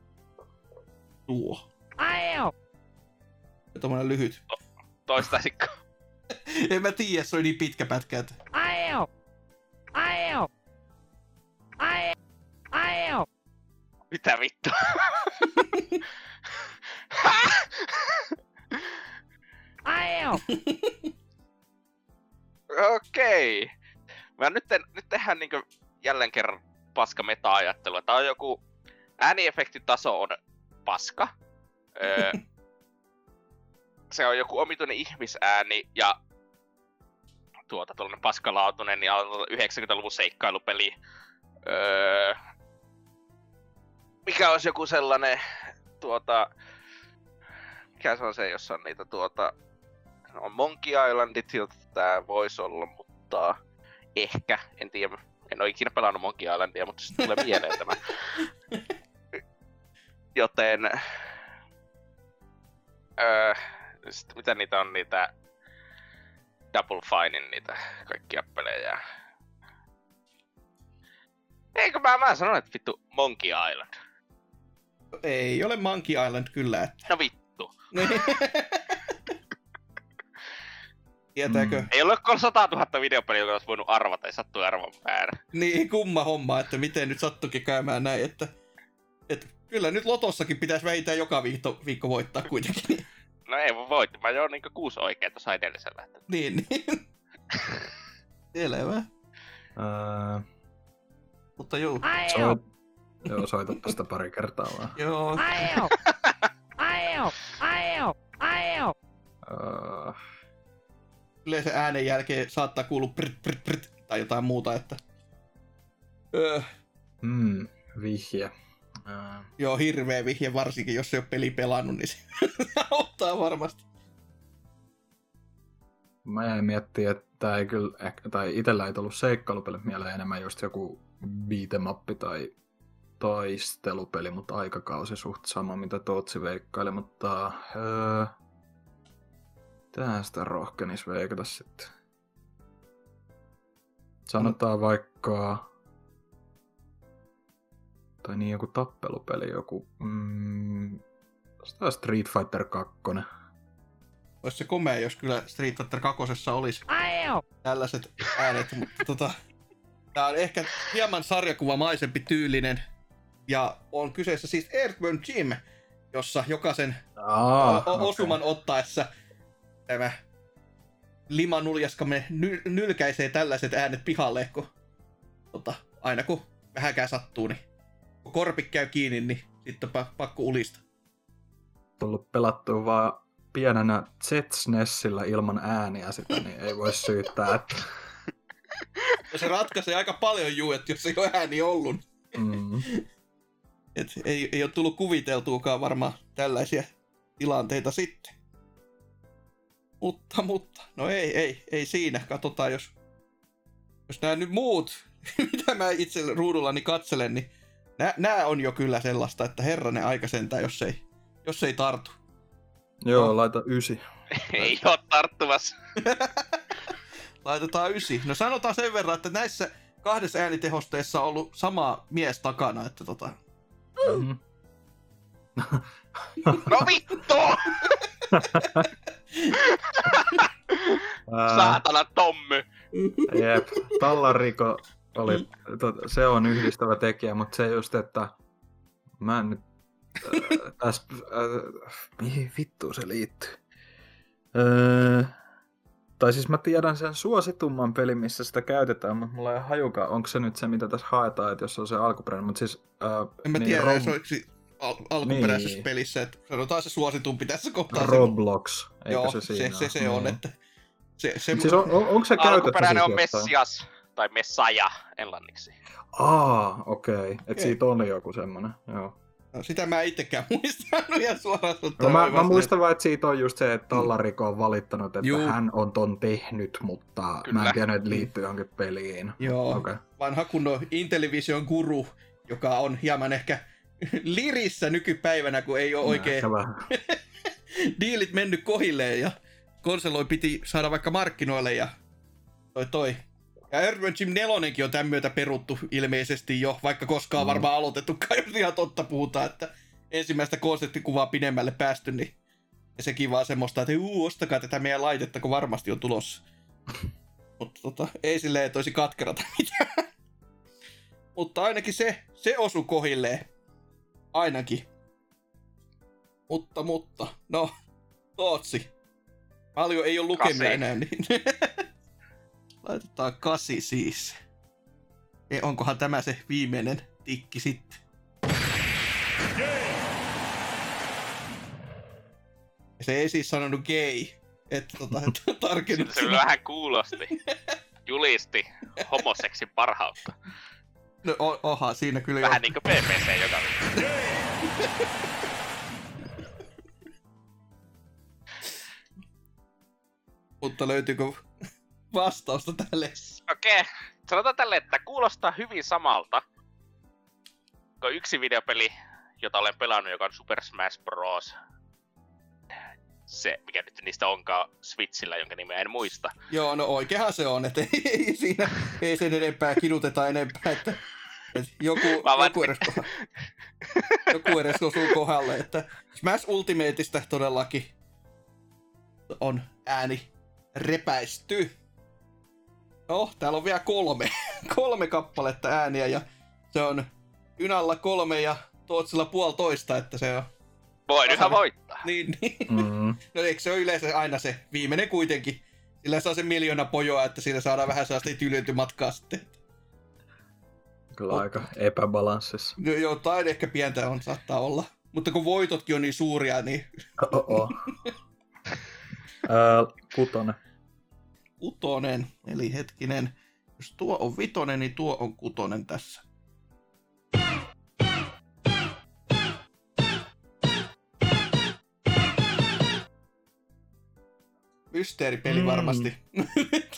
Speaker 2: tuo.
Speaker 5: Ai!
Speaker 2: Ja tommonen lyhyt.
Speaker 3: Toistaisikko?
Speaker 2: En mä tiedä, se oli niin pitkä pätkä, että...
Speaker 5: Ai! Ai! Ai! Ai!
Speaker 3: Mitä vittu?
Speaker 5: Ai!
Speaker 3: Okei. Mä nyt, te, nyt tehdään niinku jälleen kerran paska meta-ajattelua. Tää on joku... Ääniefektitaso on paska. Öö, se on joku omituinen ihmisääni ja tuota tuollainen paskalaatuinen ja yhdeksänkymmentäluvun seikkailupeli. Öö, mikä olisi joku sellainen tuota mikä se on se, jossa on niitä tuota... On Monkey Islandit, jota tää voisi olla, mutta... Ehkä, en tiedä. En oo ikinä pelannut Monkey Islandia, mutta se tulee mieleen tämä. Joten... Öö, sit mitä niitä on, niitä... Double Finein niitä kaikkia pelejä. Eikö mä, mä sanon, että vittu Monkey Island?
Speaker 2: Ei ole Monkey Island kyllä, että...
Speaker 3: No vittu.
Speaker 2: Tietääkö?
Speaker 3: Mm. Ei ole satatuhatta videopeliä, joka olisi voinut arvata, ei sattui arvon väärä.
Speaker 2: Niin, kumma homma, että miten nyt sattukin käymään näin, että... että kyllä nyt Lotossakin pitäisi vähintään joka viikko, viikko voittaa kuitenkin.
Speaker 3: No ei voitti, mä joon niinku kuusi oikein tuossa edellisellä.
Speaker 2: Niin, niin. Selvä.
Speaker 4: Öö,
Speaker 2: Mutta juu.
Speaker 4: soit, joo, soita tästä pari kertaa vaan.
Speaker 2: Joo.
Speaker 4: Öö,
Speaker 2: Yleensä äänen jälkeen saattaa kuulua prit, prit, prit, tai jotain muuta, että... Öö,
Speaker 4: mm, vihje. Öö,
Speaker 2: joo, hirveä vihje, varsinkin jos ei ole peli pelannut, niin se auttaa varmasti.
Speaker 4: Mä jäin miettimään, että ei kyllä, ehkä, tai itellä ei tullut seikkailupelit mieleen enemmän just joku beatemappi tai taistelupeli, mutta aikakausi suht sama, mitä Tootsi veikkaili, mutta öö, tästä rohkenis veikata sitten. Sanotaan vaikka, tai niin joku tappelupeli, joku mm, Street Fighter kaksi.
Speaker 2: Olisi se komea, jos kyllä Street Fighter kaksi olisi tällaiset äänet, mutta tota... Tää on ehkä hieman sarjakuvamaisempi tyylinen. Ja on kyseessä siis Earthworm Jim, jossa jokaisen
Speaker 4: Ah,
Speaker 2: o-
Speaker 4: okay.
Speaker 2: osuman ottaessa tämä limanuljaskamme ny- nylkäisee tällaiset äänet pihalle, kun tota, aina kun vähänkään sattuu, niin kun korpi käy kiinni, niin sitten on pakko ulista.
Speaker 4: Tullut pelattua vaan pienenä Z S N E Sillä ilman ääniä sitä, niin ei voi syyttää, että...
Speaker 2: Ja se ratkaisee aika paljon juu, että jos ei ole ääni ollut.
Speaker 4: Mm.
Speaker 2: Et ei, ei ole tullut kuviteltuukaan varmaan tällaisia tilanteita sitten. Mutta, mutta, no ei, ei, ei siinä. Katsotaan, jos, jos nämä nyt muut, mitä mä itse ruudullani katselen, niin nää, nää on jo kyllä sellaista, että herranen aika sentään, jos ei, jos ei tartu.
Speaker 4: Joo,
Speaker 2: No.
Speaker 4: laita ysi.
Speaker 3: Ei oo tarttuvassa.
Speaker 2: Laitetaan ysi. No sanotaan sen verran, että näissä kahdessa äänitehosteessa on ollut sama mies takana, että tota...
Speaker 4: Mm.
Speaker 3: No vittu!
Speaker 4: Ää,
Speaker 3: Saatana Tommy!
Speaker 4: jep, Tallariko oli, to, se on yhdistävä tekijä, mutta se just, että mä en nyt äh, tässä, äh, mihin vittuun se liittyy? Äh, tai siis mä tiedän sen suositumman pelin, missä sitä käytetään, mutta mulla ei hajukaan, onko se nyt se, mitä tässä haetaan, että jos se on se alkuperäinen, mutta siis... Äh,
Speaker 2: En mä
Speaker 4: niin
Speaker 2: tiedä,
Speaker 4: Rob-
Speaker 2: se oliko al- alkuperäisessä
Speaker 4: Niin.
Speaker 2: pelissä, että sanotaan se suositumpi tässä kohtaa.
Speaker 4: Roblox, eikö
Speaker 2: Joo,
Speaker 4: se
Speaker 2: se,
Speaker 4: siinä
Speaker 2: se, se
Speaker 4: ole?
Speaker 2: on,
Speaker 4: Niin.
Speaker 2: että... Se, se,
Speaker 4: Siis on, on, onko se käytetty
Speaker 3: Alkuperäinen
Speaker 4: siis
Speaker 3: on
Speaker 4: jostain?
Speaker 3: Messias, tai Messaja englanniksi.
Speaker 4: Aa, okei. Okay. Että
Speaker 2: Okei.
Speaker 4: siitä on joku semmonen, joo.
Speaker 2: no, sitä mä itsekään muistanut ihan suoraan
Speaker 4: No,
Speaker 2: sanottuna.
Speaker 4: mä, mä muistan vaan, että siitä on just se, että Tallariko on valittanut, että
Speaker 2: Juu.
Speaker 4: hän on ton tehnyt, mutta
Speaker 3: Kyllä.
Speaker 4: mä en tiedä, että liittyy johonkin peliin.
Speaker 2: Joo,
Speaker 4: Okay.
Speaker 2: vanha kunnon Intellivision guru, joka on hieman ehkä lirissä nykypäivänä, kun ei ole oikein
Speaker 4: Ehkä vähän.
Speaker 2: diilit mennyt kohilleen ja konsoloi piti saada vaikka markkinoille ja toi toi. Ja Earthworm Jim nelonenkin on tämän myötä peruttu ilmeisesti jo, vaikka koskaan
Speaker 4: Mm.
Speaker 2: varmaan aloitettukaan, jos ihan totta puhutaan, että ensimmäistä konseptikuvaa pidemmälle päästy, niin ja sekin vaan semmoista, että uu, ostakaa tätä meidän laitetta, kun varmasti on tulossa. Mutta tota, ei silleen, että olisi katkerata mitään. Mutta ainakin se, se osui kohilleen. Ainakin. Mutta, mutta, no, Tootsi. Paljon ei ole lukemia
Speaker 3: Kasi.
Speaker 2: enää, niin laitetaan kasi siis. E, onkohan tämä se viimeinen tikki sitten? Se ei siis sanonut gay. Että tota, että tarkennut
Speaker 3: Se vähän kuulosti. Julisti homoseksin parhautta.
Speaker 2: No o- oha, siinä kyllä
Speaker 3: Vähän
Speaker 2: jo.
Speaker 3: niinku P P C joka viikko.
Speaker 2: Mutta löytyykö vastausta tälle?
Speaker 3: Okei, okay. Sanotaan tälle, että kuulostaa hyvin samalta. Kun yksi videopeli, jota olen pelannut, joka on Super Smash Bros. Se, mikä nyt niistä onkaan Switchillä, jonka nimeä en muista.
Speaker 2: Joo, no oikeahan se on, että ei siinä ei sen enempää kiduteta enempää, että, että joku, joku, edes, joku edes osuu kohdalle, että Smash Ultimateista todellakin on ääni repäisty. No, täällä on vielä kolme, kolme kappaletta ääniä ja se on Ynalla kolme ja Tootsilla puolitoista, että se on...
Speaker 3: Voin yhä voittaa.
Speaker 2: Niin, niin.
Speaker 4: Mm.
Speaker 2: No eikö se ole yleensä aina se viimeinen kuitenkin? Sillä saa se miljoona pojoa, että sillä saadaan vähän sellaista tylyöntymatkaa sitten.
Speaker 4: Kyllä
Speaker 2: oh.
Speaker 4: aika epäbalanssissa.
Speaker 2: No, jotain ehkä pientä on, saattaa olla. Mutta kun voitotkin on niin suuria, niin...
Speaker 4: Oh-oh. Öö, kutonen.
Speaker 2: Kutonen, eli hetkinen. Jos tuo on vitonen, niin tuo on kutonen tässä. Mysteeripeli varmasti.
Speaker 4: Mm.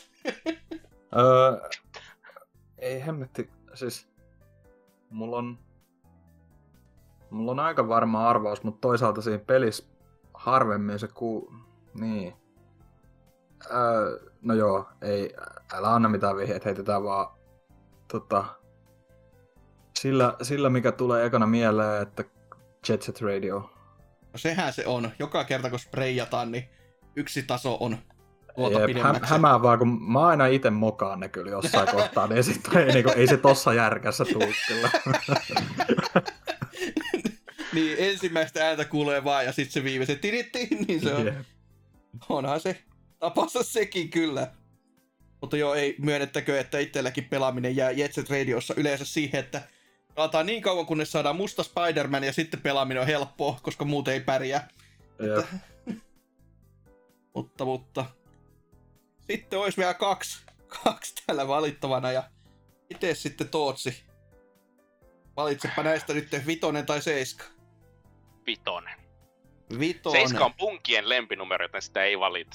Speaker 4: öö, ei hemmetti, siis mulla on, mulla on aika varma arvaus, mutta toisaalta siinä pelissä harvemmin se ku... Niin. Öö, no joo, ei, älä anna mitään vihjeitä, heitetään vaan tota, sillä, sillä mikä tulee ekana mieleen, että Jet Set Radio.
Speaker 2: No sehän se on. Joka kerta kun spreijataan, niin yksi taso on tuota
Speaker 4: Jep,
Speaker 2: pidemmäksi.
Speaker 4: hä- hämää vaan, kun mä aina ite mokaan ne kyllä jossain kohtaa, niin sit, ei, niin kuin, ei se tossa järkässä tuu kyllä.
Speaker 2: Niin, ensimmäistä ääntä kuulee vaan ja sitten se viimeiset tiritti, niin se on...
Speaker 4: Jep.
Speaker 2: Onhan se tapansa sekin kyllä. Mutta joo, ei myönnettäkö, että itselläkin pelaaminen jää Jet Set Radiossa yleensä siihen, että pelataan niin kauan, kunnes saadaan musta Spider-Man ja sitten pelaaminen on helppoa, koska muuten ei pärjää.
Speaker 4: Jep.
Speaker 2: Mutta, mutta... Sitten olisi vielä kaksi, kaksi täällä valittavana ja itse sitten Tootsi. Valitsepa näistä nyt vitonen tai seiska.
Speaker 3: Vitonen.
Speaker 2: Vitonen.
Speaker 3: Seiska on punkien lempinumero, joten sitä ei valita.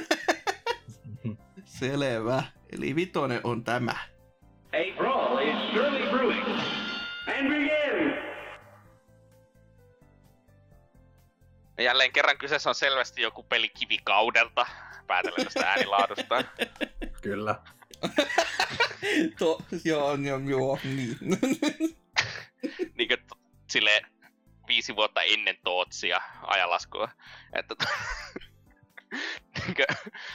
Speaker 2: Selvä. Eli vitonen on tämä.
Speaker 6: A brawl is surely brewing. And begin!
Speaker 3: Ja jälleen kerran kyseessä on selvästi joku peli kivikaudelta. Päätellen tästä äänilaadusta.
Speaker 4: Kyllä.
Speaker 2: to, joo, joo, joo, niin.
Speaker 3: Niinkö t- silleen viisi vuotta ennen Tootsia ajalaskua. Että t- niinkö...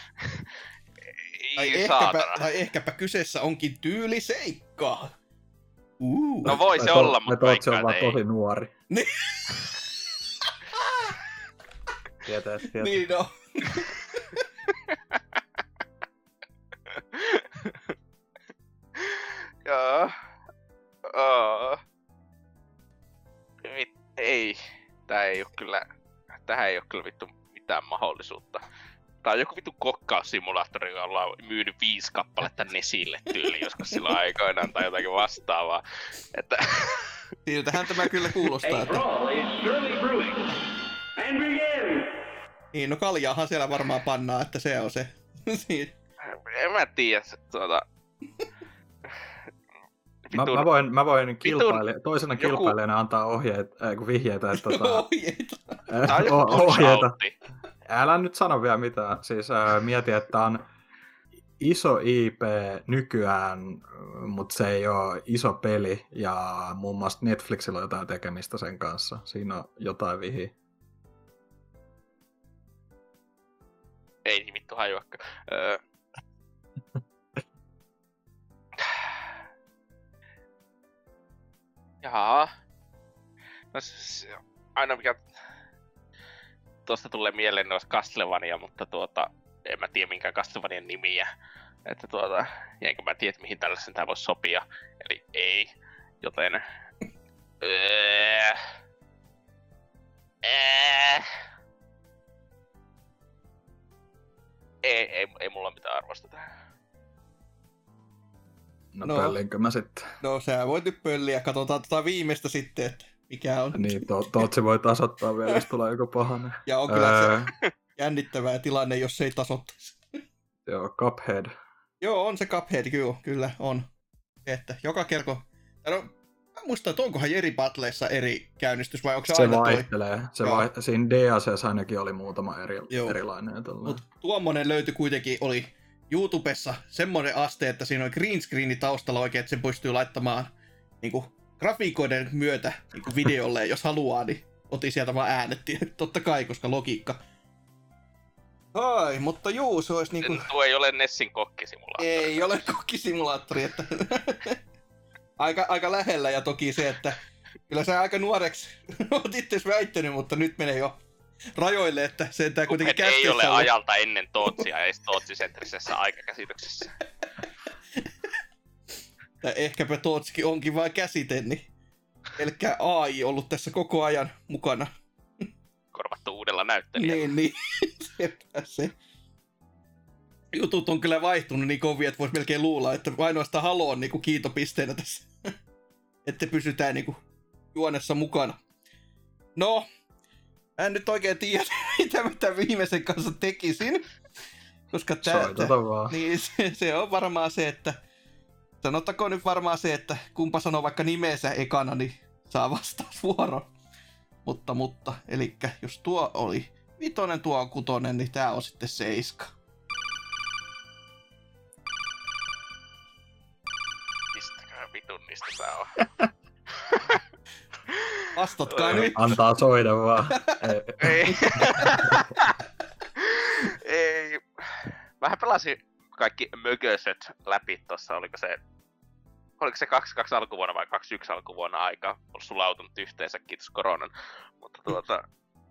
Speaker 2: Tai
Speaker 3: Ei
Speaker 2: ehkäpä,
Speaker 3: saatana.
Speaker 2: tai ehkäpä kyseessä onkin tyyliseikka. Uh.
Speaker 3: No voi
Speaker 4: Me
Speaker 3: se
Speaker 4: to-
Speaker 3: olla,
Speaker 4: me
Speaker 3: mutta
Speaker 4: Tootsi on
Speaker 3: veikkaan,
Speaker 4: vaan
Speaker 3: että ei.
Speaker 4: tosi nuori.
Speaker 2: Niin.
Speaker 4: Tietää, tietää.
Speaker 2: Niin no.
Speaker 3: Joo. Oo. Mit, ei. Tää ei oo kyllä... Tähän ei oo kyllä vittu mitään mahdollisuutta. Tää on joku vittu kokkaussimulaattori, joka ollaan myynyt viisi kappaletta Nesille tyyliin joskus silloin aikoinaan tai jotakin vastaavaa. Että...
Speaker 2: Siltähän tämä kyllä kuulostaa,
Speaker 6: A
Speaker 2: että...
Speaker 6: brawl is surely brewing. And begin!
Speaker 2: Niin, no kaljaahan siellä varmaan pannaa, että se on se. Niin.
Speaker 3: En mä tiedä, tuota...
Speaker 4: Mä,
Speaker 3: Vitun-
Speaker 4: mä voin, mä voin kilpaile,
Speaker 3: vitun
Speaker 4: toisena
Speaker 3: joku-
Speaker 4: kilpailijana antaa ohjeet, äh, kun vihjeitä, että tota,
Speaker 2: Ohjeita.
Speaker 3: Tää on
Speaker 4: äh,
Speaker 3: joku
Speaker 4: o- ohjeita.
Speaker 3: Punch-Outti.
Speaker 4: Älä nyt sano vielä mitään. Siis äh, mieti, että on iso I P nykyään, mutta se ei ole iso peli. Ja muun muassa Netflixillä on jotain tekemistä sen kanssa. Siinä on jotain vihiä.
Speaker 3: Ei niin vittu hajuakka. Öö... Jaa. No siis, aina mikä tuosta tulee mieleen olisi Castlevania, mutta tuota, en mä tiedä minkään Castlevanian nimiä. Että tuota, ja enkä mä tiedä mihin tällaisen tää voisi sopia. Eli ei, joten... Öö... Öö... Ei, ei, ei mulla mitään arvosta tähän.
Speaker 4: No,
Speaker 2: No.
Speaker 4: no. pöllinkö mä sitten?
Speaker 2: No sä voit nyt pölliä, katsotaan tota viimeistä sitten, että mikä on.
Speaker 4: Niin, to, Tootsi voi tasoittaa vielä, jos tulee joku pahanen.
Speaker 2: Ja on kyllä
Speaker 4: Öö,
Speaker 2: se jännittävä tilanne, jos se ei tasoittaisi.
Speaker 4: Joo, Cuphead.
Speaker 2: Joo, on se Cuphead, kyllä, kyllä on. Että joka kerko... No, mä muistan, että onkohan eri battleissa eri käynnistys, vai onko se,
Speaker 4: se
Speaker 2: aina
Speaker 4: vaihtelee.
Speaker 2: toi?
Speaker 4: Se vai... Siinä D L C:ssä ainakin oli muutama eri, erilainen.
Speaker 2: Mutta tuommoinen löytyi kuitenkin, oli YouTubessa semmoinen aste, että siinä on green screeni taustalla oikein, että se pystyy laittamaan niinku, grafiikoiden myötä niinku videolle, jos haluaa, niin otin sieltä vaan äänet, totta kai, koska logiikka. Ai, mutta juu, se olisi niinku...
Speaker 3: Tuo ei ole Nessin kokkisimulaattori.
Speaker 2: Ei ole kokkisimulaattori, että... aika, aika lähellä, ja toki se, että kyllä sä aika nuoreksi oot itse väittänyt, mutta nyt menee jo rajoille, että se tää kuitenkin kästissä
Speaker 3: ei ole
Speaker 2: ollut.
Speaker 3: ajalta ennen Tootsia, ei Tootsisentrisessä aikakäsityksessä.
Speaker 2: Tai ehkäpä Tootsikin onkin vain käsite, niin pelkkää A I ollut tässä koko ajan mukana.
Speaker 3: Korvattu uudella näyttelijällä.
Speaker 2: Niin, niin. Sepä se. Jutut on kyllä vaihtunut niin kovin, että vois melkein luulla, että ainoastaan Halo on niinku kiitopisteenä tässä. Että pysytään niinku juonessa mukana. No, mä en nyt oikein tiedä, mitä mä tämän viimeisen kanssa tekisin. Koska tää,
Speaker 4: Soitata vaan.
Speaker 2: niin se, se on varmaan se, että sanottakoon nyt varmaan se, että kumpa sanoo vaikka nimensä ekana, niin saa vastausvuoron. Mutta, mutta, elikkä jos tuo oli vitonen, tuo on kutonen, niin tää on sitten seiska.
Speaker 3: Mistäkään vitun niistä tää on?
Speaker 2: Vastatkaa nyt.
Speaker 4: Antaa soida vaan.
Speaker 3: Ei. Ei. Vähän pelasin kaikki mököset läpi tossa, oliko se... Oliko se kaksikymmentäkaksi alkuvuonna vai kaksikymmentäyksi alkuvuonna aika? Ollut sulautunut yhteensä, kiitos koronan. Mutta tuota...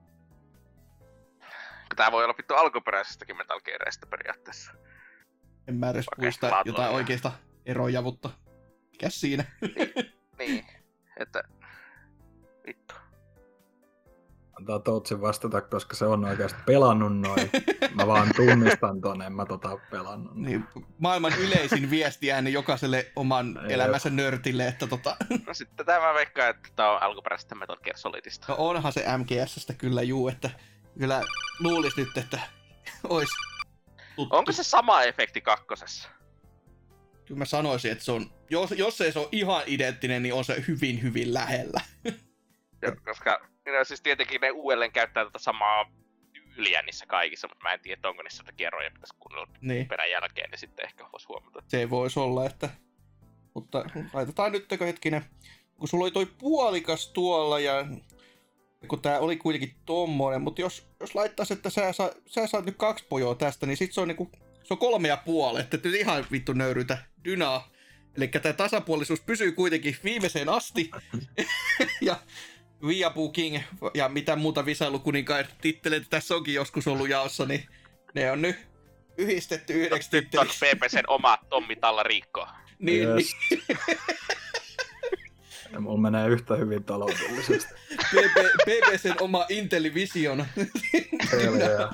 Speaker 3: Tää voi olla vittu alkuperäisestäkin Metal Gearista periaatteessa.
Speaker 2: En mä edes
Speaker 3: Okei,
Speaker 2: muista
Speaker 3: laatu
Speaker 2: jotain
Speaker 3: on
Speaker 2: oikeista erojavuutta. Mikäs siinä?
Speaker 3: Niin, niin. Että... Vittu.
Speaker 4: Antaa Tootsin vastata, koska se on oikeasti pelannut noin. Mä vaan tunnistan ton, en mä tota oo pelannut.
Speaker 2: Niin, maailman yleisin viestiääni jokaiselle oman
Speaker 4: Ei
Speaker 2: elämänsä nörtille, että tota...
Speaker 3: No sitten tämä veikkaa, että tää on alkuperäisestä Metal Gear Solidista.
Speaker 2: No onhan se M G S:stä kyllä juu, että kyllä luulis nyt, että ois tuttu.
Speaker 3: Onko se sama efekti kakkosessa?
Speaker 2: Kyllä mä sanoisin, että se on, jos, jos ei se ole ihan identtinen, niin on se hyvin hyvin lähellä.
Speaker 3: Ja, koska no, siis tietenkin ne uudelleen käyttää tätä samaa tyyliä niissä kaikissa, mutta mä en tiedä, onko niissä jotakin eroja, pitäisi kuunnella
Speaker 2: Niin,
Speaker 3: perän jälkeen, niin sitten ehkä vois huomata.
Speaker 2: se voisi olla, että... Mutta laitetaan nyt teko hetkinen. Kun sulla oli toi puolikas tuolla ja... Kun tää oli kuitenkin tommonen, mutta jos, jos laittaisi, että sä, sa, sä saat nyt kaksi pojoa tästä, niin sit se on niinku... Se on kolme ja puoli, että nyt ihan vittu nöyrytä dynaa. Elikkä tää tasapuolisuus pysyy kuitenkin viimeiseen asti. Ja Viapu King ja mitä muuta visailukuninkaan titteleitä tässä onkin joskus ollut jaossa, niin ne on nyt yhdistetty yhdeksi
Speaker 3: Nyt on
Speaker 2: titteliksi.
Speaker 3: P P C:n oma Tommi Tallariikko.
Speaker 2: Niin,
Speaker 4: Yes.
Speaker 2: niin.
Speaker 4: Ja mulla menee yhtä hyvin taloudellisesti.
Speaker 2: B B C:n oma Intellivision
Speaker 4: Selkeä.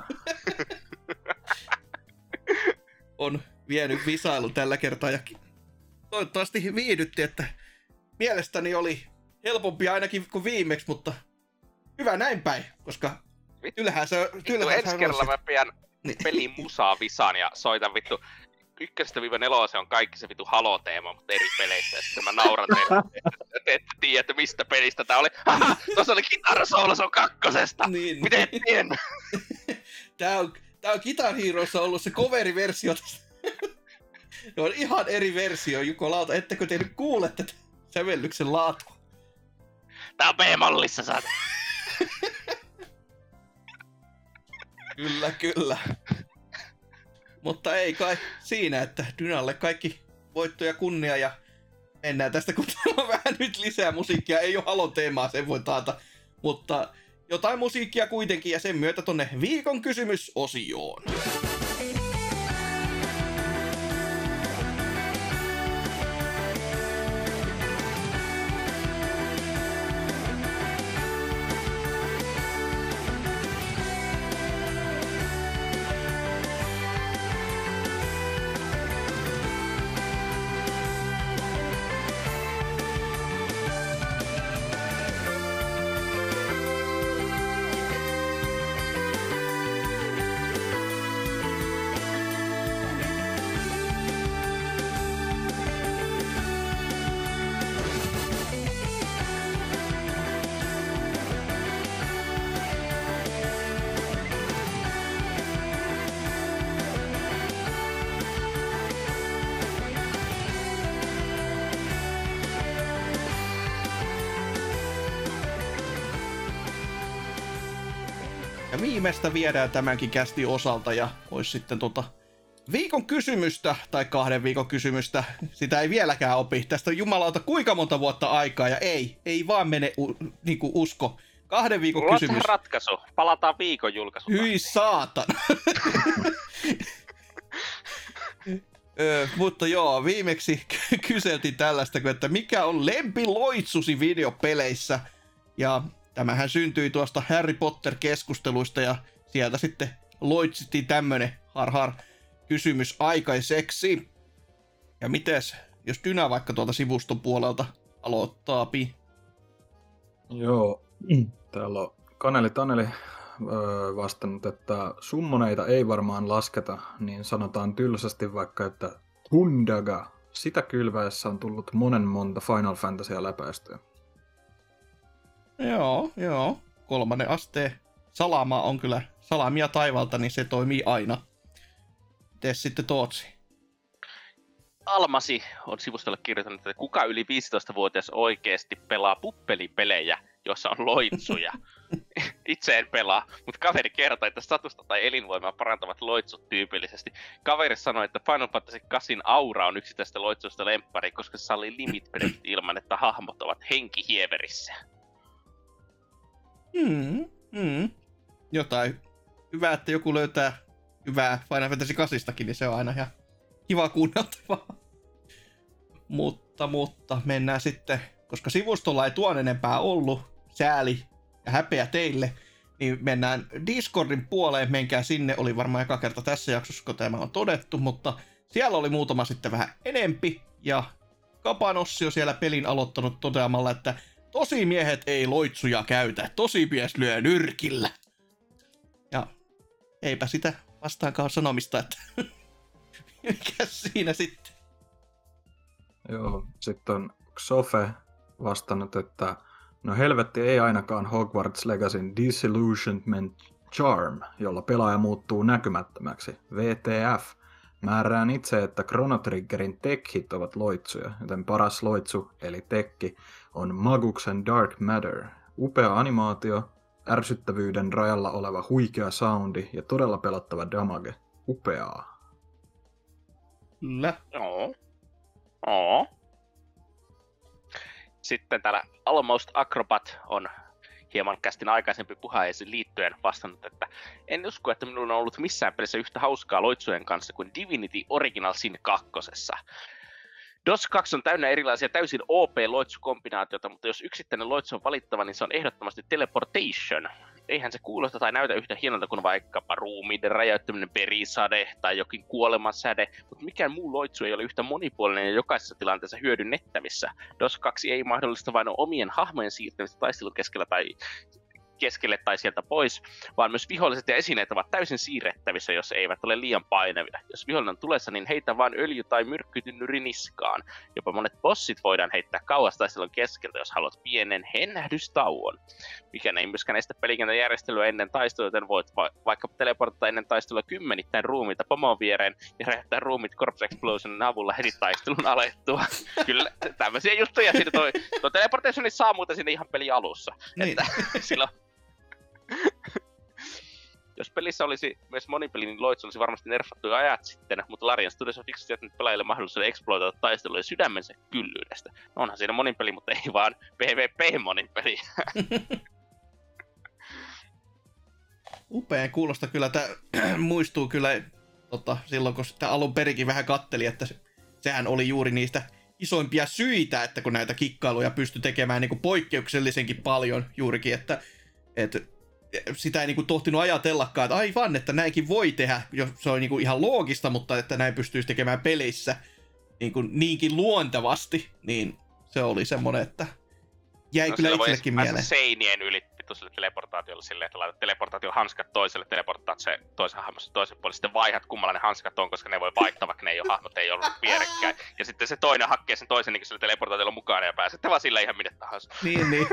Speaker 2: on vienyt visailu tällä kertaa ja toivottavasti viihdytti, että mielestäni oli helpompi ainakin kuin viimeksi, mutta hyvä näin päin, koska kyllähän se
Speaker 3: Vittu,
Speaker 2: kyllähän
Speaker 3: ensi
Speaker 2: se
Speaker 3: kerralla mä pidän
Speaker 2: Niin.
Speaker 3: pelin musaa visaan ja soitan vittu ykkösestä viiva neloseen on kaikki se vittu Halo-teema, mutta eri peleistä. Ja sitten mä nauran teille, että te ette tiedä, että mistä pelistä tää oli. Haha, tossa oli Guitar Solo, se on kakkosesta.
Speaker 2: Niin,
Speaker 3: Miten et tiennyt?
Speaker 2: Tää on, tää on Guitar Heroissa ollut se coveri-versio. Se on ihan eri versio, Juko Lauta. Ettekö te nyt kuule tätä sävellyksen laatua?
Speaker 3: Tää on B-mallissa, saat.
Speaker 2: Kyllä, kyllä. Mutta ei kai siinä, että Dynalle kaikki voitto ja kunnia ja mennään tästä kuuntelemaan vähän nyt lisää musiikkia. Ei ole Halon teemaa, sen voi taata. Mutta jotain musiikkia kuitenkin ja sen myötä tonne viikon kysymysosioon. viimeistä viedään tämänkin kästin osalta ja olisi sitten tota viikon kysymystä tai kahden viikon kysymystä. Sitä ei vieläkään opi. Tästä on jumalauta kuinka monta vuotta aikaa ja ei, ei vaan mene u, niinku usko. Kahden viikon
Speaker 3: Mulla
Speaker 2: kysymys.
Speaker 3: on ratkaisu. Palataan viikon julkaisuun.
Speaker 2: Hyi saatan. Ö, mutta joo, viimeksi kyseltiin tällaista, että mikä on lempiloitsusi videopeleissä. Ja tämähän syntyi tuosta Harry Potter-keskusteluista ja sieltä sitten loitsittiin tämmönen har har kysymys aikaiseksi. Ja mites, jos Dynä vaikka tuolta sivuston puolelta aloittaapi?
Speaker 4: Joo, täällä on Kaneli Taneli öö, vastannut, että summoneita ei varmaan lasketa, niin sanotaan tylsästi vaikka, että Thundaga. Sitä kylväessä on tullut monen monta Final Fantasyä läpäistyä.
Speaker 2: Joo, joo. Kolmannen asteen salama on kyllä salamia taivalta, niin se toimii aina. Mites sitten Tootsi?
Speaker 3: Almasi on sivustolle kirjoittanut, että kuka yli viisitoistavuotias oikeasti pelaa puppelipelejä, jossa on loitsuja. Itse en pelaa, mutta kaveri kertoi, että statusta tai elinvoimaa parantavat loitsut tyypillisesti. Kaveri sanoi, että Final Fantasy kahdeksan aura on yksi tästä loitsuista lemppari, koska se sallii limit ilman, että hahmot ovat henkihieverissä.
Speaker 2: Hmm, hmm. Jotain hyvä, että joku löytää hyvää Final Fantasy kahdeksan, niin se on aina ihan kiva kuunneltavaa. mutta, mutta mennään sitten, koska sivustolla ei tuon enempää ollut, sääli ja häpeä teille, niin mennään Discordin puoleen, menkää sinne, oli varmaan eka kerta tässä jaksossa, kun tämä on todettu, mutta siellä oli muutama sitten vähän enempi, ja Kapanossi on siellä pelin aloittanut toteamalla, että tosimiehet ei loitsuja käytä, tosimies lyö nyrkillä. Ja eipä sitä vastaankaan sanomista, että mikä siinä sitten?
Speaker 4: Joo, sitten on Xofe vastannut, että no helvetti ei ainakaan Hogwarts Legacyn Disillusionment Charm, jolla pelaaja muuttuu näkymättömäksi. W T F. Määrään itse, että Chrono Triggerin tech-hit ovat loitsuja, joten paras loitsu, eli tekki, on Maguksen Dark Matter. Upea animaatio, ärsyttävyyden rajalla oleva huikea soundi ja todella pelottava damage. Upeaa.
Speaker 2: Kyllä.
Speaker 3: Joo. Oo. Sitten täällä Almost Acrobat on hieman kästin aikaisempi puheeseen liittyen vastannut, että en usko, että minulla on ollut missään pelissä yhtä hauskaa loitsujen kanssa kuin Divinity Original Sin kakkosessa. DOS kaksi on täynnä erilaisia täysin O P-loitsukombinaatioita, mutta jos yksittäinen loitsu on valittava, niin se on ehdottomasti teleportation. Eihän se kuulosta tai näytä yhtä hienolta kuin vaikkapa ruumiiden räjäyttäminen perisade tai jokin kuolemansäde, mutta mikään muu loitsu ei ole yhtä monipuolinen ja jokaisessa tilanteessa hyödynnettävissä. DOS kaksi ei mahdollista vain omien hahmojen siirtämistä taistelun keskellä tai keskelle tai sieltä pois, vaan myös viholliset ja esineet ovat täysin siirrettävissä, jos eivät ole liian painavia. Jos vihollinen on tulessa, niin heitä vain öljy- tai myrkkytynnyri niskaan. Jopa monet bossit voidaan heittää kauas taistelun keskeltä, jos haluat pienen hennähdystauon. Mikä ei myöskään estä pelikentän järjestelyä ennen taistelua, joten voit va- vaikka teleportata ennen taistelua kymmenittäin ruumiita pomon viereen ja räjähtää ruumit Corpse Explosionin avulla heti taistelun alettua. Kyllä, tämmöisiä juttuja siinä toi, toi teleportation saa muuten sinne ihan peli alussa.
Speaker 2: Niin.
Speaker 3: Että silloin jos pelissä olisi myös monipeli, niin loitsu olisi varmasti nerfattu jo ajat sitten, mutta Larian Studios on fiksusti jättänyt pelaajille mahdollisuuden exploitoida taisteluja sydämensä kyllyydestä. No onhan siinä monipeli, mutta ei vaan PvP-monipeli.
Speaker 2: Upea kuulosta kyllä, että muistuu kyllä tota, silloin, kun sitä alun perikin vähän katteli, että se, sehän oli juuri niistä isoimpia syitä, että kun näitä kikkailuja pystyi tekemään niin kuin poikkeuksellisenkin paljon juurikin, että että sitä ei niinku tohtinut ajatellakaan, että aivan, että näinkin voi tehdä, jos se on niinku ihan loogista, mutta että näin pystyisi tekemään pelissä niinku niinkin luontevasti, niin se oli semmonen, että jäi
Speaker 3: no,
Speaker 2: kyllä itsellekin mieleen.
Speaker 3: Seinien yli vittuiselle teleportaatiolle silleen, että laitat teleportaatiohanskat toiselle, teleportaat se toisen hahmossa toisen puolelle, sitten vaihdat kummalla ne hanskat on, koska ne voi vaihtaa, vaikka ne ei ole hahmot, ei ollut vierekkäin. Ja sitten se toinen hakkee sen toisen niin sille teleportaatiolla mukaan ja pääsette vaan sillä ihan minne tahansa.
Speaker 2: Niin, niin.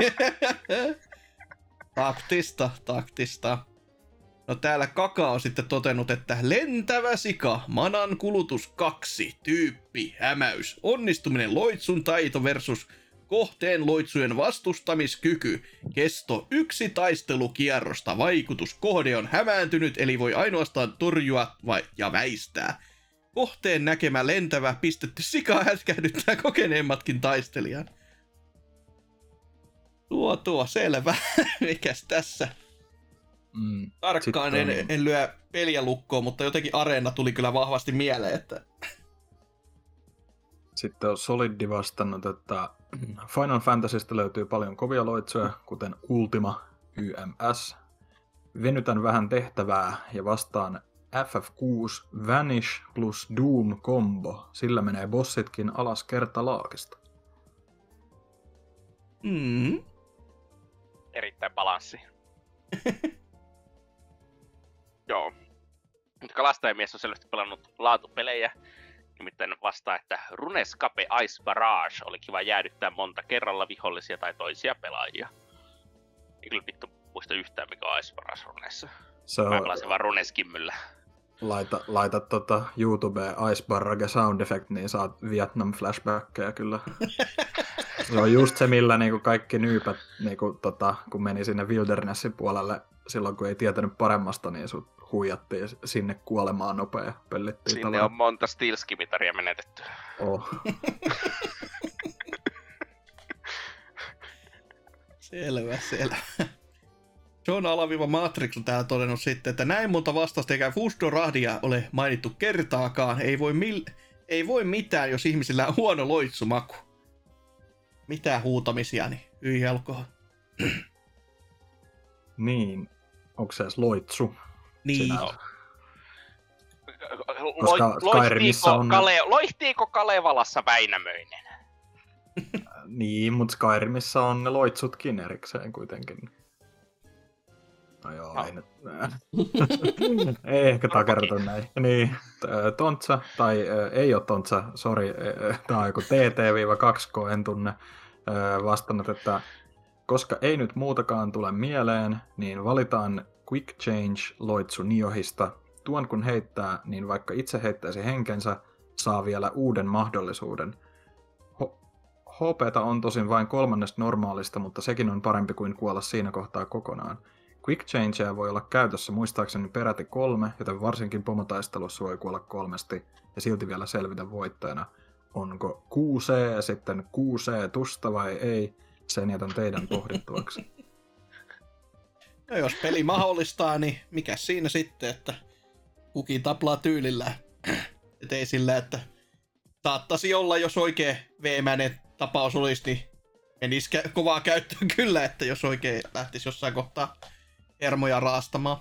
Speaker 2: Taktista, taktista. No täällä Kaka on sitten totennut, että lentävä sika, manan kulutus kaksi, tyyppi, hämäys, onnistuminen, loitsun taito versus Kohteen loitsujen vastustamiskyky. Kesto yksi taistelukierrosta. Vaikutus. Kohde on hämääntynyt, eli voi ainoastaan torjua vai, ja väistää. Kohteen näkemä lentävä pistetty sika hätkähdyttää kokeneemmatkin taistelijan. Tuo tuo, selvä. Mikäs tässä?
Speaker 4: Mm,
Speaker 2: Tarkkaan en,
Speaker 4: on...
Speaker 2: en lyö peliä lukkoon, mutta jotenkin Areena tuli kyllä vahvasti mieleen, että...
Speaker 4: Sitten on Solidi vastannut, että Final Fantasystä löytyy paljon kovia loitsuja, kuten Ultima, Y M S. Venytän vähän tehtävää ja vastaan F F kuusi Vanish plus Doom combo. Sillä menee bossitkin alas kertalaakista.
Speaker 2: Mm.
Speaker 3: Erittäin balanssi. Joo. Nyt kalastajamies on selvästi pelannut laatupelejä. Nimittäin vastaa, että Runescape Ice Barrage oli kiva jäädyttää monta kerralla vihollisia tai toisia pelaajia. Ei kyllä vittu muista yhtään, mikä on Ice Barrage Runessa.
Speaker 4: Se
Speaker 3: Mä
Speaker 4: on...
Speaker 3: pelasin vaan Runeskimyllä.
Speaker 4: Laita, laita tota YouTubeen Ice Barrage sound effect, niin saat Vietnam flashbackkejä kyllä. Se on just se, millä niinku kaikki nyypät, niinku, tota, kun meni sinne Wildernessin puolelle silloin, kun ei tietänyt paremmasta, niin sut huijattiin sinne kuolemaan nopea ja pöllittiin.
Speaker 3: Sinne
Speaker 4: tavallaan.
Speaker 3: on monta Steelskimitaria menetetty.
Speaker 4: Oh.
Speaker 2: Selvä, selvä. John Alaviva Matrix on täällä todennut sitten, että näin monta vastausta eikä Fusdo-rahdia ole mainittu kertaakaan. Ei voi, mil... ei voi mitään, jos ihmisillä on huono loitsumaku. Mitä huutamisia, niin hyi alkohol.
Speaker 4: Niin, onko se edes loitsu?
Speaker 2: Niin.
Speaker 4: Sinä...
Speaker 3: Koska
Speaker 4: Skyrimissa on...
Speaker 3: Kale... Loihtiiko Kalevalassa Väinämöinen?
Speaker 4: Niin, mutta Skyrimissä on ne loitsutkin erikseen kuitenkin. No joo, no. Ei nyt... ei ehkä takertu näin. Niin, Tontsa, tai ei ole Tontsa, sori, tämä on joku T T kaksi K, en tunne, vastannut, että koska ei nyt muutakaan tule mieleen, niin valitaan Quick Change loitsu Niohista. Tuon kun heittää, niin vaikka itse heittäisi henkensä, saa vielä uuden mahdollisuuden. H P:tä on tosin vain kolmannesta normaalista, mutta sekin on parempi kuin kuolla siinä kohtaa kokonaan. Quick Changea voi olla käytössä muistaakseni peräti kolme, joten varsinkin pomotaistelussa voi kuolla kolmesti ja silti vielä selvitä voittajana. Onko Q C sitten Q C tusta vai ei, sen jätän teidän pohdittavaksi.
Speaker 2: No jos peli mahdollistaa, niin mikä siinä sitten, että kukin taplaa tyylillään. Et ei sillä, että saattaisi olla, jos oikein veemäinen tapaus olisi, niin menisi kä- kovaa käyttöön kyllä, että jos oikein lähtisi jossain kohtaa hermoja raastamaan.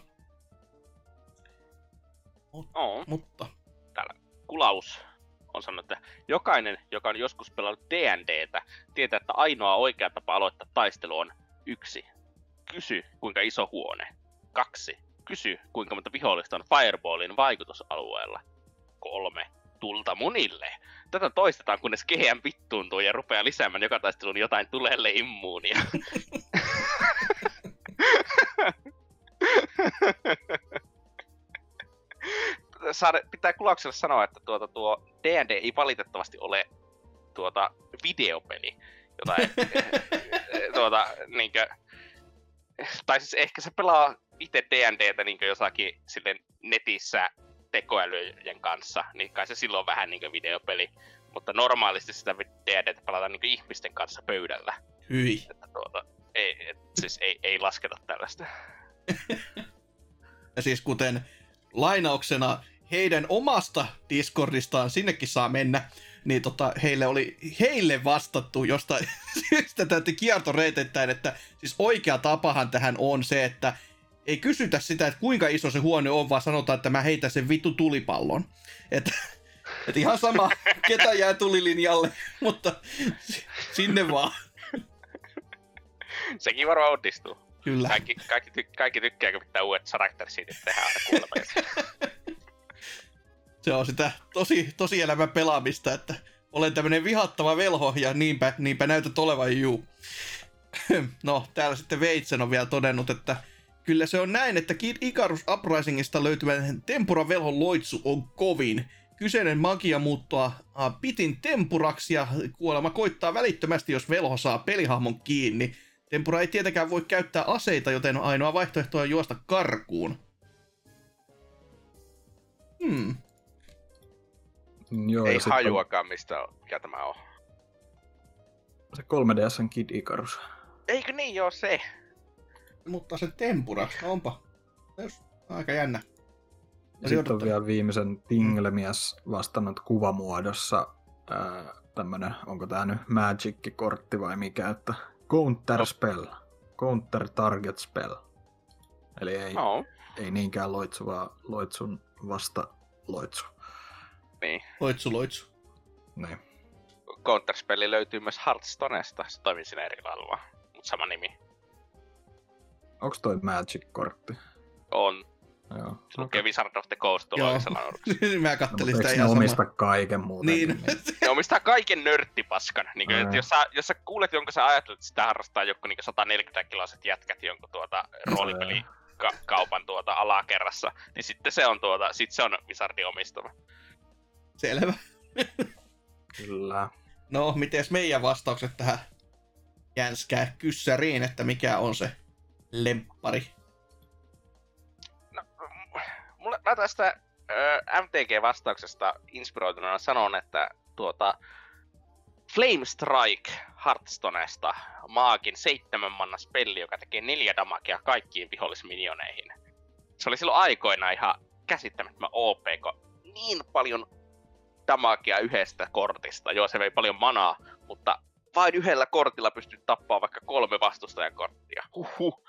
Speaker 2: Mut,
Speaker 3: oh.
Speaker 2: Mutta.
Speaker 3: Täällä Kulaus on sanonut, että jokainen, joka on joskus pelannut D and D:tä, tietää, että ainoa oikea tapa aloittaa taistelu on yksi. Kysy, kuinka iso huone. Kaksi. Kysy, kuinka monta vihollista on Fireballin vaikutusalueella. Kolme. Tulta munille. Tätä toistetaan, kunnes G M vittuuntuu ja rupeaa lisäämään joka taistelun jotain tulelle immuunia. Saada, pitää Kulaukselle sanoa, että tuota, tuo D and D ei valitettavasti ole tuota, videopeli, jota tuota, niinkö, tai siis ehkä se pelaa itse D and D:tä niinkö jossakin silleen netissä tekoälyjen kanssa, niin kai se silloin vähän niinkö videopeli, mutta normaalisti sitä D and D:tä pelataan niinkö ihmisten kanssa pöydällä.
Speaker 2: Hyi.
Speaker 3: Että tuota, ei, et, siis ei, ei lasketa tällaista.
Speaker 2: Ja siis kuten lainauksena heidän omasta Discordistaan, sinnekin saa mennä, niin tota, heille oli heille vastattu jostain syystä täytyy kiertoreitettäin, että siis oikea tapahan tähän on se, että ei kysytä sitä, että kuinka iso se huone on, vaan sanotaan, että mä heitän sen vittu tulipallon. Että et ihan sama, ketä jää tulilinjalle, mutta sinne vaan.
Speaker 3: Sekin varmaan onnistuu.
Speaker 2: Kyllä.
Speaker 3: Kaikki, kaikki, ty- kaikki tykkää, kun pitää uudet character sheetit tehdä aina kuulemma.
Speaker 2: Se on sitä tosi, tosi elämän pelaamista, että olen tämmönen vihattava velho ja niinpä, niinpä näytät olevan juu. No, täällä sitten Veitsen on vielä todennut, että kyllä se on näin, että Kid Icarus Uprisingista löytyvän Tempura velhon loitsu on kovin. kyseinen magia muuttua Pitin tempuraksi ja kuolema koittaa välittömästi, jos velho saa pelihahmon kiinni. Tempura ei tietenkään voi käyttää aseita, joten ainoa vaihtoehto on juosta karkuun. Hmm.
Speaker 4: Joo,
Speaker 3: Ei
Speaker 4: sitten
Speaker 3: hajuakaan, mistä mikä tämä on.
Speaker 4: se kolme D S:n Kid Icarus.
Speaker 3: Eikö niin joo se?
Speaker 2: Mutta se tempura, no onpa. Jos, aika jännä.
Speaker 4: Ja sitten on vielä viimeisen Tinglemies vastannut kuvamuodossa ää, tämmönen, onko tää nyt Magic-kortti vai mikä, että Counter Spell. Counter Target Spell. Eli ei,
Speaker 3: No,
Speaker 4: ei niinkään loitsu, vaan loitsun vasta loitsu.
Speaker 3: niin.
Speaker 2: Loitsu, loitsu.
Speaker 4: Niin.
Speaker 3: Counter-speli löytyy myös Hearthstonesta, se toimii siinä eri lailla, mutta sama nimi.
Speaker 4: Onks toi Magic-kortti?
Speaker 3: On.
Speaker 4: Joo.
Speaker 3: Se lukee Wizard of the Coast tuolla
Speaker 2: Joo.
Speaker 3: oikeassa laudussa.
Speaker 2: Mä
Speaker 4: No,
Speaker 2: kattelin
Speaker 4: mutta
Speaker 2: sitä
Speaker 4: eikö ne
Speaker 2: ihan
Speaker 4: omista
Speaker 2: samaa.
Speaker 4: kaiken muutenkin?
Speaker 2: Niin.
Speaker 3: Ne omistaa kaiken nörttipaskan. Niin
Speaker 4: Ää.
Speaker 3: kuin, jos, sä, jos sä kuulet, jonka sä ajattelet, että sitä harrastaa joku niin sata neljäkymmentä kiloiset jätkät jonkun tuota roolipelikaupan tuota alakerrassa, niin sitten se on, tuota, sit se on Wizardin omistama.
Speaker 2: Selvä.
Speaker 4: Kyllä.
Speaker 2: No, mites meidän vastaukset tähän jänskää kyssäriin, että mikä on se lemppari?
Speaker 3: No, mulle, mä tästä ö, M T G-vastauksesta inspiroituneena sanon, että tuota, Flame Strike Hearthstonesta maagin seitsemän manna spelli, joka tekee neljä damagea kaikkiin vihollisminioneihin. Se oli silloin aikoina ihan käsittämättömän O P, kun niin paljon damagea yhdestä kortista. Joo, se vei paljon manaa, mutta vain yhdellä kortilla pystyy tappaa vaikka kolme vastustajan korttia. Huhhuh.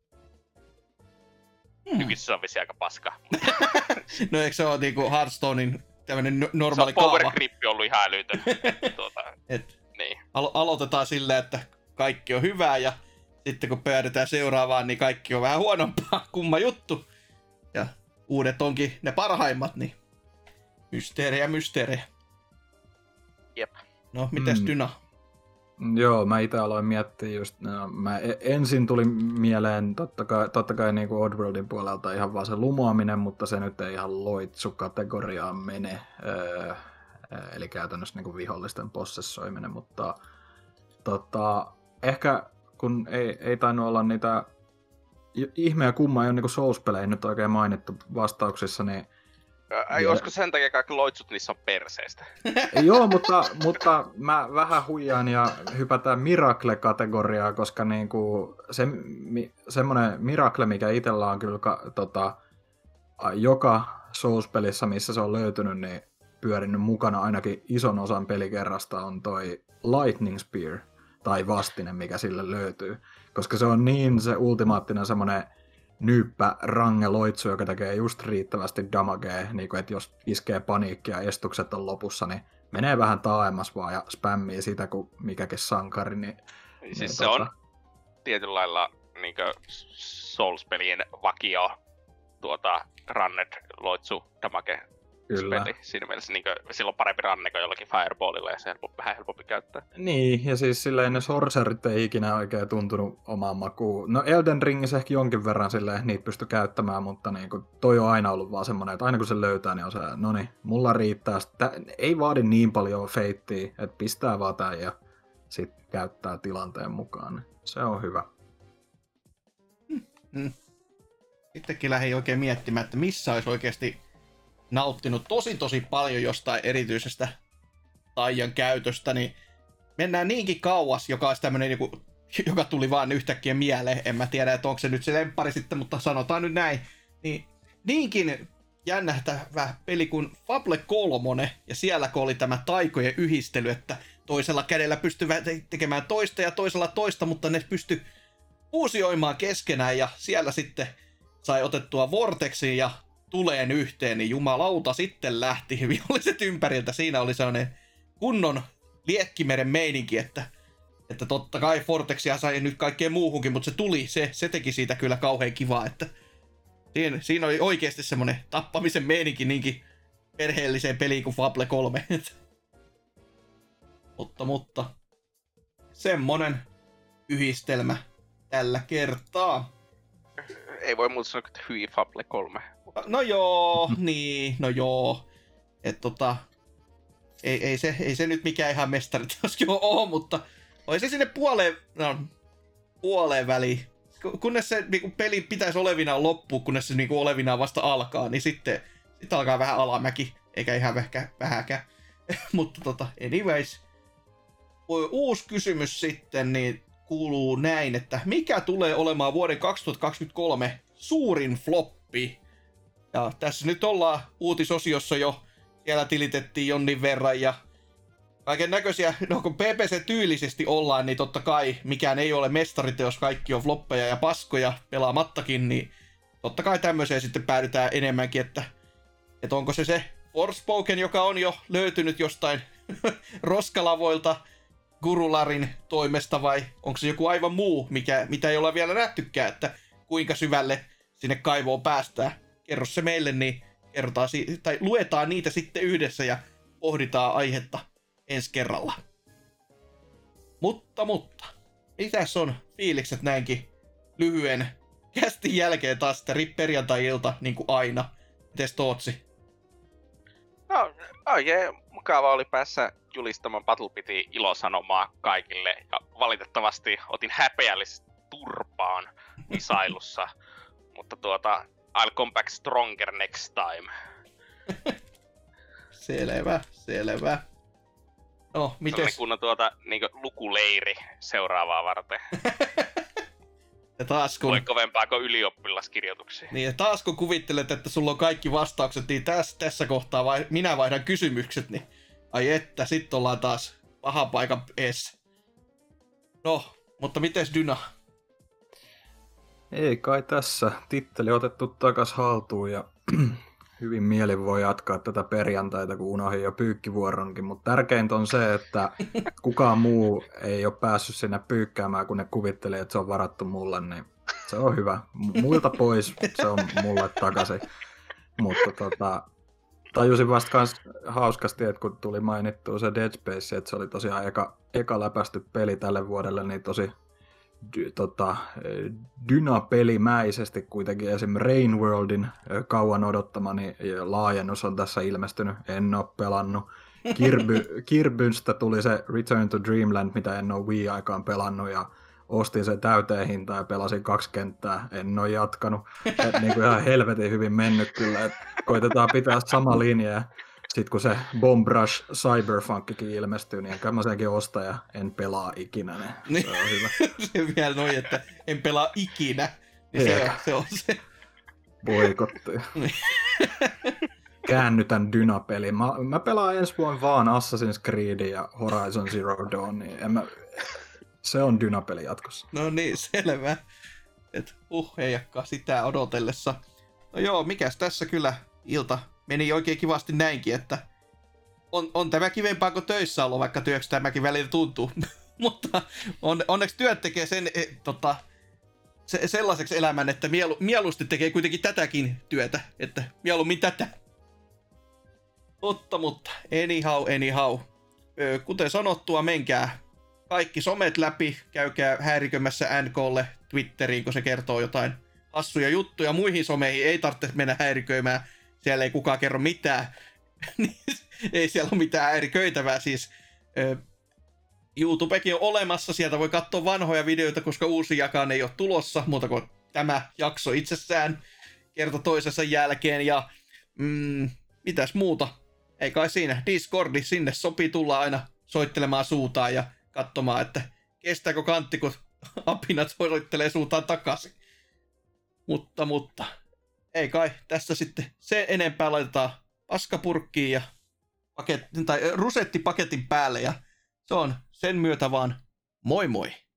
Speaker 2: Hmm.
Speaker 3: Nykyisesti se on vissi aika paska.
Speaker 2: No eikö se ole niinku Hearthstonein tämmönen no-
Speaker 3: Se
Speaker 2: normaali
Speaker 3: on power
Speaker 2: kaava?
Speaker 3: grippi ollut ihan älytön. tuota,
Speaker 2: Et
Speaker 3: niin.
Speaker 2: alo- aloitetaan sillä, että kaikki on hyvää ja sitten kun päädytään seuraavaan, niin kaikki on vähän huonompaa. Kumma juttu. Ja uudet onkin ne parhaimmat, niin mysteerejä, mysteerejä.
Speaker 3: Jep.
Speaker 2: No, mites
Speaker 4: Mm.
Speaker 2: Dyna?
Speaker 4: Joo, mä itse aloin miettiä just, no, mä e- ensin tuli mieleen totta kai, totta kai niin kuin Oddworldin puolelta ihan vaan se lumoaminen, mutta se nyt ei ihan loitsu-kategoriaan mene, öö, eli käytännössä niin kuin vihollisten possessoiminen, mutta tota, ehkä kun ei, ei tainnut olla niitä ihme ja kumma, ei ole niin Souls-pelejä nyt oikein mainittu vastauksissa, niin
Speaker 3: Ei, olisiko sen takia kaikki loitsut niissä on perseestä?
Speaker 4: joo, mutta, mutta mä vähän huijaan ja hypätään Miracle-kategoriaa, koska niinku se, mi, semmoinen Miracle, mikä itsellä on kyllä ka, tota, joka Souls-pelissä, missä se on löytynyt, niin pyörinyt mukana ainakin ison osan pelikerrasta on toi Lightning Spear, tai vastine, mikä sille löytyy. Koska se on niin se ultimaattinen semmoinen nyyppä range loitsu, joka tekee just riittävästi damagea, niin kuin, että jos iskee paniikkia ja estukset on lopussa, niin menee vähän taaemmas vaan ja spämmii sitä kuin mikäkin sankari. Niin,
Speaker 3: Siis
Speaker 4: niin
Speaker 3: se on tietyllä lailla niinkö Souls-pelien vakio tuota Runned loitsu damage
Speaker 4: Kyllä.
Speaker 3: speli. Siinä mielessä niinkö, sillä on parempi ranne kuin jollakin Fireballilla ja se on vähän helpompi käyttää.
Speaker 4: Niin, ja siis silleen ne sorcerit ei ikinä oikein tuntunut omaan makuun. No Elden Ringissä ehkä jonkin verran silleen niitä pysty käyttämään, mutta niin kuin, toi on aina ollut vaan semmoinen, että aina kun se löytää, niin on se, no niin, mulla riittää. Sitä, ei vaadi niin paljon feittiä, että pistää vaan tän ja sitten käyttää tilanteen mukaan. Se on hyvä.
Speaker 2: Mm. Itsekin lähdin oikein miettimään, että missä olisi oikeasti nauttinut tosi tosi paljon jostain erityisestä taian käytöstä, niin mennään niinkin kauas, joka olisi tämmönen joku, joka tuli vaan yhtäkkiä mieleen. En mä tiedä, että onko se nyt se lemppari sitten, mutta sanotaan nyt näin. Niin, niinkin jännähtävä peli kuin Fable kolme, ja siellä kun oli tämä taikojen yhdistely, että toisella kädellä pystyi tekemään toista ja toisella toista, mutta ne pystyi fuusioimaan keskenään, ja siellä sitten sai otettua Vortexin ja tuleen yhteen, niin jumalauta sitten lähti viholliset ympäriltä. Siinä oli sellainen kunnon liekkimeren meininki, että, että totta kai Vortexia sai nyt kaikkeen muuhunkin, mutta se tuli, se, se teki siitä kyllä kauhean kivaa, että siinä, siinä oli oikeasti semmoinen tappamisen meininki niinkin perheelliseen peliin kuin Fable kolme. mutta, mutta semmonen yhdistelmä tällä kertaa.
Speaker 3: Ei voi muuta sanoa, että hyi Fable kolme.
Speaker 2: No joo, niin, no joo. Et tota, ei, ei, se, ei se nyt mikään ihan mestariteoskin ole, mutta oli se sinne puoleen, no, puoleen väliin. Kunnes se niin peli pitäisi olevinaan loppua, kunnes se niin olevinaan vasta alkaa, niin sitten, sitten alkaa vähän alamäki, eikä ihan vähkä, vähäkään. Mutta tota, anyways. Uusi kysymys sitten niin kuuluu näin, että mikä tulee olemaan vuoden kaksituhattakaksikymmentäkolme suurin floppi? Ja tässä nyt ollaan uutisosiossa jo, siellä tilitettiin jonnin verran ja kaiken näköisiä, no kun P P C-tyylisesti ollaan, niin totta kai mikään ei ole mestariteos, kaikki on floppeja ja paskoja pelaamattakin, niin totta kai tämmöiseen sitten päädytään enemmänkin, että, että onko se se Forspoken, joka on jo löytynyt jostain roskalavoilta Gurularin toimesta, vai onko se joku aivan muu, mikä, mitä ei olla vielä nähtykään, että kuinka syvälle sinne kaivoon päästään. Kerro se meille, niin kerrotaan, tai luetaan niitä sitten yhdessä ja pohditaan aihetta ensi kerralla. Mutta, mutta, mitäs on fiilikset näinkin lyhyen kästin jälkeen taas sitten perjantai-ilta, niin kuin aina. Mites Tootsi?
Speaker 3: No, oikein mukava oli päässä julistamaan Battlebittin ilosanomaa kaikille, ja valitettavasti otin häpeällisesti turpaan kisailussa, mutta tuota, I'll come back stronger next time.
Speaker 2: Selvä, selvä. No, mites?
Speaker 3: Kun on tuota niinku lukuleiri seuraavaa varten.
Speaker 2: Ja taas kun...
Speaker 3: Voi kovempaa kuin ylioppilaskirjoituksia.
Speaker 2: Niin, ja taas kun kuvittelet, että sulla on kaikki vastaukset, niin tässä, tässä kohtaa vai, minä vaihdan kysymykset, niin ai että, sit ollaan taas pahan paikan eessä. No, mutta mites Dyna?
Speaker 4: Ei kai tässä. Titteli otettu takas haltuun ja hyvin mielin voi jatkaa tätä perjantaita, kun unohdin jo pyykkivuoronkin, mutta tärkeintä on se, että kukaan muu ei ole päässyt sinne pyykkäämään, kun ne kuvittelee, että se on varattu mulle, niin se on hyvä. Muilta pois, se on mulle takaisin. Mutta tota, tajusin vasta kans hauskasti, että kun tuli mainittua se Dead Space, että se oli tosiaan eka, eka läpästy peli tälle vuodelle, niin tosi dy, tota, dynapelimäisesti kuitenkin esim. Rain Worldin kauan odottamani laajennus on tässä ilmestynyt, en ole pelannut. Kirby, Kirbystä tuli se Return to Dreamland, mitä en ole Wii-aikaan pelannut, ja ostin sen täyteen hintaan ja pelasin kaksi kenttää, en ole jatkanut. Et niin kuin ihan helvetin hyvin mennyt kyllä, että koitetaan pitää sama linja. Sitten kun se Bomb Rush Cyberpunkkikin ilmestyy, niin enkä mä senkin osta ja en pelaa ikinä. Niin se on hyvä.
Speaker 2: Se vielä noin, että en pelaa ikinä. Niin se, on, se on se.
Speaker 4: Boikotti. Käännytän Dyna-peliin. Mä, mä pelaan ensi vuonna vaan Assassin's Creed ja Horizon Zero Dawn, niin en mä... se on Dyna-peli jatkossa.
Speaker 2: No niin, selvä. Et uh, heijakka sitä odotellessa. No joo, mikäs tässä kyllä ilta meni oikein kivasti näinkin, että on, on tämä kivempaa kuin töissä ollut, vaikka työksi tämäkin välillä tuntuu. Mutta on, onneksi työt tekee sen e, tota, se, sellaiseksi elämän, että mielu, mieluusti tekee kuitenkin tätäkin työtä, että mieluummin tätä. Mutta, mutta, anyhow, anyhow. Ö, kuten sanottua, menkää kaikki somet läpi, käykää häirikömässä N K:lle Twitteriin, kun se kertoo jotain hassuja juttuja. Muihin someihin ei tarvitse mennä häiriköimään, siellä ei kukaan kerro mitään. Ei siellä ole mitään häiriköitävää, siis ö, YouTubekin on olemassa, sieltä voi katsoa vanhoja videoita, koska uusiakaan ei ole tulossa, muuta kuin tämä jakso itsessään kerta toisensa jälkeen, ja mm, mitäs muuta? Ei kai siinä, Discordi, sinne sopii tulla aina soittelemaan suutaan ja katsomaan, että kestääkö kantti, kun apinat soittelee suutaan takaisin. Mutta, mutta, ei kai tässä sitten se enempää laitetaan paskapurkkiin ja paket, tai rusettipaketin päälle, ja se on sen myötä vaan moi moi!